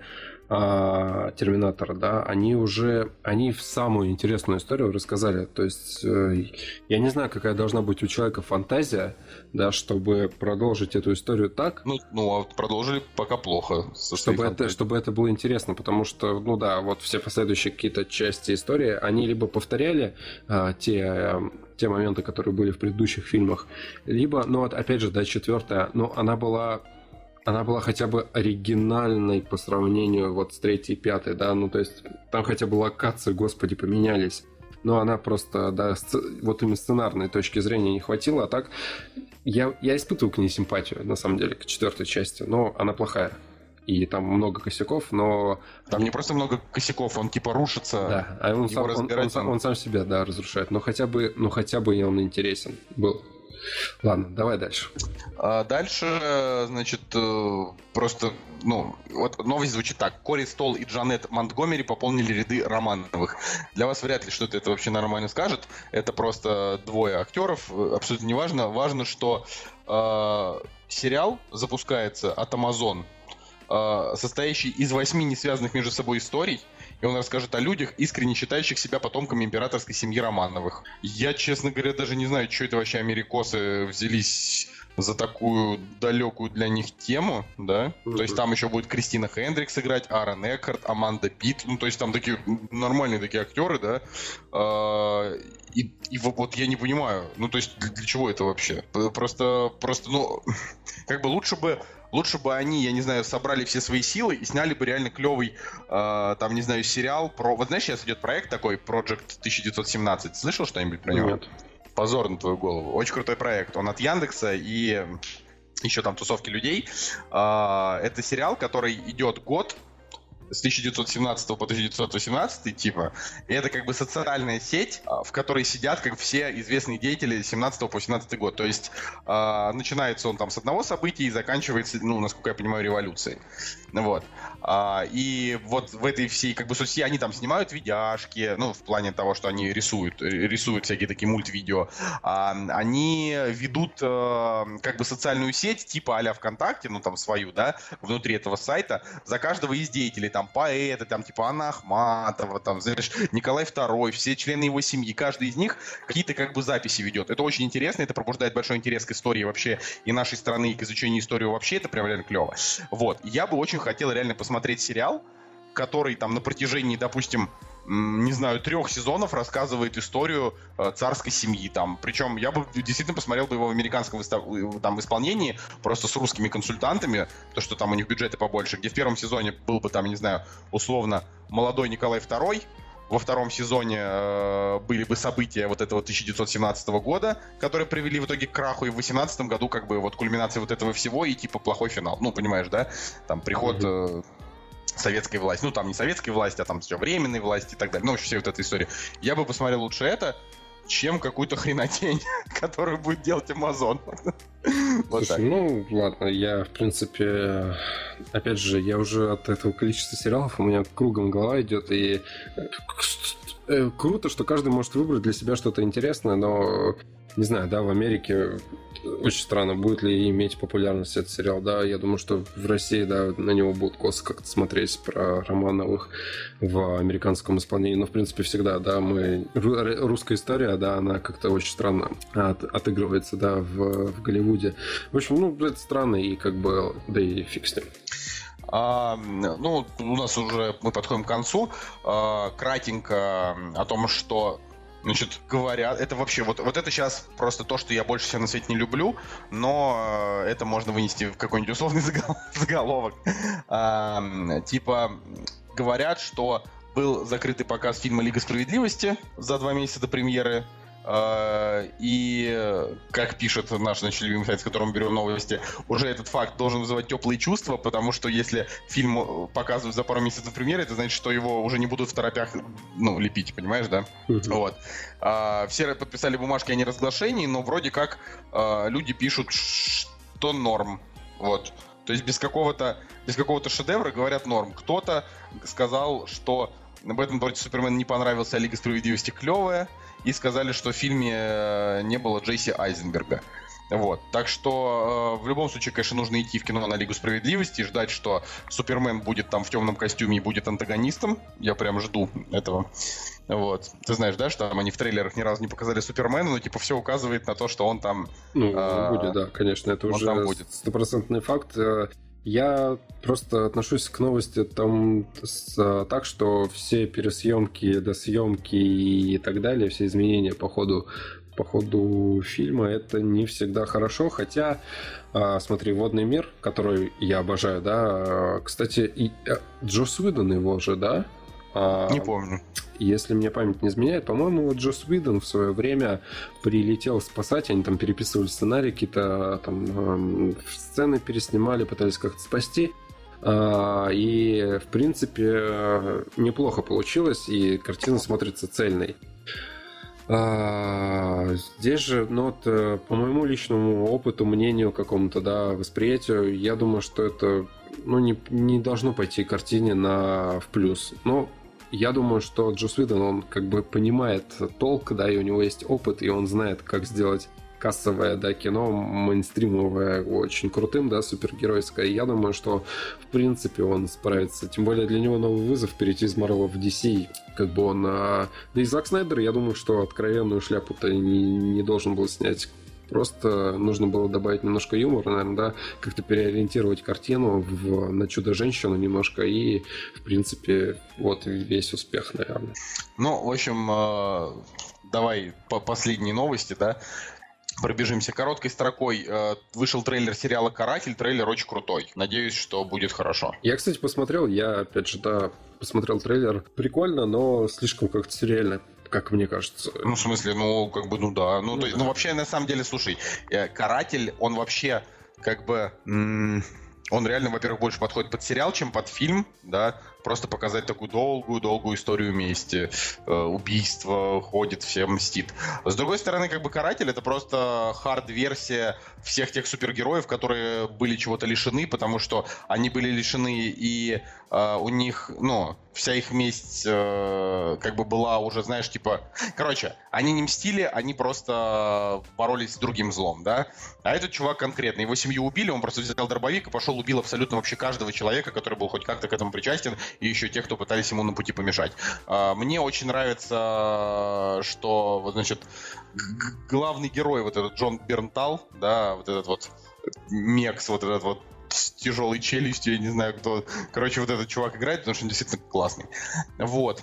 а, Терминатора, да, они уже, они в самую интересную историю рассказали. То есть, э, я не знаю, какая должна быть у человека фантазия, да, чтобы продолжить эту историю так. Ну, ну а продолжили пока плохо. Чтобы это, чтобы это было интересно, потому что, ну да, вот все последующие какие-то части истории, они либо повторяли а, те... те моменты, которые были в предыдущих фильмах, либо, ну вот опять же, да, четвертая, ну она была, она была хотя бы оригинальной по сравнению вот с третьей и пятой, да, ну то есть там хотя бы локации, господи, поменялись, но она просто, да, сц... вот именно сценарной точки зрения не хватило, а так я, я испытываю к ней симпатию, на самом деле, к четвертой части, но она плохая. И там много косяков, но... Там не просто много косяков, он типа рушится. Да, а он, сам, он, он, он, он сам себя, да, разрушает. Но хотя бы, ну, хотя бы он интересен был. Ладно, давай дальше. А дальше, значит, просто, ну, вот новость звучит так. Кори Столл и Джанет Монтгомери пополнили ряды Романовых. Для вас вряд ли что-то это вообще нормально скажет. Это просто двое актеров, абсолютно не важно. Важно, что э, сериал запускается от Amazon, состоящий из восьми несвязанных между собой историй, и он расскажет о людях, искренне считающих себя потомками императорской семьи Романовых. Я, честно говоря, даже не знаю, что это вообще америкосы взялись за такую далекую для них тему, да? Mm-hmm. То есть там еще будет Кристина Хендрикс играть, Аарон Экхарт, Аманда Питт, ну, то есть там такие нормальные такие актеры, да? И, и вот я не понимаю, ну, то есть для, для чего это вообще? Просто, просто, ну, как бы лучше бы Лучше бы они, я не знаю, собрали все свои силы и сняли бы реально клевый, э, там, не знаю, сериал про... Вот знаешь, сейчас идет проект такой, Project тысяча девятьсот семнадцать. Слышал что-нибудь про него? Нет. Позор на твою голову. Очень крутой проект. Он от Яндекса и еще там тусовки людей. Э, это сериал, который идет год с тысяча девятьсот семнадцатого по тысяча девятьсот восемнадцатый, типа. И это как бы социальная сеть, в которой сидят как все известные деятели с семнадцатого по восемнадцатый год. То есть э, начинается он там с одного события и заканчивается, ну, насколько я понимаю, революцией. Вот. А, и вот в этой всей как бы соцсети они там снимают видяшки, ну, в плане того, что они рисуют, рисуют всякие такие мультвидео. А, они ведут э, как бы социальную сеть, типа а-ля ВКонтакте, ну, там свою, да, внутри этого сайта, за каждого из деятелей. там поэты, там типа Анна Ахматова, там, знаешь, Николай второй, все члены его семьи, каждый из них какие-то как бы записи ведет. Это очень интересно, это пробуждает большой интерес к истории вообще и нашей страны, и к изучению истории вообще, это прям реально клево. Вот, я бы очень хотел реально посмотреть сериал, который там на протяжении, допустим, не знаю, трех сезонов рассказывает историю э, царской семьи там. Причем я бы действительно посмотрел бы его в американском выстав... там, исполнении, просто с русскими консультантами, то, что там у них бюджеты побольше, где в первом сезоне был бы там, не знаю, условно, молодой Николай второй, во втором сезоне э, были бы события вот этого тысяча девятьсот семнадцатого года, которые привели в итоге к краху, и в восемнадцатом году как бы вот кульминация вот этого всего и типа плохой финал. Ну, понимаешь, да? Там приход... Э, советской власти. Ну, там не советской власти, а там все временной власти и так далее. Ну, вообще, вся вот эта история. Я бы посмотрел лучше это, чем какую-то хренотень, которую будет делать Amazon. Слушай, ну, ладно, я, в принципе, опять же, я уже от этого количества сериалов, у меня кругом голова идет, и круто, что каждый может выбрать для себя что-то интересное, но, не знаю, да, в Америке очень странно, будет ли иметь популярность этот сериал, да, я думаю, что в России, да, на него будут косо как-то смотреть про Романовых в американском исполнении, но, в принципе, всегда, да, мы, русская история, да, она как-то очень странно от, отыгрывается, да, в, в Голливуде. В общем, ну, это странно, и как бы, да и фиг с ним. А, ну, у нас уже, мы подходим к концу, а, кратенько о том, что значит, говорят, это вообще, вот, вот это сейчас просто то, что я больше всего на свете не люблю, но э, это можно вынести в какой-нибудь условный заголовок. А, типа, говорят, что был закрытый показ фильма «Лига справедливости» за два месяца до премьеры. Uh, и, как пишет наш, значит, любимый сайт, с которым мы берем новости, уже этот факт должен вызывать теплые чувства, потому что если фильм показывают за пару месяцев премьеры, это значит, что его уже не будут в торопях, ну, лепить, понимаешь, да? Uh-huh. Вот. Uh, все подписали бумажки о неразглашении, но вроде как uh, люди пишут, что норм. Вот. То есть без какого-то, без какого-то шедевра говорят норм. Кто-то сказал, что Бэтмен против Супермена не понравился, а Лига справедливости клевая, и сказали, что в фильме не было Джесси Айзенберга. Вот. Так что э, в любом случае, конечно, нужно идти в кино на Лигу справедливости и ждать, что Супермен будет там в темном костюме и будет антагонистом. Я прям жду этого. Вот. Ты знаешь, да, что там они в трейлерах ни разу не показали Супермена, но типа все указывает на то, что он там... Ну, э, будет, да, конечно, это уже стопроцентный факт. Я просто отношусь к новости там с, так, что все пересъемки, досъемки и так далее, все изменения по ходу, по ходу фильма, это не всегда хорошо, хотя, смотри, «Водный мир», который я обожаю, да, кстати, и Джосс Уидон его же, да? Не помню. Если мне память не изменяет, по-моему, Джосс Уидон в свое время прилетел спасать, они там переписывали сценарий, какие-то там сцены переснимали, пытались как-то спасти. И, в принципе, неплохо получилось, и картина смотрится цельной. Здесь же, ну вот, по моему личному опыту, мнению какому-то, да, восприятию, я думаю, что это, ну, не, не должно пойти картине на в плюс. Но я думаю, что Джосс Уидон, он как бы понимает толк, да, и у него есть опыт, и он знает, как сделать кассовое, да, кино, мейнстримовое, очень крутым, да, супергеройское. И я думаю, что, в принципе, он справится. Тем более для него новый вызов перейти из Марвела в ди си. Как бы он... Да и Зак Снайдер, я думаю, что откровенную шляпу-то не, не должен был снять. Просто нужно было добавить немножко юмора, наверное, да, как-то переориентировать картину в, на Чудо-женщину немножко, и, в принципе, вот весь успех, наверное. Ну, в общем, давай по последней новости, да, пробежимся короткой строкой. Вышел трейлер сериала «Каратель», трейлер очень крутой. Надеюсь, что будет хорошо. Я, кстати, посмотрел, я, опять же, да, посмотрел трейлер. Прикольно, но слишком как-то сериально, как мне кажется. Ну, в смысле, ну, как бы, ну да. Ну, ну, то есть, да. Ну вообще, на самом деле, слушай, «Каратель», он вообще, как бы, м- он реально, во-первых, больше подходит под сериал, чем под фильм, да, просто показать такую долгую-долгую историю мести, э, убийство, ходит, всем мстит. С другой стороны, как бы «Каратель» — это просто хард-версия всех тех супергероев, которые были чего-то лишены, потому что они были лишены, и э, у них, ну, вся их месть э, как бы была уже, знаешь, типа... Короче, они не мстили, они просто боролись с другим злом, да? А этот чувак конкретно, его семью убили, он просто взял дробовик и пошел убил абсолютно вообще каждого человека, который был хоть как-то к этому причастен, и еще тех, кто пытались ему на пути помешать. Мне очень нравится, что, вот, значит, главный герой, вот этот Джон Бернтал, да, вот этот вот Мекс, вот этот вот с тяжелой челюстью, я не знаю, кто. Короче, вот этот чувак играет, потому что он действительно классный. Вот.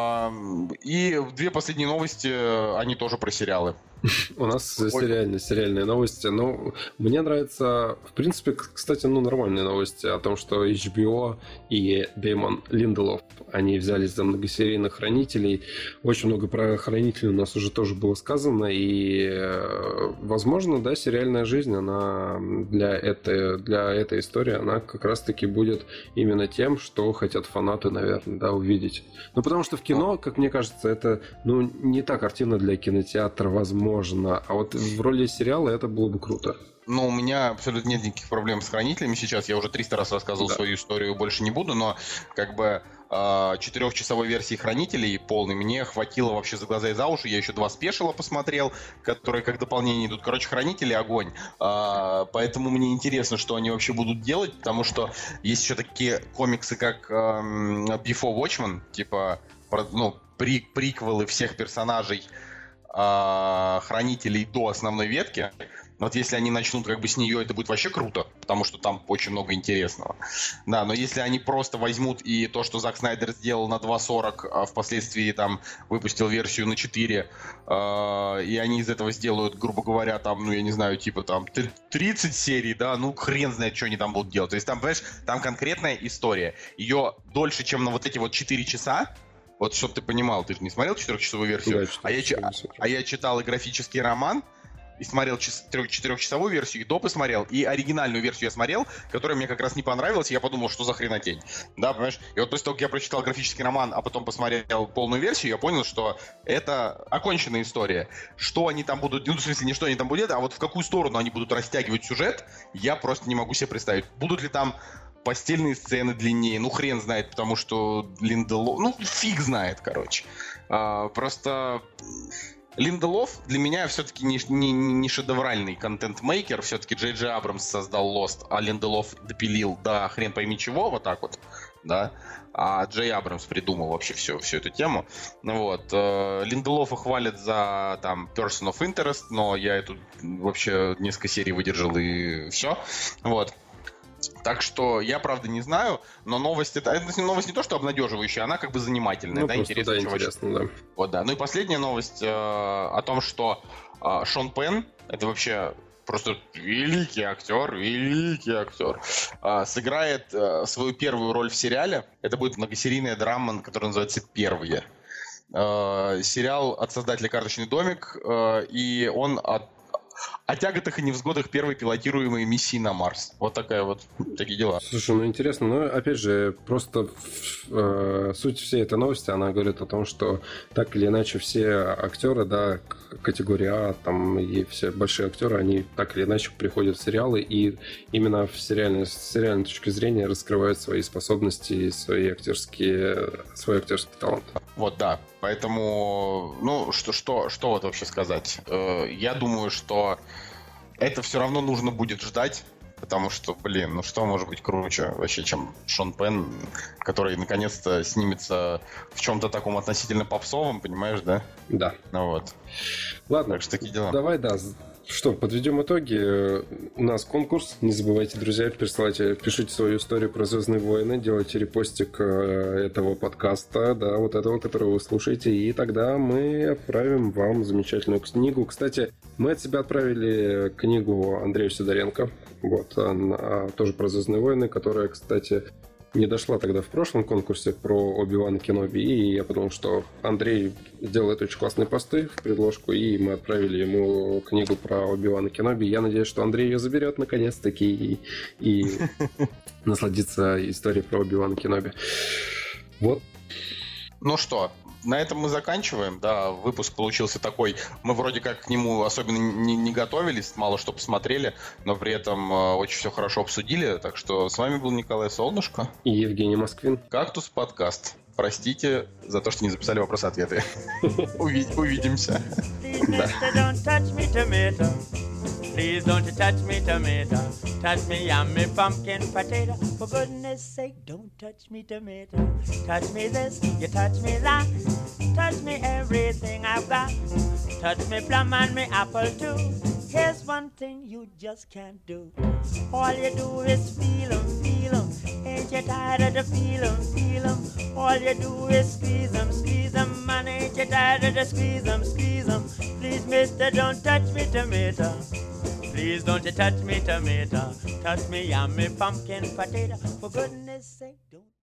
И две последние новости, они тоже про сериалы. У нас сериальные, сериальные новости. Ну, мне нравится, в принципе, кстати, ну, нормальные новости о том, что эйч би о и Дэймон Линделов, они взялись за многосерийных хранителей. Очень много про хранителей у нас уже тоже было сказано. И, возможно, да, сериальная жизнь, она для этой, для этой истории, она как раз-таки будет именно тем, что хотят фанаты, наверное, да, увидеть. Ну, потому что в кино, как мне кажется, это, ну, не та картина для кинотеатра, возможно. Можно. А вот в роли сериала это было бы круто. Ну, у меня абсолютно нет никаких проблем с хранителями сейчас. Я уже триста раз рассказывал да. свою историю, больше не буду, но как бы четырехчасовой версии хранителей полной мне хватило вообще за глаза и за уши. Я еще два спешила посмотрел, которые как дополнение идут. Короче, хранители огонь. Поэтому мне интересно, что они вообще будут делать, потому что есть еще такие комиксы, как Before Watchmen, типа, ну, приквелы всех персонажей хранителей до основной ветки. Вот если они начнут как бы с нее, это будет вообще круто, потому что там очень много интересного. Да, но если они просто возьмут и то, что Зак Снайдер сделал на два сорок, а впоследствии там выпустил версию на четыре, э, и они из этого сделают, грубо говоря, там, ну я не знаю, типа там тридцать серий, да, ну хрен знает, что они там будут делать. То есть там, понимаешь, там конкретная история. Ее дольше, чем на вот эти вот четыре часа. Вот, чтобы ты понимал, ты же не смотрел четырехчасовую версию, да, а, я, а, а я читал и графический роман, и смотрел четырехчасовую версию, и доп. И смотрел, и оригинальную версию я смотрел, которая мне как раз не понравилась, и я подумал, что за хренотень. Да, понимаешь? И вот после того, как я прочитал графический роман, а потом посмотрел полную версию, я понял, что это оконченная история. Что они там будут, ну, в смысле, не что они там будут, а вот в какую сторону они будут растягивать сюжет, я просто не могу себе представить. Будут ли там постельные сцены длиннее, ну хрен знает, потому что Линделов, ну фиг знает, короче. А, просто Линделов для меня все-таки не, не, не шедевральный контент-мейкер, все-таки Джей Джей Абрамс создал Lost, а Линделов допилил, да, хрен пойми чего, вот так вот, да. А Джей Абрамс придумал вообще всю, всю эту тему. Вот. Линделова хвалят за там Person of Interest, но я эту вообще несколько серий выдержал и все. Вот. Так что я, правда, не знаю, но новость это, это новость не то, что обнадеживающая, она как бы занимательная, ну, да, интересная. Да, интересно, да. Вот, да. Ну и последняя новость э, о том, что э, Шон Пенн, это вообще просто великий актер, великий актер, э, сыграет э, свою первую роль в сериале. Это будет многосерийная драма, которая называется «Первые». Э, сериал от создателя «Карточный домик», э, и он от о тяготах и невзгодах первой пилотируемой миссии на Марс. Вот такая вот, такие дела. Слушай, ну интересно, но опять же, просто э, суть всей этой новости, она говорит о том, что так или иначе все актеры, да, категории А, там и все большие актеры, они так или иначе приходят в сериалы и именно в сериальной, с сериальной точки зрения раскрывают свои способности и свои актерские, свой актерский талант. Вот, да. Поэтому, ну, что, что, что вот вообще сказать? Я думаю, что это все равно нужно будет ждать, потому что, блин, ну что может быть круче вообще, чем Шон Пенн, который наконец-то снимется в чем-то таком относительно попсовом, понимаешь, да? Да. Ну вот. Ладно, так что такие дела. Давай, да. Что, подведем итоги. У нас конкурс. Не забывайте, друзья, присылайте, пишите свою историю про «Звездные войны», делайте репостик этого подкаста, да, вот этого, который вы слушаете, и тогда мы отправим вам замечательную книгу. Кстати, мы от себя отправили книгу Андрею Сидоренко, вот, она, тоже про «Звездные войны», которая, кстати, не дошла тогда в прошлом конкурсе про Оби-Вана Кеноби, и я подумал, что Андрей делает очень классные посты в предложку, и мы отправили ему книгу про Оби-Вана Кеноби. Я надеюсь, что Андрей ее заберет наконец-таки и, и насладится историей про Оби-Вана Кеноби. Вот. Ну что, на этом мы заканчиваем. Да, выпуск получился такой. Мы вроде как к нему особенно не, не готовились, мало что посмотрели, но при этом э, очень все хорошо обсудили. Так что с вами был Николай Солнышко и Евгений Москвин. Кактус подкаст. Простите за то, что не записали вопросы-ответы. Увидимся. Please don't you touch me tomato, touch me and me pumpkin potato. For goodness sake, don't touch me tomato. Touch me this, you touch me that. Touch me everything I've got. Touch me plum and me apple too. Here's one thing you just can't do. All you do is feel 'em, feel 'em. Ain't you tired of the feel 'em, feel 'em? All you do is squeeze 'em, squeeze 'em. Man, ain't you tired of the squeeze 'em, squeeze 'em? Please, mister, don't touch me tomato. Please don't you touch me tomato. Touch me and me pumpkin potato. For goodness sake, don't